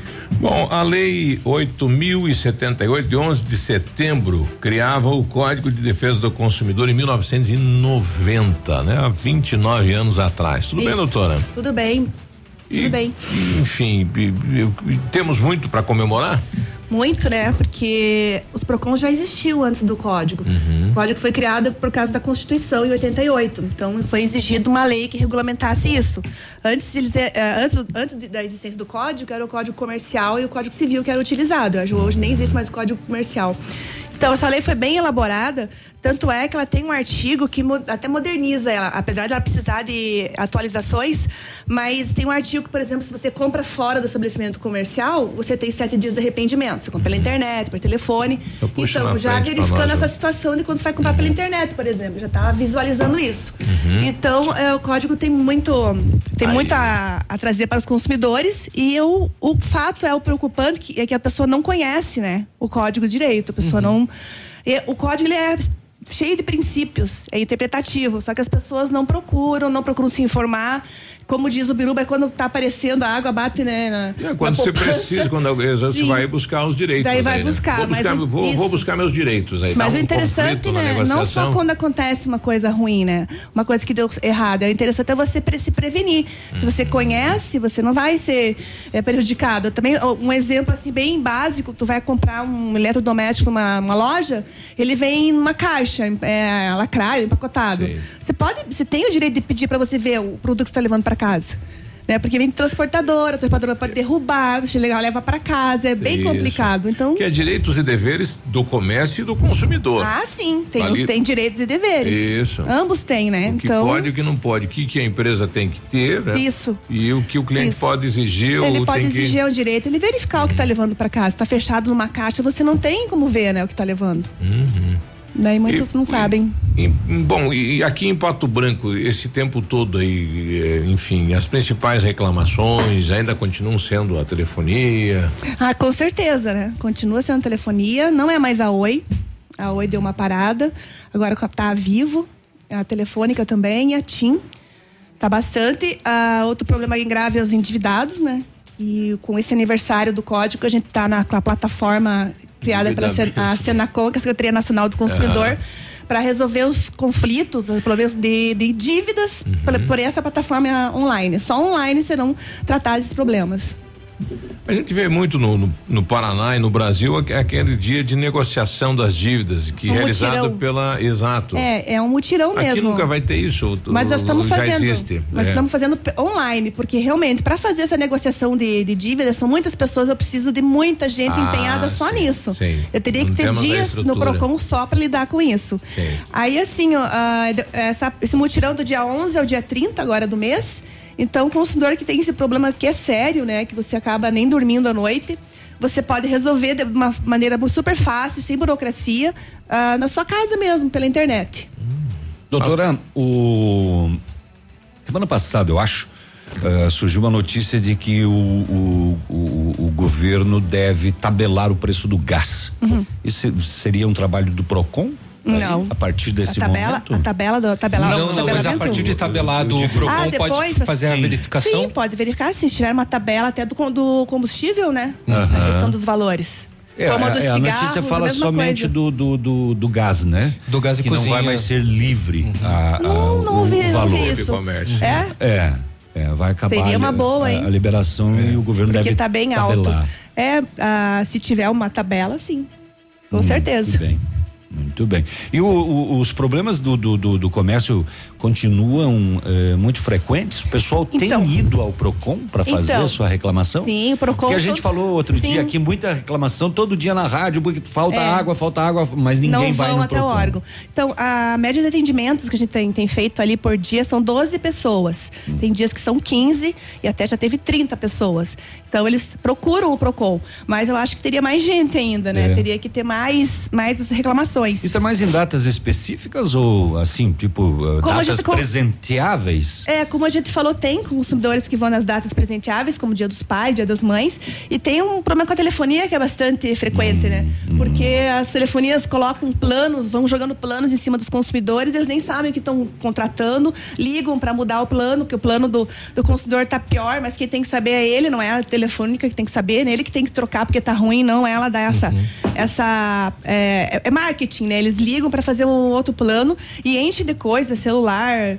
Bom, a lei oito mil e setenta e oito de onze de setembro criava o Código de Defesa do Consumidor em mil novecentos e noventa, né? Há vinte e nove anos atrás. Tudo Isso. bem, doutora? Tudo bem. E, Tudo bem. Enfim, e, e, temos muito para comemorar? Muito, né? Porque os PROCON já existiu antes do código. Uhum. O código foi criado por causa da Constituição em oitenta e oito. Então foi exigido uma lei que regulamentasse isso. Antes, eles, eh, antes, antes da existência do código, era o Código Comercial e o Código Civil que era utilizado. Hoje nem existe mais o Código Comercial. Então, essa lei foi bem elaborada, tanto é que ela tem um artigo que mo- até moderniza ela, apesar dela precisar de atualizações, mas tem um artigo que, por exemplo, se você compra fora do estabelecimento comercial, você tem sete dias de arrependimento. Você compra pela internet, por telefone. Eu puxo então, na já frente verificando pra nós, essa situação de quando você vai comprar pela internet, por exemplo, já está visualizando isso. Uhum. Então, é, o código tem muito, tem muito a, a trazer para os consumidores e o, o fato é o preocupante que, é que a pessoa não conhece, né, o código direito. A pessoa Uhum. não. E, o código ele é cheio de princípios, é interpretativo, só que as pessoas não procuram, não procuram se informar. Como diz o Biruba, é quando tá aparecendo a água, bate, né? Na, É, quando na você poupança. precisa, quando você Sim. vai buscar os direitos. Daí vai aí, né? buscar, Vou buscar, mas vou, isso. vou buscar meus direitos aí. Mas dá o um interessante, conflito na né? Não negociação. só quando acontece uma coisa ruim, né? Uma coisa que deu errado. É interessante é você pre- se prevenir. Se você conhece, você não vai ser é, prejudicado. Também, ó, um exemplo assim bem básico, tu vai comprar um eletrodoméstico numa uma loja, ele vem numa caixa, é, lacrado, empacotado. Sim. Você pode, você tem o direito de pedir para você ver o produto que você está levando para casa. Né? Porque vem transportadora, a transportadora pode derrubar, você leva para casa, é bem Isso. complicado. Então, Que é direitos e deveres do comércio e do consumidor. ah, sim, tem, Ali- os, tem direitos e deveres. Isso. Ambos têm, né? O que então, pode e o que não pode, o que, que a empresa tem que ter, né? Isso. E o que o cliente Isso. pode exigir ele ou pode tem exigir que... um direito, ele verificar o que está levando para casa. Está fechado numa caixa, você não tem como ver, né, o que está levando. Uhum. Daí muitos E- não sabem. E, bom, e aqui em Pato Branco, esse tempo todo aí, eh, enfim, as principais reclamações ainda continuam sendo a telefonia. Ah, com certeza, né? Continua sendo telefonia, não é mais a Oi. A Oi deu uma parada, agora tá a Vivo, a Telefônica também e a TIM. Tá bastante. Ah, outro problema grave é os endividados, né? E com esse aniversário do código, a gente tá na, na plataforma criada pela a Senacom, que é a Secretaria Nacional do Consumidor, uhum. para resolver os conflitos, os problemas de, de dívidas uhum. por, por essa plataforma online. Só online serão tratados esses problemas. A gente vê muito no, no, no Paraná e no Brasil aquele dia de negociação das dívidas que é um realizado mutirão. pela exato. É, é um mutirão Aqui mesmo. nunca vai ter isso. Mas nós estamos fazendo. Existe. Nós é. estamos fazendo online, porque realmente para fazer essa negociação de, de dívidas são muitas pessoas. Eu preciso de muita gente ah, empenhada só sim, nisso. Sim. Eu teria que ter dias no Procon só para lidar com isso. Sim. Aí assim, ó, essa, esse mutirão do dia onze ao dia trinta agora do mês. Então, o consumidor que tem esse problema que é sério, né? Que você acaba nem dormindo à noite, você pode resolver de uma maneira super fácil, sem burocracia, uh, na sua casa mesmo, pela internet. Hum. Doutora, o... semana passada, eu acho, uh, surgiu uma notícia de que o, o, o, o governo deve tabelar o preço do gás. Uhum. Isso seria um trabalho do Procon? Não. A partir desse a tabela, momento? A tabela do tabelar, Não, não, mas a partir de tabelado o Procon ah, depois, pode fazer sim. a verificação? Sim, pode verificar, se tiver uma tabela até do, do combustível, né? Uhum. A questão dos valores. É, Como a, do é, cigarro, a notícia fala somente do, do, do, do gás, né? Do gás e que cozinha. não vai mais ser livre uhum. a, a, não, não o, vi, o valor. Não vi isso. Comércio. É? É. É, vai acabar Seria uma boa, a, hein? a liberação é. e o governo Porque deve tá bem tabelar. alto. É, ah, se tiver uma tabela, sim. Com hum, certeza. Muito bem. Muito bem. E o, o, os problemas do, do, do, do comércio continuam eh, muito frequentes? O pessoal então, tem ido ao Procon para fazer então, a sua reclamação? Sim, o Procon. Porque a gente falou outro sim. dia aqui, muita reclamação todo dia na rádio, porque falta é. água, falta água, mas ninguém Não vai vão no até Procon. o órgão. Então, a média de atendimentos que a gente tem, tem feito ali por dia são doze pessoas. Hum. Tem dias que são quinze e até já teve trinta pessoas. Então, eles procuram o Procon, mas eu acho que teria mais gente ainda, né? É. Teria que ter mais, mais reclamações. Isso é mais em datas específicas ou assim, tipo, como datas gente, como, presenteáveis? É, como a gente falou, tem consumidores que vão nas datas presenteáveis, como Dia dos Pais, Dia das Mães, e tem um problema com a telefonia que é bastante frequente, hum, né? Hum. Porque as telefonias colocam planos, vão jogando planos em cima dos consumidores, eles nem sabem o que estão contratando, ligam para mudar o plano, que o plano do, do consumidor tá pior, mas quem tem que saber é ele, não é a telefônica que tem que saber, né? Ele que tem que trocar porque tá ruim, não ela dá essa, uhum. essa é, é marketing, né? Eles ligam para fazer um outro plano e enche de coisa, celular,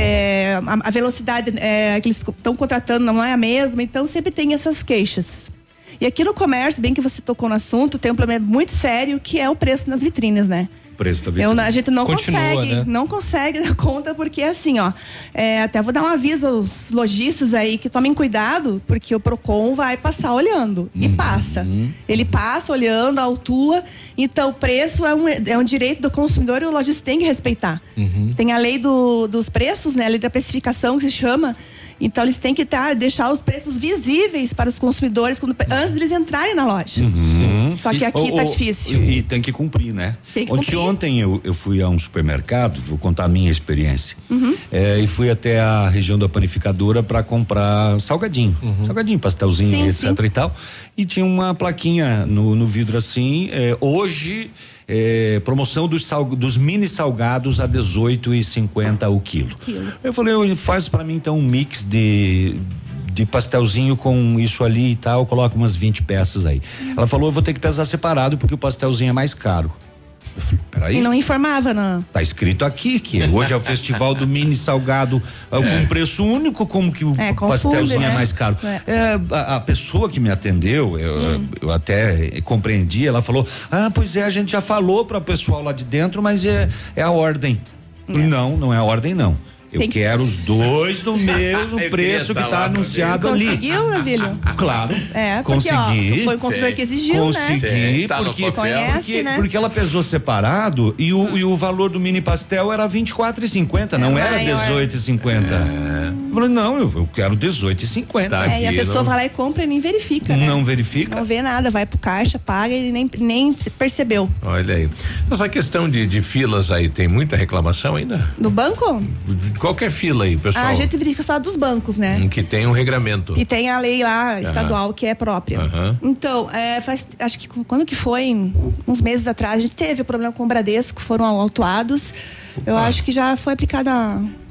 é, a, a velocidade é, que eles estão contratando não é a mesma, então sempre tem essas queixas. E aqui no comércio, bem que você tocou no assunto, tem um problema muito sério que é o preço nas vitrines, né? Preço da vitrine. Eu, a gente não Continua, consegue, né? não consegue dar conta, porque assim, ó, é, até vou dar um aviso aos lojistas aí que tomem cuidado, porque o Procon vai passar olhando, e uhum. passa. Ele passa olhando, autua, então o preço é um, é um direito do consumidor e o lojista tem que respeitar. Uhum. Tem a lei do, dos preços, né, a lei da precificação que se chama. Então eles têm que tá, deixar os preços visíveis para os consumidores quando, antes de eles entrarem na loja. Uhum. Só que aqui e, tá o, difícil. E, e tem que cumprir, né? Tem que Ontem, cumprir. Ontem eu, eu fui a um supermercado, vou contar a minha experiência. Uhum. É, e fui até a região da panificadora para comprar salgadinho. Uhum. Salgadinho, pastelzinho, sim, etc sim. e tal. E tinha uma plaquinha no, no vidro assim, é, hoje. É, promoção dos, sal, dos mini salgados a dezoito e cinquenta o quilo. quilo. Eu falei, faz para mim então um mix de de pastelzinho com isso ali e tal, coloca umas vinte peças aí. Hum. Ela falou, eu vou ter que pesar separado porque o pastelzinho é mais caro. Eu falei, peraí. E não informava, não. Tá escrito aqui que hoje é o festival do mini salgado é. com preço único, como que o é, pastelzinho confunde, né? é mais caro. É. É, a, a pessoa que me atendeu, eu, hum. eu até compreendi, ela falou, ah, pois é, a gente já falou para o pessoal lá de dentro, mas é, é a ordem. É. Não, não é a ordem não. Eu Tem quero que... os dois no mesmo preço que está anunciado ali. Conseguiu, Navilho? Claro. É, porque consegui, ó, foi o consumidor que exigiu, consegui, né? Consegui, tá porque, conhece, porque, né? porque ela pesou separado e o, hum. e o valor do mini pastel era vinte e quatro e cinquenta, é não era dezoito e cinquenta. É. Eu falei, não, eu, eu quero dezoito e cinquenta. Tá, é, e a pessoa não... vai lá e compra e nem verifica, né? Não verifica? Não vê nada, vai pro caixa, paga e nem, nem percebeu. Olha aí. Essa questão de, de filas aí, tem muita reclamação ainda? No banco? Qualquer fila aí, pessoal. Ah, a gente verifica só dos bancos, né? Um que tem um regramento. E tem a lei lá, estadual, uhum. que é própria. Uhum. Então, é, faz, acho que quando que foi? Uns meses atrás, a gente teve o problema com o Bradesco, foram autuados. Opa. Eu acho que já foi aplicada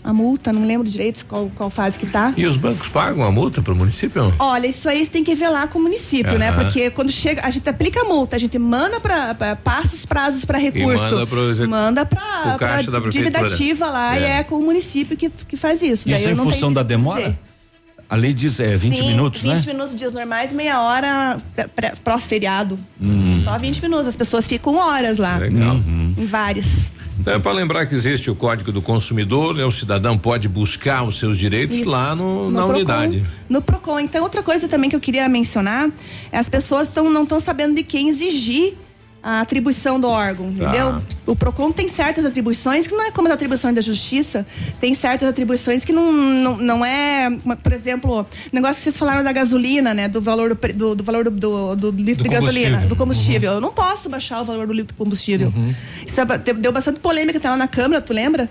a multa, não lembro direito qual, qual fase que tá. E os bancos pagam a multa para o município? Olha, isso aí você tem que ver lá com o município, uhum. né? Porque quando chega, a gente aplica a multa, a gente manda para passa os prazos para recurso. E manda pro, manda para caixa da dívida ativa lá, é. e é com o município que, que faz isso. Isso Daí em função da demora? Dizer. A lei diz é vinte Sim, minutos, vinte né? vinte minutos, dias normais, meia hora pró-feriado. Hum. Só vinte minutos, as pessoas ficam horas lá. Legal. Uhum. Em várias. É para lembrar que existe o Código do Consumidor, né? O cidadão pode buscar os seus direitos Isso. lá no, no na Procon, unidade. No Procon. Então, outra coisa também que eu queria mencionar é as pessoas tão, não estão sabendo de quem exigir a atribuição do órgão, entendeu? Ah. O Procon tem certas atribuições que não é como as atribuições da Justiça, tem certas atribuições que não, não, não é, por exemplo, o negócio que vocês falaram da gasolina, né? Do valor do, do, do valor do, do, do litro do de gasolina, do combustível. Uhum. Eu não posso baixar o valor do litro de combustível. Uhum. Isso é, deu bastante polêmica, tá lá na Câmara, tu lembra?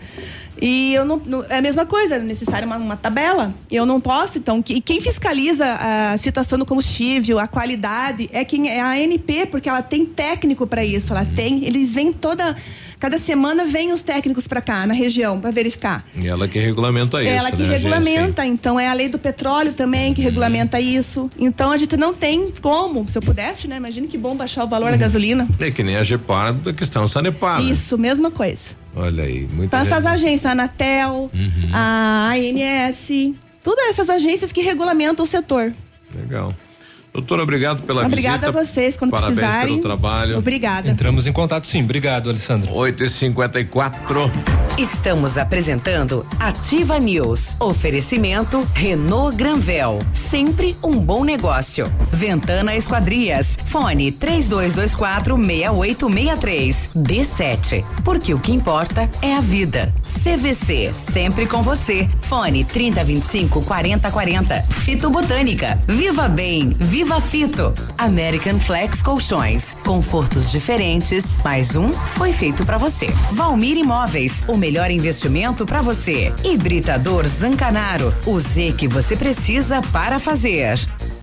E eu não, não, é a mesma coisa, é necessário uma, uma tabela. Eu não posso, então, que, quem fiscaliza a situação do combustível, a qualidade, é quem é a A N P, porque ela tem técnico para isso, ela tem, eles vêm toda, cada semana vêm os técnicos para cá, na região, para verificar. E ela que regulamenta isso, Ela que né, regulamenta, então é a lei do petróleo também que uhum. regulamenta isso. Então a gente não tem como, se eu pudesse, né? Imagina que bom baixar o valor uhum. da gasolina. É que nem a Gepar da questão Sanepar. Isso, né? Mesma coisa. Olha aí, muita Então gente... essas agências, a Anatel, uhum. a ANS, todas essas agências que regulamentam o setor. Legal. Doutora, obrigado pela Obrigada visita. Obrigada a vocês, quando Parabéns precisarem. Parabéns pelo trabalho. Obrigada. Entramos em contato sim, obrigado, Alessandro. oito e cinquenta e quatro. Estamos apresentando Ativa News. Oferecimento Renault Granvel, sempre um bom negócio. Ventana Esquadrias, fone três dois dois quatro seis oito seis três. D sete, porque o que importa é a vida. C V C, sempre com você. Fone trinta, vinte e cinco, quarenta, quarenta. Fito Botânica, Viva Bem, Viva Fito. American Flex Colchões, confortos diferentes, mais um foi feito pra você. Valmir Imóveis, o melhor investimento pra você. Hibridador Zancanaro, o Z que você precisa para fazer.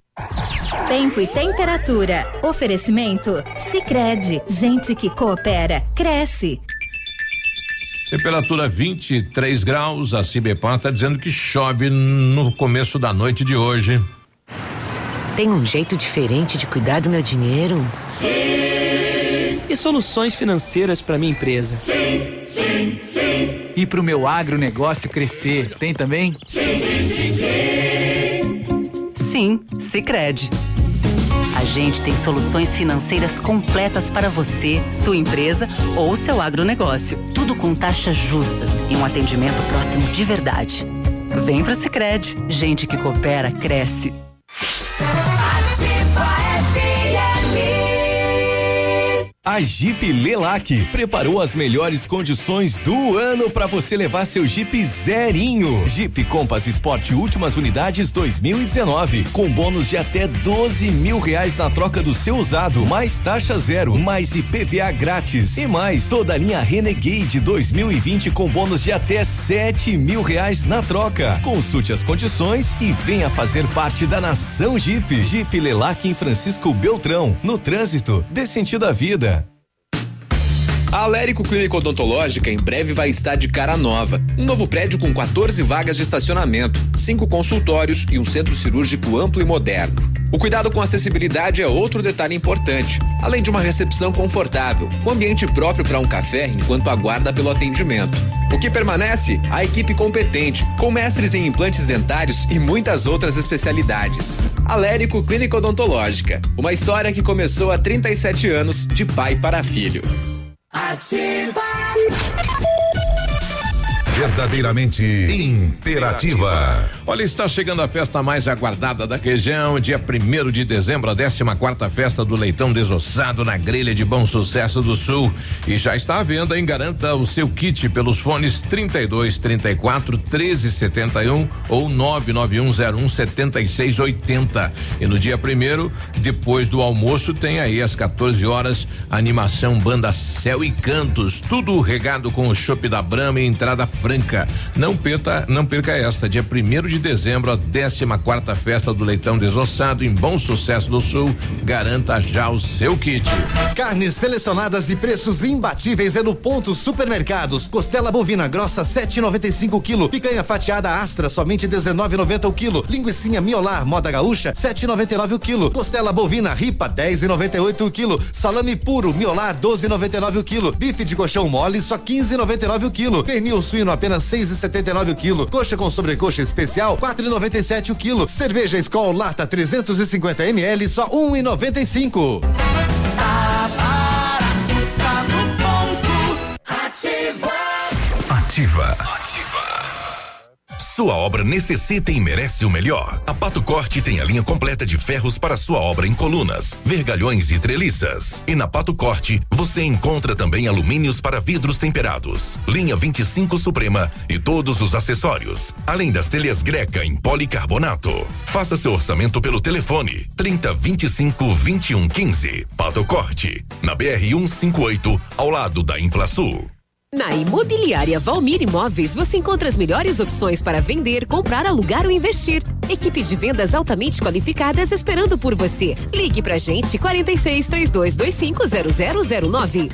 Tempo e temperatura. Oferecimento Sicredi, gente que coopera, cresce. Temperatura vinte e três graus, a Cibepar está dizendo que chove no começo da noite de hoje. Tem um jeito diferente de cuidar do meu dinheiro? Sim! E soluções financeiras para minha empresa? Sim, sim, sim. E para o meu agronegócio crescer, tem também? Sim, sim, sim, sim. Sim, Sicredi. A gente tem soluções financeiras completas para você, sua empresa ou seu agronegócio. Tudo com taxas justas e um atendimento próximo de verdade. Vem pro Sicredi. Gente que coopera, cresce. A Jeep Lelac preparou as melhores condições do ano para você levar seu Jeep zerinho. Jeep Compass Sport últimas unidades dois mil e dezenove, com bônus de até doze mil reais na troca do seu usado, mais taxa zero, mais I P V A grátis e mais toda a linha Renegade dois mil e vinte com bônus de até sete mil reais na troca. Consulte as condições e venha fazer parte da nação Jeep. Jeep Lelac em Francisco Beltrão, no trânsito, dê sentido à vida. A Alérico Clínica Odontológica em breve vai estar de cara nova. Um novo prédio com quatorze vagas de estacionamento, cinco consultórios e um centro cirúrgico amplo e moderno. O cuidado com acessibilidade é outro detalhe importante, além de uma recepção confortável, com ambiente próprio para um café enquanto aguarda pelo atendimento. O que permanece? A equipe competente, com mestres em implantes dentários e muitas outras especialidades. Alérico Clínica Odontológica, uma história que começou há trinta e sete anos, de pai para filho. Ativa. Verdadeiramente interativa. Olha, está chegando a festa mais aguardada da região, dia primeiro de dezembro, a décima quarta festa do leitão desossado na grelha de Bom Sucesso do Sul. E já está à venda, hein? Garanta o seu kit pelos fones trinta e dois, trinta e quatro, treze, setenta e um ou nove nove um zero um setenta e seis oitenta. E no dia primeiro, depois do almoço, tem aí às quatorze horas, animação Banda Céu e Cantos, tudo regado com o chopp da Brahma e entrada franca. Branca. Não perca, não perca esta, dia primeiro de dezembro, a décima quarta festa do leitão desossado em Bom Sucesso do Sul. Garanta já o seu kit. Carnes selecionadas e preços imbatíveis é no Ponto Supermercados. Costela bovina grossa sete e noventa e cinco quilo. Picanha fatiada Astra somente dezenove e noventa o quilo. Linguicinha Miolar moda gaúcha sete e noventa e nove o quilo. Costela bovina Ripa dez e noventa e oito o quilo. Salame puro Miolar doze e noventa e nove o quilo. Bife de colchão mole só quinze e noventa e nove o quilo. Pernil suíno apenas seis e setenta e nove o quilo. Coxa com sobrecoxa especial quatro e noventa e sete o quilo. Cerveja Skol lata trezentos e cinquenta mililitros só um e noventa e cinco. Tá barato, tá no ponto. Ativa. Ativa. Ativa. Sua obra necessita e merece o melhor. A Pato Corte tem a linha completa de ferros para sua obra em colunas, vergalhões e treliças. E na Pato Corte você encontra também alumínios para vidros temperados, linha vinte e cinco Suprema e todos os acessórios, além das telhas Greca em policarbonato. Faça seu orçamento pelo telefone trinta, vinte e cinco, vinte e um, quinze. Pato Corte, na B R cento e cinquenta e oito, ao lado da Implasul. Na Imobiliária Valmir Imóveis, você encontra as melhores opções para vender, comprar, alugar ou investir. Equipe de vendas altamente qualificadas esperando por você. Ligue pra gente quarenta e seis, trinta e dois vinte e cinco, zero zero zero nove.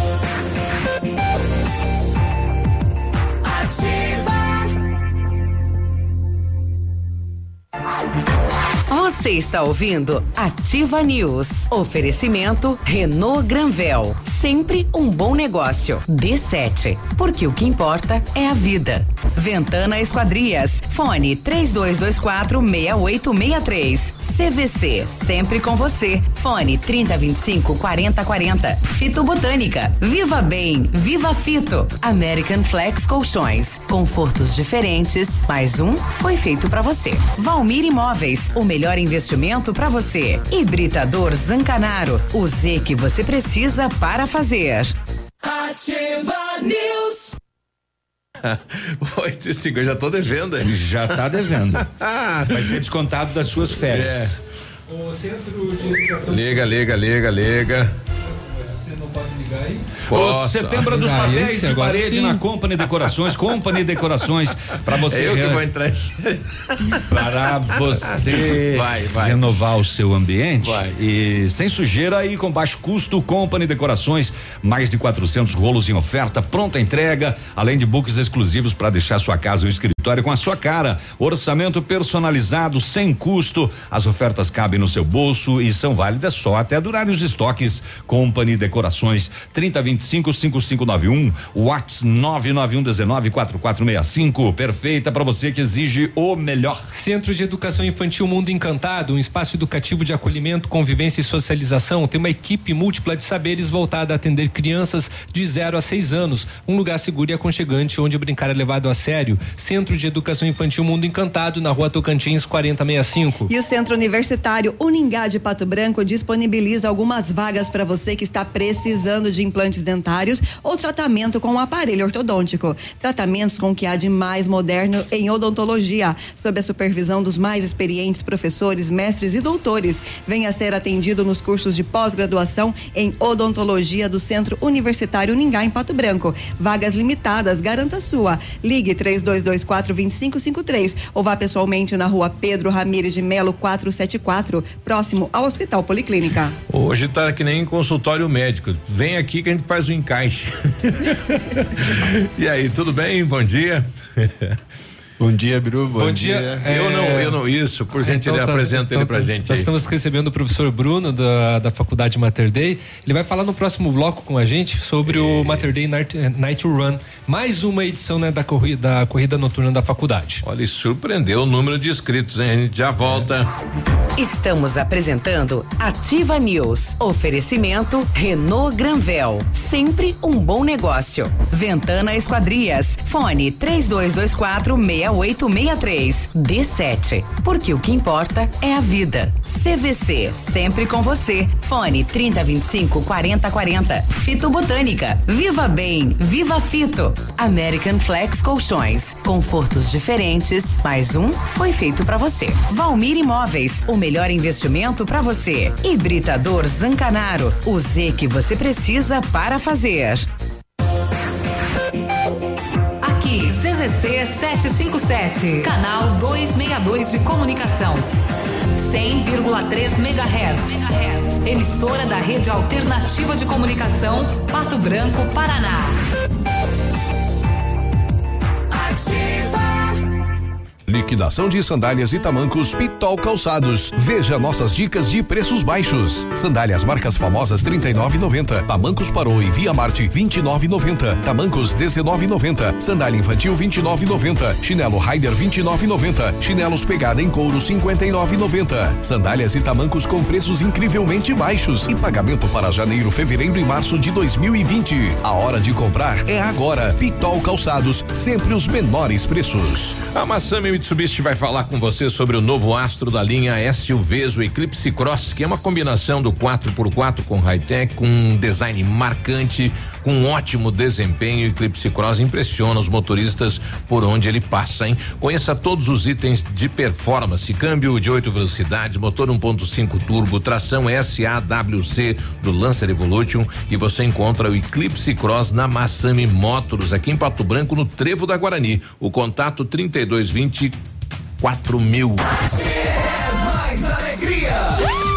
Você está ouvindo Ativa News. Oferecimento Renault Granvel. Sempre um bom negócio. D sete. Porque o que importa é a vida. Ventana Esquadrias. Fone três dois dois quatro, seis oito seis três. C V C. Sempre com você. Fone trinta, vinte e cinco, quarenta, quarenta. Fito Botânica. Viva Bem. Viva Fito. American Flex Colchões. Confortos diferentes. Mais um foi feito pra você. Valmir Imóveis. O melhor investimento pra você. Hibridador Zancanaro. O Z que você precisa para fazer. Ativa News. oito e cinco, eu já tô devendo. Hein? Já tá devendo. Vai ser descontado das suas férias. É. O centro de educação. Liga, liga, liga, liga. Você não pode ligar aí? Posso. O setembro dos Ah, papéis esse de agora parede sim. na Company Decorações. Company Decorações para você. É eu que re- vou entrar. Para você Vai, vai. renovar o seu ambiente Vai. e sem sujeira e com baixo custo. Company Decorações, mais de quatrocentos rolos em oferta, pronta entrega, além de books exclusivos para deixar sua casa ou escritório com a sua cara. Orçamento personalizado sem custo. As ofertas cabem no seu bolso e são válidas só até durarem os estoques. Company Decorações, trinta, vinte e cinco, cinquenta e cinco noventa e um, WhatsApp nove nove um um nove, quatro quatro seis cinco. Perfeita para você que exige o melhor. Centro de Educação Infantil Mundo Encantado, um espaço educativo de acolhimento, convivência e socialização. Tem uma equipe múltipla de saberes voltada a atender crianças de zero a seis anos. Um lugar seguro e aconchegante onde brincar é levado a sério. Centro de Educação Infantil Mundo Encantado, na Rua Tocantins quarenta sessenta e cinco. E o Centro Universitário Uningá de Pato Branco disponibiliza algumas vagas para você que está precisando de implantes dentários ou tratamento com um aparelho ortodôntico. Tratamentos com o que há de mais moderno em odontologia, sob a supervisão dos mais experientes professores, mestres e doutores. Venha ser atendido nos cursos de pós-graduação em odontologia do Centro Universitário Uningá em Pato Branco. Vagas limitadas, garanta a sua. Ligue três dois dois quatro, dois cinco cinco três ou vá pessoalmente na Rua Pedro Ramires de Melo quatrocentos e setenta e quatro, próximo ao Hospital Policlínica. Hoje tá que nem consultório médico. Vem aqui que a gente faz o encaixe. E aí, tudo bem? Bom dia. Bom dia, Biru. Bom, Bom dia. dia. É, Eu não, eu não, isso, por gentileza, então tá- apresenta então ele pra tá- gente Nós aí. estamos recebendo o professor Bruno da, da Faculdade Mater Dei. Ele vai falar no próximo bloco com a gente sobre o Mater Dei Night, Night Run. Mais uma edição, né, da corrida, da corrida noturna da faculdade. Olha, isso surpreendeu o número de inscritos, hein? A gente já volta. Estamos apresentando Ativa News. Oferecimento Renault Granvel. Sempre um bom negócio. Ventana Esquadrias. Fone três dois dois quatro, seis oito seis três. D sete. Porque o que importa é a vida. C V C. Sempre com você. Fone trinta, vinte e cinco, quarenta, quarenta. Fito Botânica. Viva Bem. Viva Fito. American Flex Colchões. Confortos diferentes. Mais um foi feito pra você. Valmir Imóveis. O melhor investimento pra você. Hibridador Zancanaro. O Z que você precisa para fazer. Aqui, C setecentos e cinquenta e sete, canal duzentos e sessenta e dois de comunicação. cem vírgula três megahertz. Emissora da Rede Alternativa de Comunicação, Pato Branco, Paraná. Liquidação de sandálias e tamancos Pitol Calçados. Veja nossas dicas de preços baixos. Sandálias marcas famosas trinta e nove e noventa. Tamancos Parou e Via Marte vinte e nove e noventa. Tamancos dezenove e noventa. Sandália infantil vinte e nove e noventa. Chinelo Raider vinte e nove e noventa. Chinelos Pegada em couro cinquenta e nove e noventa. Sandálias e tamancos com preços incrivelmente baixos e pagamento para janeiro, fevereiro e março de dois mil e vinte. A hora de comprar é agora. Pitol Calçados, sempre os menores preços. A Massami Mitsubishi vai falar com você sobre o novo astro da linha S U Vs, o Eclipse Cross, que é uma combinação do quatro por quatro com high-tech, com um design marcante, com um ótimo desempenho. O Eclipse Cross impressiona os motoristas por onde ele passa, hein? Conheça todos os itens de performance: câmbio de oito velocidades, motor um ponto cinco turbo, tração S A W C do Lancer Evolution, e você encontra o Eclipse Cross na Massami Motors, aqui em Pato Branco, no Trevo da Guarani. O contato trinta e dois vinte quatro mil. É mais alegria.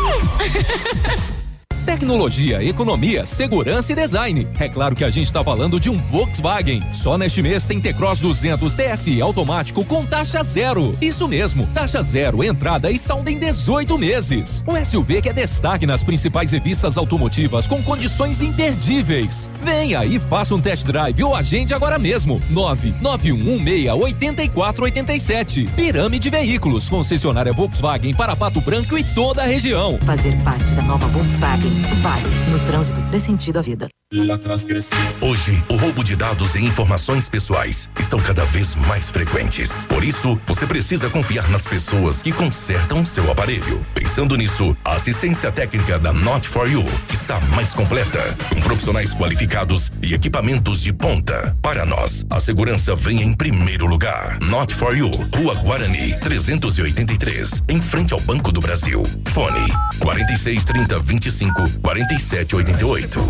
Tecnologia, economia, segurança e design. É claro que a gente está falando de um Volkswagen. Só neste mês tem T-Cross duzentos T S I automático com taxa zero. Isso mesmo, taxa zero, entrada e saldo em dezoito meses. Um S U V que é destaque nas principais revistas automotivas com condições imperdíveis. Venha e faça um test drive ou agende agora mesmo. nove nove um um seis oito quatro oito sete. Pirâmide Veículos, concessionária Volkswagen para Pato Branco e toda a região. Fazer parte da nova Volkswagen vale. No trânsito, dê sentido à vida. Hoje, o roubo de dados e informações pessoais estão cada vez mais frequentes. Por isso, você precisa confiar nas pessoas que consertam seu aparelho. Pensando nisso, a assistência técnica da Not for You está mais completa, com profissionais qualificados e equipamentos de ponta. Para nós, a segurança vem em primeiro lugar. Not for You, Rua Guarani, trezentos e oitenta e três, em frente ao Banco do Brasil. Fone quarenta e seis, trinta, vinte e cinco, quarenta e sete, oitenta e oito.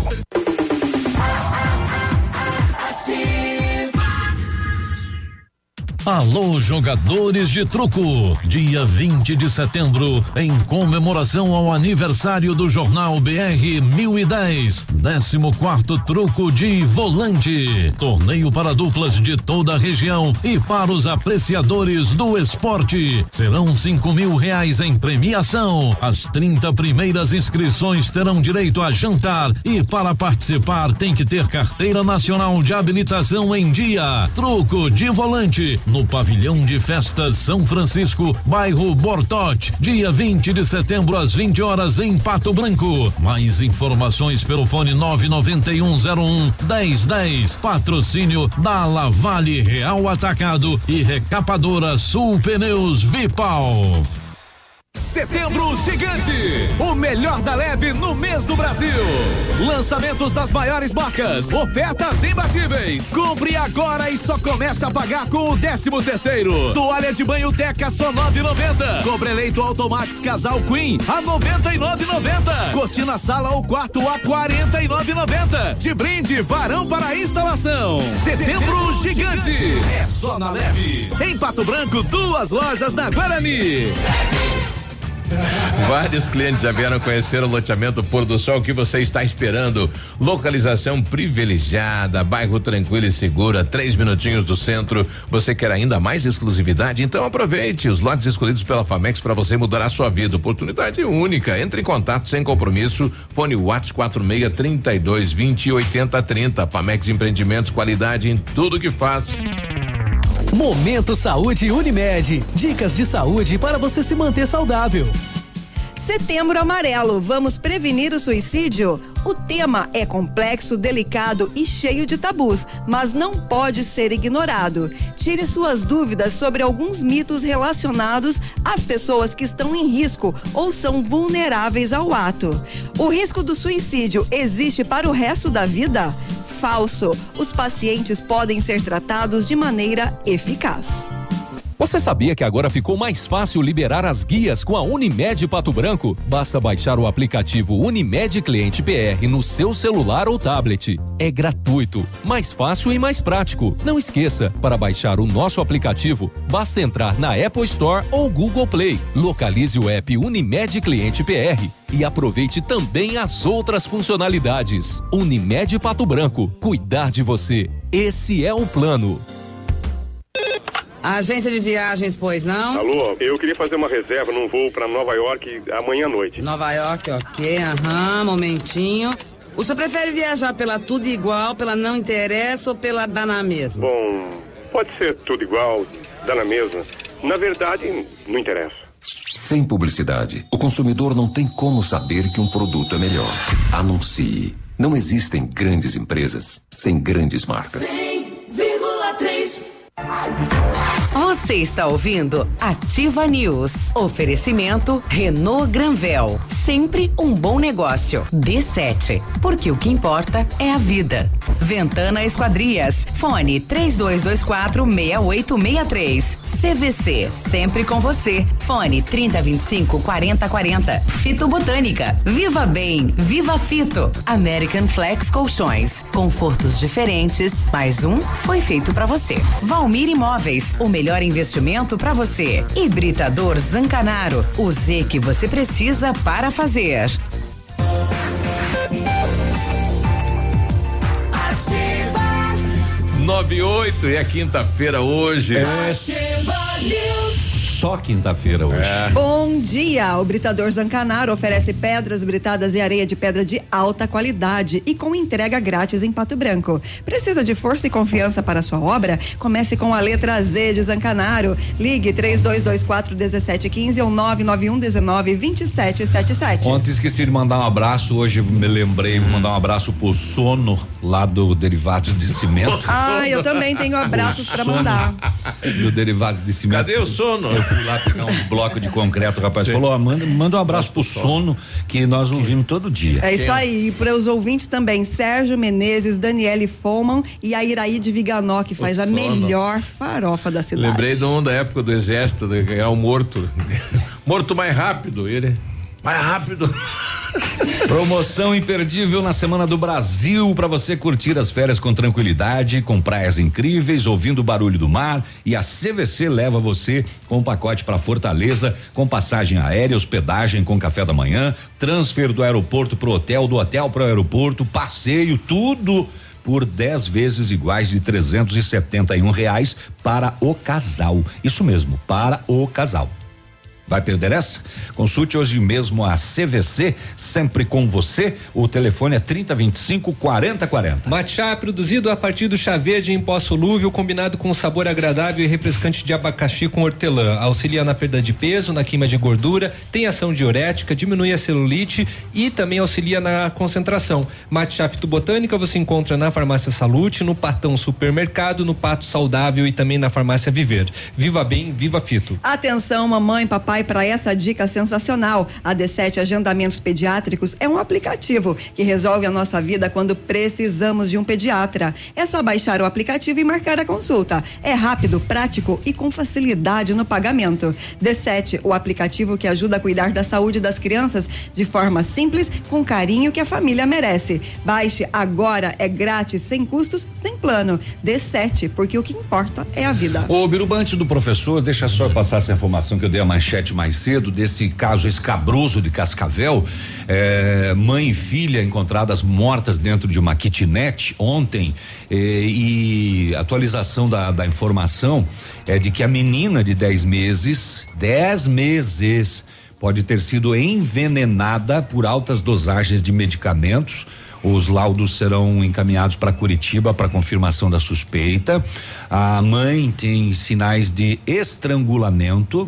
Alô, jogadores de truco! Dia vinte de setembro, em comemoração ao aniversário do Jornal B R mil e dez, décimo quarto truco de volante. Torneio para duplas de toda a região e para os apreciadores do esporte. Serão cinco mil reais em premiação. As trinta primeiras inscrições terão direito a jantar e para participar tem que ter carteira nacional de habilitação em dia. Truco de volante no Pavilhão de Festas São Francisco, bairro Bortote, dia vinte de setembro às vinte horas em Pato Branco. Mais informações pelo fone nove nove um zero um dez dez. Patrocínio da Lavale Real Atacado e Recapadora Sul Pneus Vipal. Setembro Gigante, o melhor da leve no mês do Brasil. Lançamentos das maiores marcas, ofertas imbatíveis. Compre agora e só comece a pagar com o décimo terceiro. Toalha de banho Teca só nove e noventa. Cobreleito Automax Casal Queen a noventa e nove e noventa. Cortina sala ou quarto a quarenta e nove e noventa. De brinde, varão para instalação. Setembro Gigante, é só na leve. Em Pato Branco, duas lojas na Guarani. Vários clientes já vieram conhecer o loteamento Pôr do Sol. O que você está esperando? Localização privilegiada, bairro tranquilo e seguro, três minutinhos do centro. Você quer ainda mais exclusividade? Então aproveite os lotes escolhidos pela Famex para você mudar a sua vida. Oportunidade única. Entre em contato sem compromisso. Fone WhatsApp quatro seis, trinta e dois, vinte, oitenta, trinta. Famex Empreendimentos, qualidade em tudo que faz. Momento Saúde Unimed. Dicas de saúde para você se manter saudável. Setembro Amarelo, vamos prevenir o suicídio? O tema é complexo, delicado e cheio de tabus, mas não pode ser ignorado. Tire suas dúvidas sobre alguns mitos relacionados às pessoas que estão em risco ou são vulneráveis ao ato. O risco do suicídio existe para o resto da vida? Falso. Os pacientes podem ser tratados de maneira eficaz. Você sabia que agora ficou mais fácil liberar as guias com a Unimed Pato Branco? Basta baixar o aplicativo Unimed Cliente P R no seu celular ou tablet. É gratuito, mais fácil e mais prático. Não esqueça, para baixar o nosso aplicativo, basta entrar na Apple Store ou Google Play. Localize o app Unimed Cliente P R e aproveite também as outras funcionalidades. Unimed Pato Branco, cuidar de você. Esse é o plano. Agência de viagens, pois não? Alô, eu queria fazer uma reserva num voo para Nova York amanhã à noite. Nova York, ok, aham, momentinho. O senhor prefere viajar pela Tudo Igual, pela Não Interessa ou pela Dá na Mesma? Bom, pode ser tudo igual, dá na mesma. Na verdade, não interessa. Sem publicidade, o consumidor não tem como saber que um produto é melhor. Anuncie. Não existem grandes empresas sem grandes marcas. cem vírgula três. Você está ouvindo Ativa News. Oferecimento Renault Granvel. Sempre um bom negócio. D sete. Porque o que importa é a vida. Ventana Esquadrias. Fone três dois dois quatro, seis oito seis três. C V C. Sempre com você. Fone trinta, vinte e cinco, quarenta, quarenta. Fito Botânica. Viva Bem. Viva Fito. American Flex Colchões. Confortos diferentes. Mais um foi feito pra você. Valmir Imóveis. O melhor investimento pra você. Hibridador Zancanaro. O Z que você precisa para fazer. nove e oito e é quinta-feira hoje. É só quinta-feira hoje. É. Bom dia! O Britador Zancanaro oferece pedras britadas e areia de pedra de alta qualidade e com entrega grátis em Pato Branco. Precisa de força e confiança para a sua obra? Comece com a letra Z de Zancanaro. Ligue três dois dois quatro, um sete um cinco ou nove nove um um nove, dois sete sete sete. Ontem esqueci de mandar um abraço, hoje me lembrei, vou mandar um abraço pro Sono, lá do Derivados de Cimento. Ah, eu também tenho abraços para mandar. Do Derivados de Cimento. Cadê o Sono? Eu fui lá pegar uns blocos de concreto, o rapaz Sim. falou, ó, manda, manda um abraço pro Sono, que nós ouvimos todo dia. É isso aí, e para os ouvintes também, Sérgio Menezes, Daniele Foman e a Iraí de Viganó, que faz a melhor farofa da cidade. Lembrei de um da época do exército, de ganhar o morto. Morto mais rápido, ele mais rápido. Promoção imperdível na Semana do Brasil para você curtir as férias com tranquilidade, com praias incríveis, ouvindo o barulho do mar, e a C V C leva você com um pacote para Fortaleza, com passagem aérea, hospedagem com café da manhã, transfer do aeroporto pro hotel, do hotel pro aeroporto, passeio, tudo por dez vezes iguais de trezentos e setenta e um reais para o casal. Isso mesmo, para o casal. Vai perder essa? Consulte hoje mesmo a C V C, sempre com você. O telefone é trinta, vinte e cinco, quarenta, quarenta. Matcha é produzido a partir do chá verde em pó solúvel, combinado com um sabor agradável e refrescante de abacaxi com hortelã. Auxilia na perda de peso, na queima de gordura, tem ação diurética, diminui a celulite e também auxilia na concentração. Matcha fitobotânica você encontra na Farmácia Salute, no Patão Supermercado, no Pato Saudável e também na Farmácia Viver. Viva Bem, Viva Fito. Atenção, mamãe, papai, para essa dica sensacional. A D sete Agendamentos Pediátricos é um aplicativo que resolve a nossa vida quando precisamos de um pediatra. É só baixar o aplicativo e marcar a consulta. É rápido, prático e com facilidade no pagamento. D sete, o aplicativo que ajuda a cuidar da saúde das crianças de forma simples, com carinho que a família merece. Baixe agora, é grátis, sem custos, sem plano. D sete, porque o que importa é a vida. Ô, Biruba, antes do professor, deixa só eu passar essa informação que eu dei a manchete mais cedo desse caso escabroso de Cascavel. É, mãe e filha encontradas mortas dentro de uma kitnet ontem, é, e atualização da, da informação é de que a menina de dez meses, dez meses, pode ter sido envenenada por altas dosagens de medicamentos. Os laudos serão encaminhados para Curitiba para confirmação da suspeita. A mãe tem sinais de estrangulamento.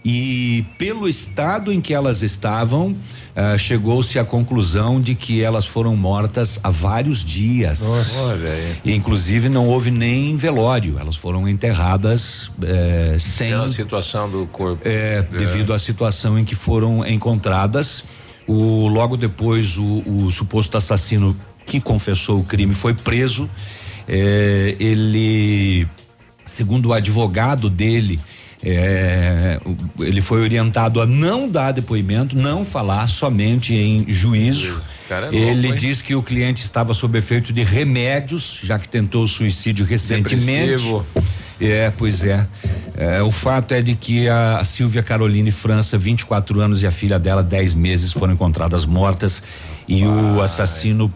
E pelo estado em que elas estavam, uh, chegou-se à conclusão de que elas foram mortas há vários dias. Nossa, olha aí. E, inclusive não houve nem velório, elas foram enterradas eh, sem a situação do corpo. É, é. Devido à situação em que foram encontradas. O, logo depois o, o suposto assassino que confessou o crime foi preso. Eh, ele, segundo o advogado dele, É, ele foi orientado a não dar depoimento, não falar, somente em juízo. É louco, ele hein? diz que o cliente estava sob efeito de remédios, já que tentou suicídio recentemente. Depressivo. É, pois é. é. O fato é de que a Silvia Caroline França, vinte e quatro anos, e a filha dela, dez meses, foram encontradas mortas e Ai. o assassino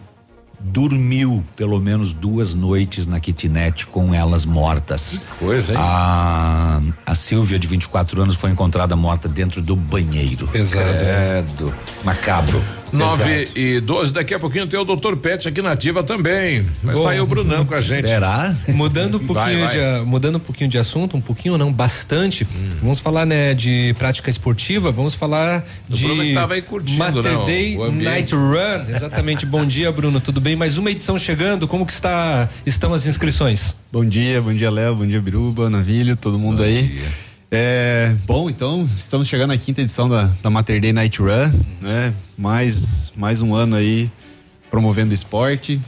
dormiu pelo menos duas noites na kitnet com elas mortas. Que coisa, hein? A, a Silvia, de vinte e quatro anos, foi encontrada morta dentro do banheiro. Pesado. Credo. Macabro. nove e doze, daqui a pouquinho tem o doutor Pet aqui na Ativa também. Mas oh, tá aí o Brunão com a gente. Será? Mudando um pouquinho vai, vai. de mudando um pouquinho de assunto, um pouquinho não, bastante. Hum. Vamos falar, né, de prática esportiva, vamos falar o de Bruno que tava aí curtindo, Mater não, Day Night Run. Exatamente. Bom dia, Bruno. Tudo bem? Mais uma edição chegando. Como que está estão as inscrições? Bom dia, bom dia, Léo, bom dia, Biruba, Navilho, todo mundo bom aí. Dia. É, bom, então estamos chegando à quinta edição da, da Mater Day Night Run, né? Mais, mais um ano aí promovendo o esporte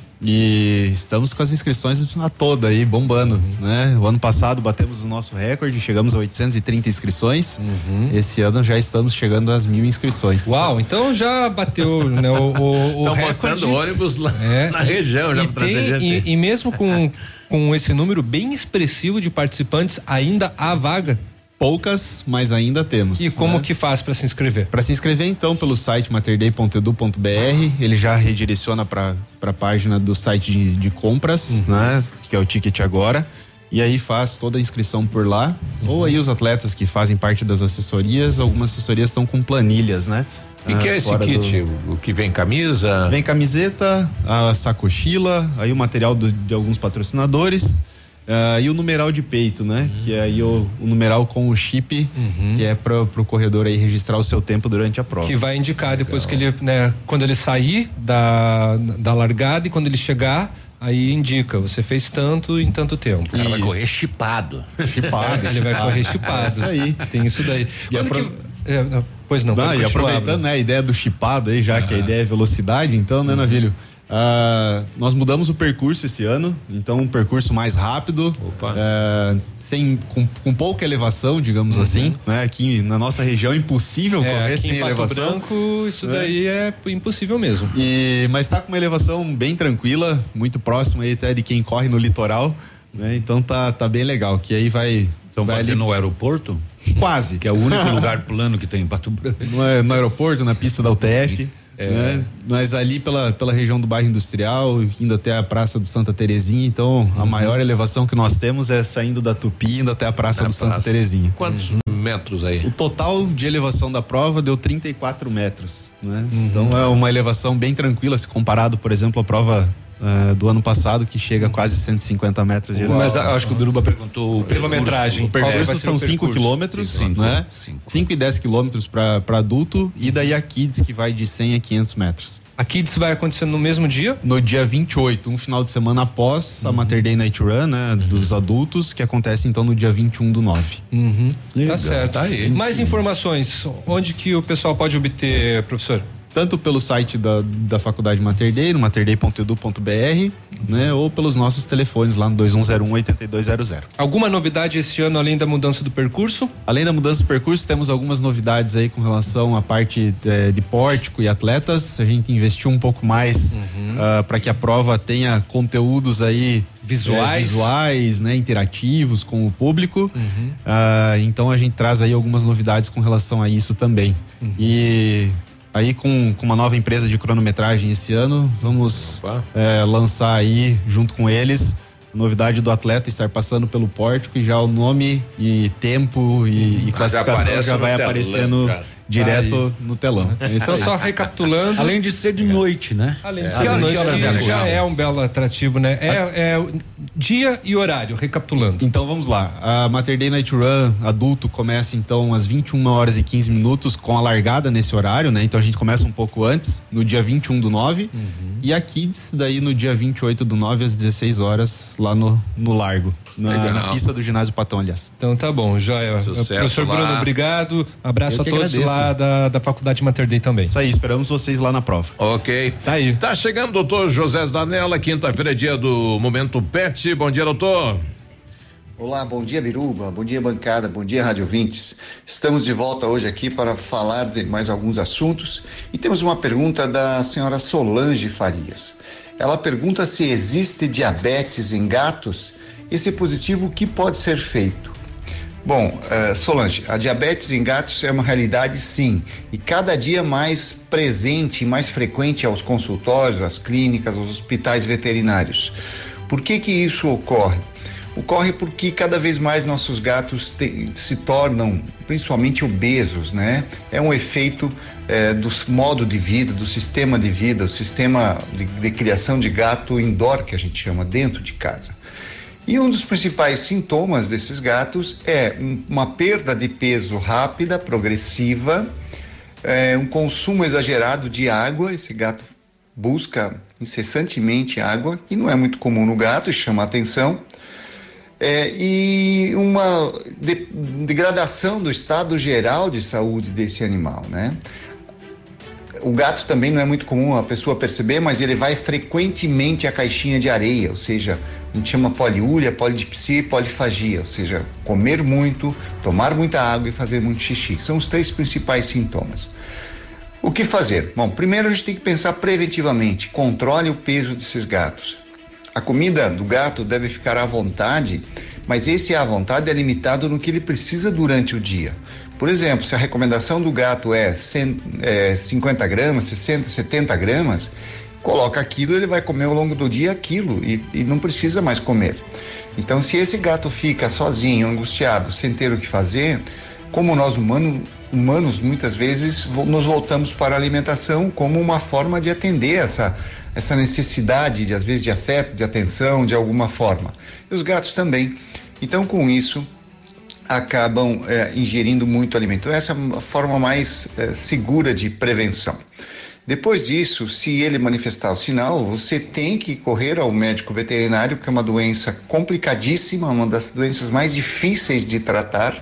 e estamos com as inscrições a toda aí, bombando, uhum. né? O ano passado batemos o nosso recorde, chegamos a oitocentas e trinta inscrições. Uhum. Esse ano já estamos chegando às mil inscrições. Uau, então já bateu, né, o, o, o recorde. Estão botando ônibus lá é. na região já para trazer gente. E, e mesmo com, com esse número bem expressivo de participantes, ainda há vaga? Poucas, mas ainda temos. E como né? que faz para se inscrever? Para se inscrever, então, pelo site mater day ponto edu ponto br, ele já redireciona para a página do site de, de compras, uhum. né? Que é o Ticket Agora. E aí faz toda a inscrição por lá. Uhum. Ou aí os atletas que fazem parte das assessorias, algumas assessorias estão com planilhas, né? E que é esse kit? Do... O que vem camisa? Vem camiseta, a sacochila, aí o material do, de alguns patrocinadores. Uh, e o numeral de peito, né? Uhum. Que é aí o, o numeral com o chip, uhum. que é para o corredor aí registrar o seu tempo durante a prova. Que vai indicar depois Legal. que ele, né? Quando ele sair da, da largada e quando ele chegar, aí indica, você fez tanto em tanto tempo. O cara isso. vai correr chipado. Chipado. Ele vai correr chipado. É isso aí. Tem isso daí. E Quando apro... que... é, pois não, não e aproveitando, né, a ideia do chipado aí, já uhum. que a ideia é velocidade, então, né, uhum. Navilho? Uh, nós mudamos o percurso esse ano, então um percurso mais rápido, uh, sem, com, com pouca elevação, digamos uhum. assim, né? Aqui na nossa região é impossível é, correr sem em Pato elevação. Branco, isso é. daí é impossível mesmo. E, mas está com uma elevação bem tranquila, muito próximo aí até de quem corre no litoral, né? Então tá, tá bem legal, que aí vai... Estão fazendo no aeroporto? Quase. Que é o único lugar plano que tem em Pato Branco. No, no aeroporto, na pista da U T F. É. Né? Mas ali pela, pela região do bairro industrial, indo até a Praça do Santa Terezinha, então uhum. a maior elevação que nós temos é saindo da Tupi, indo até a Praça Na do praça. Santa Terezinha. Quantos uhum. metros aí? O total de elevação da prova deu trinta e quatro metros, né? Uhum. Então é uma elevação bem tranquila se comparado, por exemplo, à prova Uh, do ano passado, que chega a quase cento e cinquenta metros de elevação. Mas eu acho que o Biruba perguntou o quilometragem. O percurso é, são cinco quilômetros, cinco, né? cinco e dez quilômetros para adulto, e daí a Kids, que vai de cem a quinhentos metros. A Kids vai acontecendo no mesmo dia? No dia vinte e oito, um final de semana após uhum. a Mater Day Night Run, né? Uhum. Dos adultos, que acontece então no dia vinte e um do nove. Uhum. Tá certo. Tá aí. Mais informações, onde que o pessoal pode obter, professor? Tanto pelo site da, da Faculdade Mater Day, no mater day ponto edu ponto br, né? Ou pelos nossos telefones lá no dois um zero um, oito dois zero zero. Alguma novidade esse ano além da mudança do percurso? Além da mudança do percurso, temos algumas novidades aí com relação à parte é, de pórtico e atletas. A gente investiu um pouco mais uhum. uh, para que a prova tenha conteúdos aí visuais, é, visuais, né, interativos com o público. Uhum. Uh, então a gente traz aí algumas novidades com relação a isso também. Uhum. E aí com, com uma nova empresa de cronometragem esse ano, vamos é, lançar aí junto com eles a novidade do atleta estar passando pelo pórtico, e já o nome e tempo e, e classificação já, já vai telão, aparecendo cara. direto aí. no telão. É então só recapitulando. Além de ser de noite, né? Além de é, ser de noite, que já é um belo atrativo, né? É, é dia e horário, recapitulando. Então vamos lá. A Mater Day Night Run adulto começa então às vinte e uma horas e quinze minutos com a largada nesse horário, né? Então a gente começa um pouco antes, no dia vinte e um do nove, uhum. e a Kids daí no dia vinte e oito do nove às dezesseis horas lá no, no Largo, na, na pista do ginásio Patão, aliás. Então tá bom, joia. Professor lá. Bruno, obrigado. Abraço a todos agradeço. lá da, da Faculdade Mater Day também. Isso aí, esperamos vocês lá na prova. Ok. Tá aí. Tá chegando o doutor José Zanella, quinta-feira é dia do Momento Pet. Bom dia, doutor. Olá, bom dia Biruba, bom dia bancada, bom dia Rádio Ouvintes. Estamos de volta hoje aqui para falar de mais alguns assuntos e temos uma pergunta da senhora Solange Farias. Ela pergunta se existe diabetes em gatos e se positivo, o que pode ser feito? Bom, uh, Solange, a diabetes em gatos é uma realidade sim, e cada dia mais presente e mais frequente aos consultórios, às clínicas, aos hospitais veterinários. Por que que isso ocorre? Ocorre porque cada vez mais nossos gatos te, se tornam principalmente obesos, né? É um efeito eh, do modo de vida, do sistema de vida, o sistema de, de criação de gato indoor, que a gente chama, dentro de casa. E um dos principais sintomas desses gatos é um, uma perda de peso rápida, progressiva, eh, um consumo exagerado de água. Esse gato busca incessantemente água, que não é muito comum no gato e chama a atenção. É, e uma de, degradação do estado geral de saúde desse animal, né? O gato também não é muito comum a pessoa perceber, mas ele vai frequentemente à caixinha de areia, ou seja, a gente chama poliúria, polidipsia e polifagia, ou seja, comer muito, tomar muita água e fazer muito xixi. São os três principais sintomas. O que fazer? Bom, primeiro a gente tem que pensar preventivamente, controle o peso desses gatos. A comida do gato deve ficar à vontade, mas esse à vontade é limitado no que ele precisa durante o dia. Por exemplo, se a recomendação do gato é, cem, é cinquenta gramas, sessenta, setenta gramas, coloca aquilo, ele vai comer ao longo do dia aquilo e, e não precisa mais comer. Então, se esse gato fica sozinho, angustiado, sem ter o que fazer, como nós humanos, humanos muitas vezes nos voltamos para a alimentação como uma forma de atender essa essa necessidade, de, às vezes, de afeto, de atenção, de alguma forma. E os gatos também. Então, com isso, acabam é, ingerindo muito alimento. Essa é a forma mais é, segura de prevenção. Depois disso, se ele manifestar o sinal, você tem que correr ao médico veterinário, porque é uma doença complicadíssima, uma das doenças mais difíceis de tratar.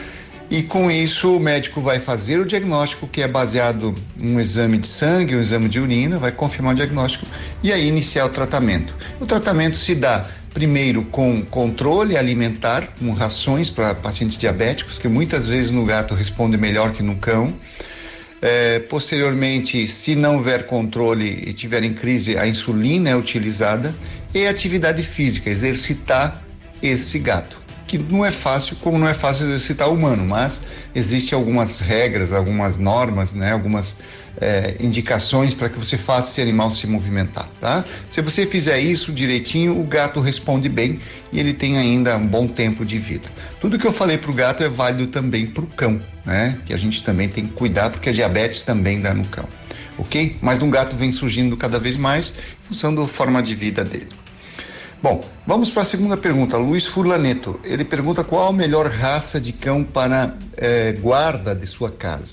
E com isso o médico vai fazer o diagnóstico, que é baseado em um exame de sangue, um exame de urina, vai confirmar o diagnóstico e aí iniciar o tratamento. O tratamento se dá primeiro com controle alimentar, com rações para pacientes diabéticos, que muitas vezes no gato responde melhor que no cão. É, posteriormente, se não houver controle e tiver em crise, a insulina é utilizada e a atividade física, exercitar esse gato. Que não é fácil, como não é fácil exercitar o humano, mas existem algumas regras, algumas normas, né, algumas é, indicações para que você faça esse animal se movimentar, tá? Se você fizer isso direitinho, o gato responde bem e ele tem ainda um bom tempo de vida. Tudo que eu falei para o gato é válido também para o cão, né? Que a gente também tem que cuidar, porque a diabetes também dá no cão, ok? Mas um gato vem surgindo cada vez mais em função da forma de vida dele. Bom, vamos para a segunda pergunta. Luiz Furlaneto, ele pergunta qual a melhor raça de cão para eh, guarda de sua casa.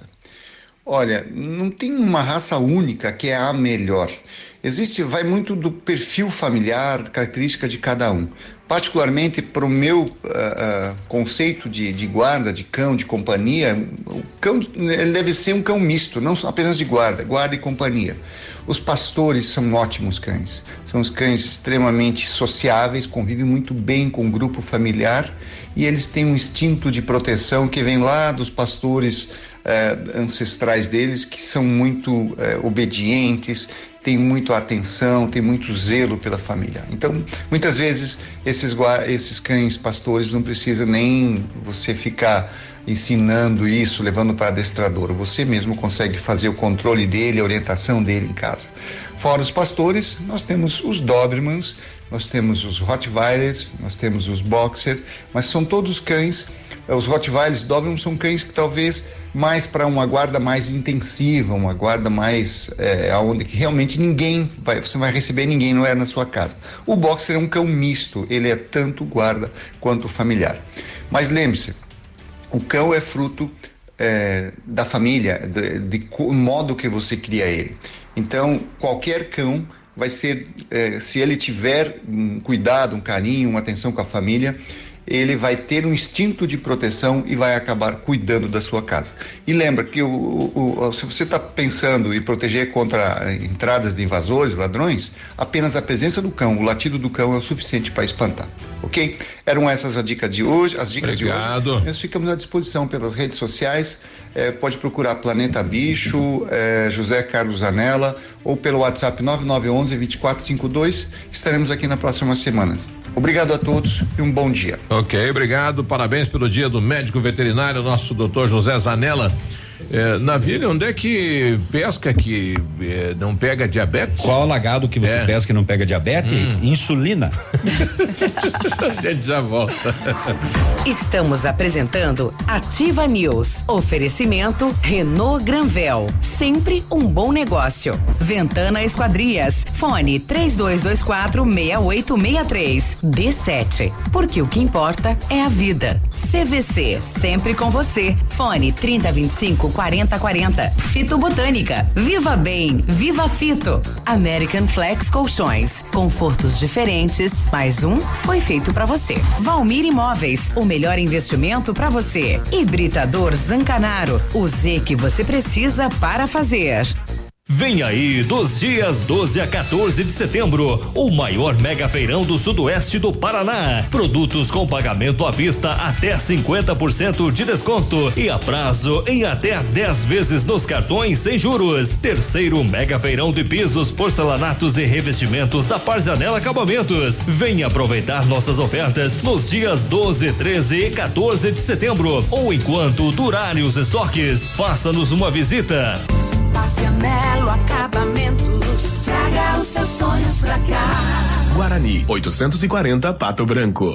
Olha, não tem uma raça única que é a melhor. Existe, vai muito do perfil familiar, característica de cada um. Particularmente para o meu uh, uh, conceito de, de guarda, de cão, de companhia, o cão ele deve ser um cão misto, não apenas de guarda, guarda e companhia. Os pastores são ótimos cães, são os cães extremamente sociáveis, convivem muito bem com o grupo familiar e eles têm um instinto de proteção que vem lá dos pastores eh, ancestrais deles, que são muito eh, obedientes, tem muito atenção, tem muito zelo pela família. Então, muitas vezes, esses, esses cães pastores não precisa nem você ficar ensinando isso, levando para adestrador. Você mesmo consegue fazer o controle dele, a orientação dele em casa. Fora os pastores, nós temos os Dobermans, nós temos os Rottweilers, nós temos os Boxer, mas são todos cães. Os Rottweilers e Dobermans são cães que talvez mais para uma guarda mais intensiva, uma guarda mais é, onde que realmente ninguém vai, você vai receber ninguém, não é na sua casa. O Boxer é um cão misto, ele é tanto guarda quanto familiar. Mas lembre-se, o cão é fruto é, da família, de, de, de modo que você cria ele. Então, qualquer cão vai ser, é, se ele tiver um cuidado, um carinho, uma atenção com a família, ele vai ter um instinto de proteção e vai acabar cuidando da sua casa. E lembra que o, o, o, se você está pensando em proteger contra entradas de invasores, ladrões, apenas a presença do cão, o latido do cão é o suficiente para espantar, ok? Eram essas as dicas de hoje, as dicas Obrigado. de hoje. Nós ficamos à disposição pelas redes sociais, eh, pode procurar Planeta Bicho, eh, José Carlos Zanella, ou pelo WhatsApp nove nove um um, dois quatro cinco dois. Estaremos aqui na próxima semana. Obrigado a todos e um bom dia. Ok, obrigado. Parabéns pelo dia do médico veterinário, nosso doutor José Zanella. É, Navilha, onde é que pesca que é, não pega diabetes? Qual lagado que você é. pesca e não pega diabetes? Hum. Insulina. A gente já volta. Estamos apresentando Ativa News. Oferecimento Renault Granvel. Sempre um bom negócio. Ventana Esquadrias. Fone três dois dois quatro, seis oito seis três. D sete. Porque o que importa é a vida. C V C. Sempre com você. Fone trinta, vinte e cinco, quarenta, quarenta. Fito Botânica. Viva Bem. Viva Fito. American Flex Colchões. Confortos diferentes. Mais um foi feito pra você. Valmir Imóveis. O melhor investimento pra você. Hibridador Zancanaro. O Z que você precisa para fazer. Vem aí, dos dias doze a quatorze de setembro, o maior mega feirão do sudoeste do Paraná. Produtos com pagamento à vista até cinquenta por cento de desconto e a prazo em até dez vezes nos cartões sem juros. Terceiro mega feirão de pisos, porcelanatos e revestimentos da Parzanella Acabamentos. Venha aproveitar nossas ofertas nos dias doze, treze e quatorze de setembro ou enquanto durarem os estoques. Faça-nos uma visita. Parzanella Acabamentos, traga os seus sonhos pra cá. Guarani, oitocentos e quarenta, Pato Branco.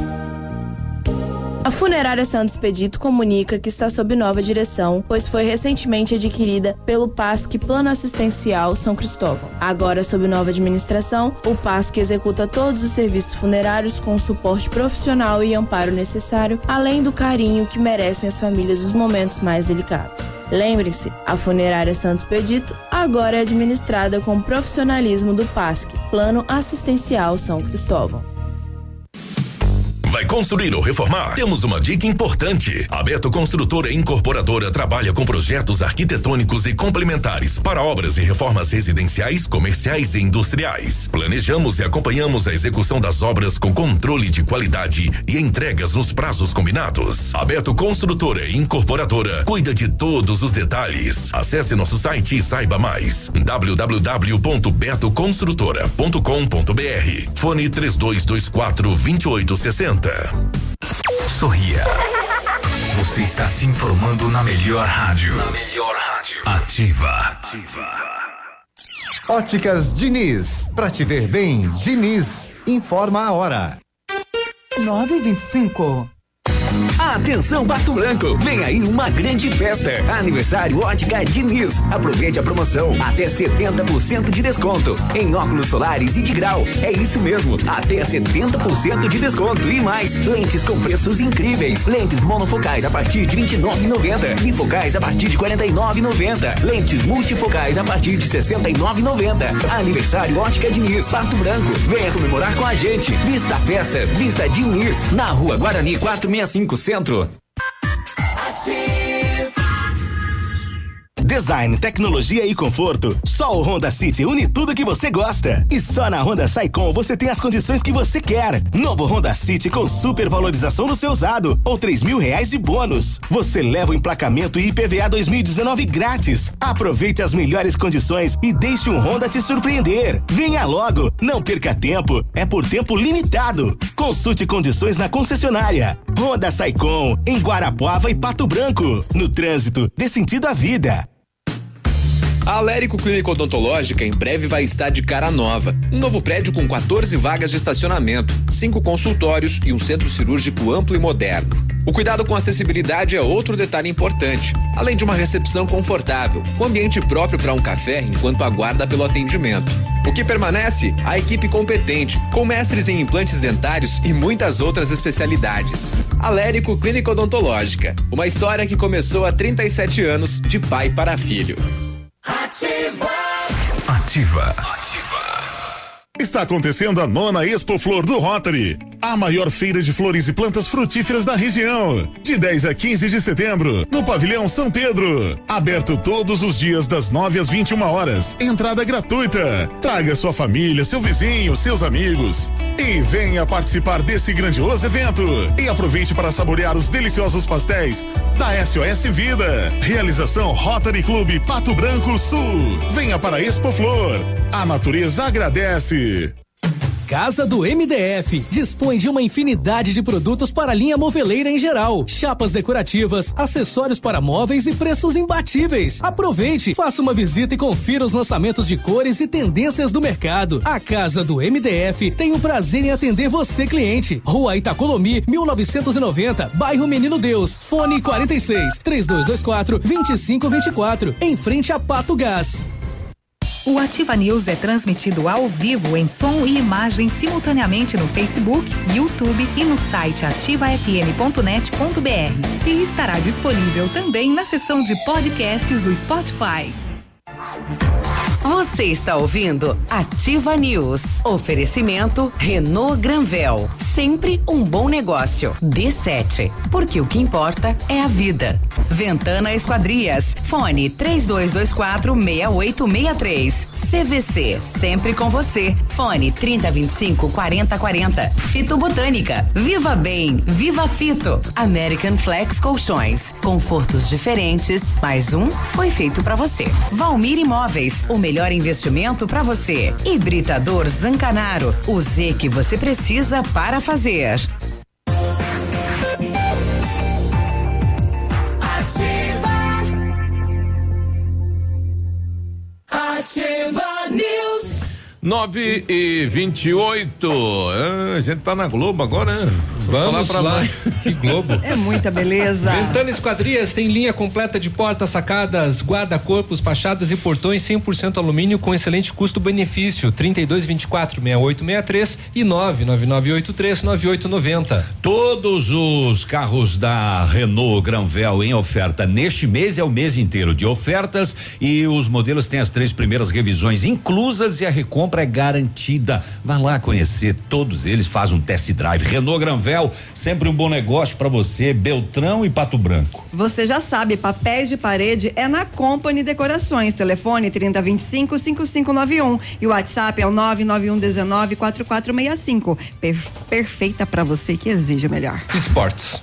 A Funerária Santos Expedito comunica que está sob nova direção, pois foi recentemente adquirida pelo P A S C Plano Assistencial São Cristóvão. Agora, sob nova administração, o P A S C executa todos os serviços funerários com o suporte profissional e amparo necessário, além do carinho que merecem as famílias nos momentos mais delicados. Lembre-se, a Funerária Santos Expedito agora é administrada com o profissionalismo do P A S C, Plano Assistencial São Cristóvão. Vai construir ou reformar? Temos uma dica importante. A Beto Construtora e Incorporadora trabalha com projetos arquitetônicos e complementares para obras e reformas residenciais, comerciais e industriais. Planejamos e acompanhamos a execução das obras com controle de qualidade e entregas nos prazos combinados. A Beto Construtora e Incorporadora cuida de todos os detalhes. Acesse nosso site e saiba mais. w w w ponto beto construtora ponto com ponto b r. Fone três dois dois quatro, dois oito seis zero. Sorria. Você está se informando na melhor rádio. Na melhor rádio. Ativa. Ativa. Óticas Diniz. Pra te ver bem, Diniz. Informa a hora. nove e vinte e cinco. Atenção, Pato Branco, vem aí uma grande festa. Aniversário Ótica Diniz. Aproveite a promoção, até setenta por cento de desconto em óculos solares e de grau. É isso mesmo, até setenta por cento de desconto e mais. Lentes com preços incríveis. Lentes monofocais a partir de vinte e nove reais e noventa centavos. Bifocais a partir de quarenta e nove reais e noventa centavos. Lentes multifocais a partir de sessenta e nove reais e noventa centavos. Aniversário Ótica Diniz, Pato Branco. Venha comemorar com a gente. Vista a festa, vista Diniz. Na Rua Guarani quatrocentos e sessenta e cinco Centro. Design, tecnologia e conforto. Só o Honda City une tudo que você gosta. E só na Honda Saicom você tem as condições que você quer. Novo Honda City com super valorização do seu usado ou três mil reais de bônus. Você leva o emplacamento e I P V A dois mil e dezenove grátis. Aproveite as melhores condições e deixe um Honda te surpreender. Venha logo, não perca tempo. É por tempo limitado. Consulte condições na concessionária. Honda Saicom, em Guarapuava e Pato Branco. No trânsito, dê sentido à vida. A Alérico Clínica Odontológica em breve vai estar de cara nova. Um novo prédio com quatorze vagas de estacionamento, cinco consultórios e um centro cirúrgico amplo e moderno. O cuidado com acessibilidade é outro detalhe importante, além de uma recepção confortável, com ambiente próprio para um café enquanto aguarda pelo atendimento. O que permanece? A equipe competente, com mestres em implantes dentários e muitas outras especialidades. Alérico Clínica Odontológica, uma história que começou há trinta e sete anos, de pai para filho. Ativa. Ativa. Ativa. Está acontecendo a nona Expo Flor do Rotary, a maior feira de flores e plantas frutíferas da região. De dez a quinze de setembro, no Pavilhão São Pedro. Aberto todos os dias das nove às vinte e uma horas. Entrada gratuita. Traga sua família, seu vizinho, seus amigos. E venha participar desse grandioso evento. E aproveite para saborear os deliciosos pastéis da S O S Vida. Realização Rotary Clube Pato Branco Sul. Venha para a Expo Flor. A natureza agradece. Casa do M D F dispõe de uma infinidade de produtos para a linha moveleira em geral, chapas decorativas, acessórios para móveis e preços imbatíveis. Aproveite, faça uma visita e confira os lançamentos de cores e tendências do mercado. A Casa do M D F tem o prazer em atender você, cliente. Rua Itacolomi, mil novecentos e noventa, bairro Menino Deus. Fone quarenta e seis, três dois dois quatro, vinte e cinco vinte e quatro, em frente a Pato Gás. O Ativa News é transmitido ao vivo em som e imagem simultaneamente no Facebook, YouTube e no site ativa f m ponto net ponto b r. E estará disponível também na seção de podcasts do Spotify. Você está ouvindo Ativa News. Oferecimento Renault Granvel. Sempre um bom negócio. D sete. Porque o que importa é a vida. Ventana Esquadrias. Fone três dois dois quatro, seis oito seis três. C V C. Sempre com você. Fone trinta, vinte e cinco, quarenta, quarenta. Fito Botânica. Viva Bem. Viva Fito. American Flex Colchões. Confortos diferentes. Mais um foi feito pra você. Valmir Imóveis. O melhor investimento pra você. Hibridador Zancanaro. O Z que você precisa para fazer. Ativa News. nove e vinte e oito. Ah, a gente tá na Globo agora, né? Vamos falar pra lá. lá. Que Globo. É muita beleza. Ventana Esquadrias tem linha completa de portas, sacadas, guarda-corpos, fachadas e portões cem por cento alumínio com excelente custo-benefício. trinta e dois, vinte e quatro, sessenta e oito sessenta e três e nove nove nove oito três nove oito nove zero. Todos os carros da Renault Granvel em oferta neste mês, é o mês inteiro de ofertas, e os modelos têm as três primeiras revisões inclusas e a recompra é garantida. Vá lá conhecer todos eles, faz um test drive. Renault Granvel, sempre um bom negócio para você, Beltrão e Pato Branco. Você já sabe, papéis de parede é na Company Decorações. Telefone trinta, vinte e cinco, cinquenta e cinco noventa e um e o WhatsApp é o nove nove um dezenove, quatro quatro seis cinco. Per- perfeita para você que exige o melhor. Esportes.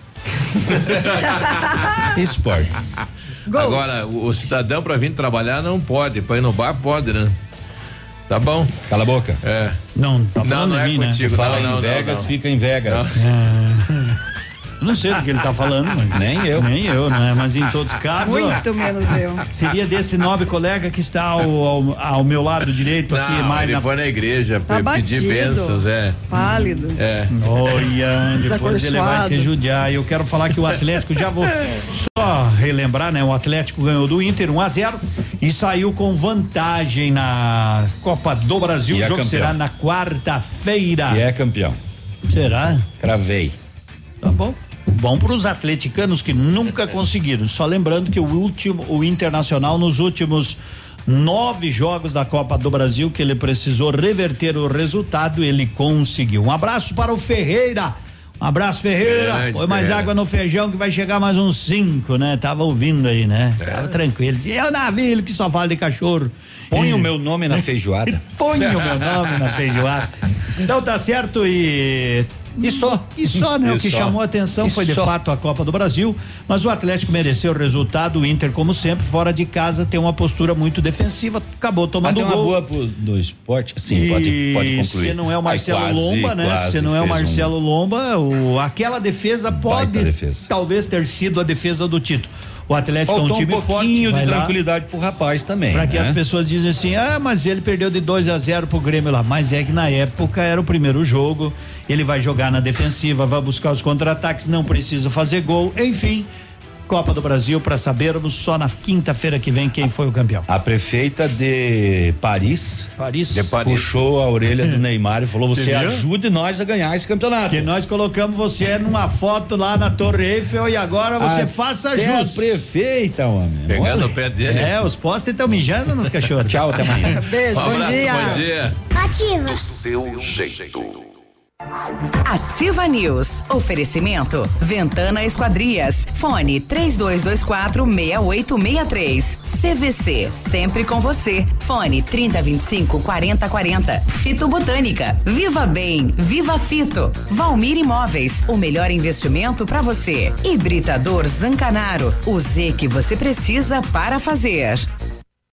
Esportes. Agora, o, o cidadão para vir trabalhar não pode, para ir no bar pode, né? Tá bom. Cala a boca. É. Não, tá não, não é mim, contigo. Né? Fala não, em não, Vegas, não, não. fica em Vegas. É. Não sei do que ele tá falando, mas nem eu. Nem eu, né? Mas em todos os casos. Muito menos eu. Seria desse nobre colega que está ao, ao, ao meu lado direito não, aqui, mais ele na. foi na igreja tá pedir bênçãos, é. Pálido. É. Olha, depois ele vai te judiar. Eu quero falar que o Atlético, já vou só relembrar, né? O Atlético ganhou do Inter um a zero e saiu com vantagem na Copa do Brasil. E o é jogo campeão. será na quarta-feira. E é campeão. Será? Cravei. Tá bom. Bom para os atleticanos que nunca conseguiram. Só lembrando que o último, o Internacional, nos últimos nove jogos da Copa do Brasil, que ele precisou reverter o resultado, ele conseguiu. Um abraço para o Ferreira. Um abraço, Ferreira. Grande, Põe mais Ferreira. água no feijão que vai chegar mais uns cinco, né? Tava ouvindo aí, né? É. Tava tranquilo. E eu Navilho que só fala de cachorro. Põe e... o meu nome na feijoada. Põe o meu nome na feijoada. Então tá certo e E só, e só, né? E o que só. chamou a atenção E foi de só. fato a Copa do Brasil, mas o Atlético mereceu o resultado. O Inter, como sempre, fora de casa, tem uma postura muito defensiva, acabou tomando Ah, tem uma gol. boa pro- do esporte, sim, E pode, pode concluir. se não é o Marcelo Ai, quase, Lomba, né? quase Se não é o fez um- Marcelo Lomba, o, aquela defesa pode Baita defesa. talvez ter sido a defesa do título. O Atlético Faltou é um time um pouquinho forte, de vai lá. tranquilidade pro rapaz também. Pra que né? as pessoas dizem assim, ah, mas ele perdeu de dois a zero pro Grêmio lá. Mas é que na época era o primeiro jogo, ele vai jogar na defensiva, vai buscar os contra-ataques, não precisa fazer gol, enfim. Copa do Brasil para sabermos só na quinta-feira que vem quem foi o campeão. A prefeita de Paris, Paris, de Paris. puxou a orelha do Neymar e falou: você, você ajude nós a ganhar esse campeonato. Que nós colocamos você numa foto lá na Torre Eiffel e agora você a faça jus. Prefeita, homem. Pegando o pé dele. É, os postes estão mijando nos cachorros. Tchau, até amanhã. Beijo, um bom abraço, dia. Bom dia. Ativa. Do seu jeito. Ativa News. Oferecimento Ventana Esquadrias. Fone três dois dois quatro seis oito seis três. C V C, sempre com você. Fone trinta, vinte e cinco, quarenta, quarenta. Fito Botânica. Viva Bem, Viva Fito. Valmir Imóveis, o melhor investimento para você. Hibridador Zancanaro, o Z que você precisa para fazer.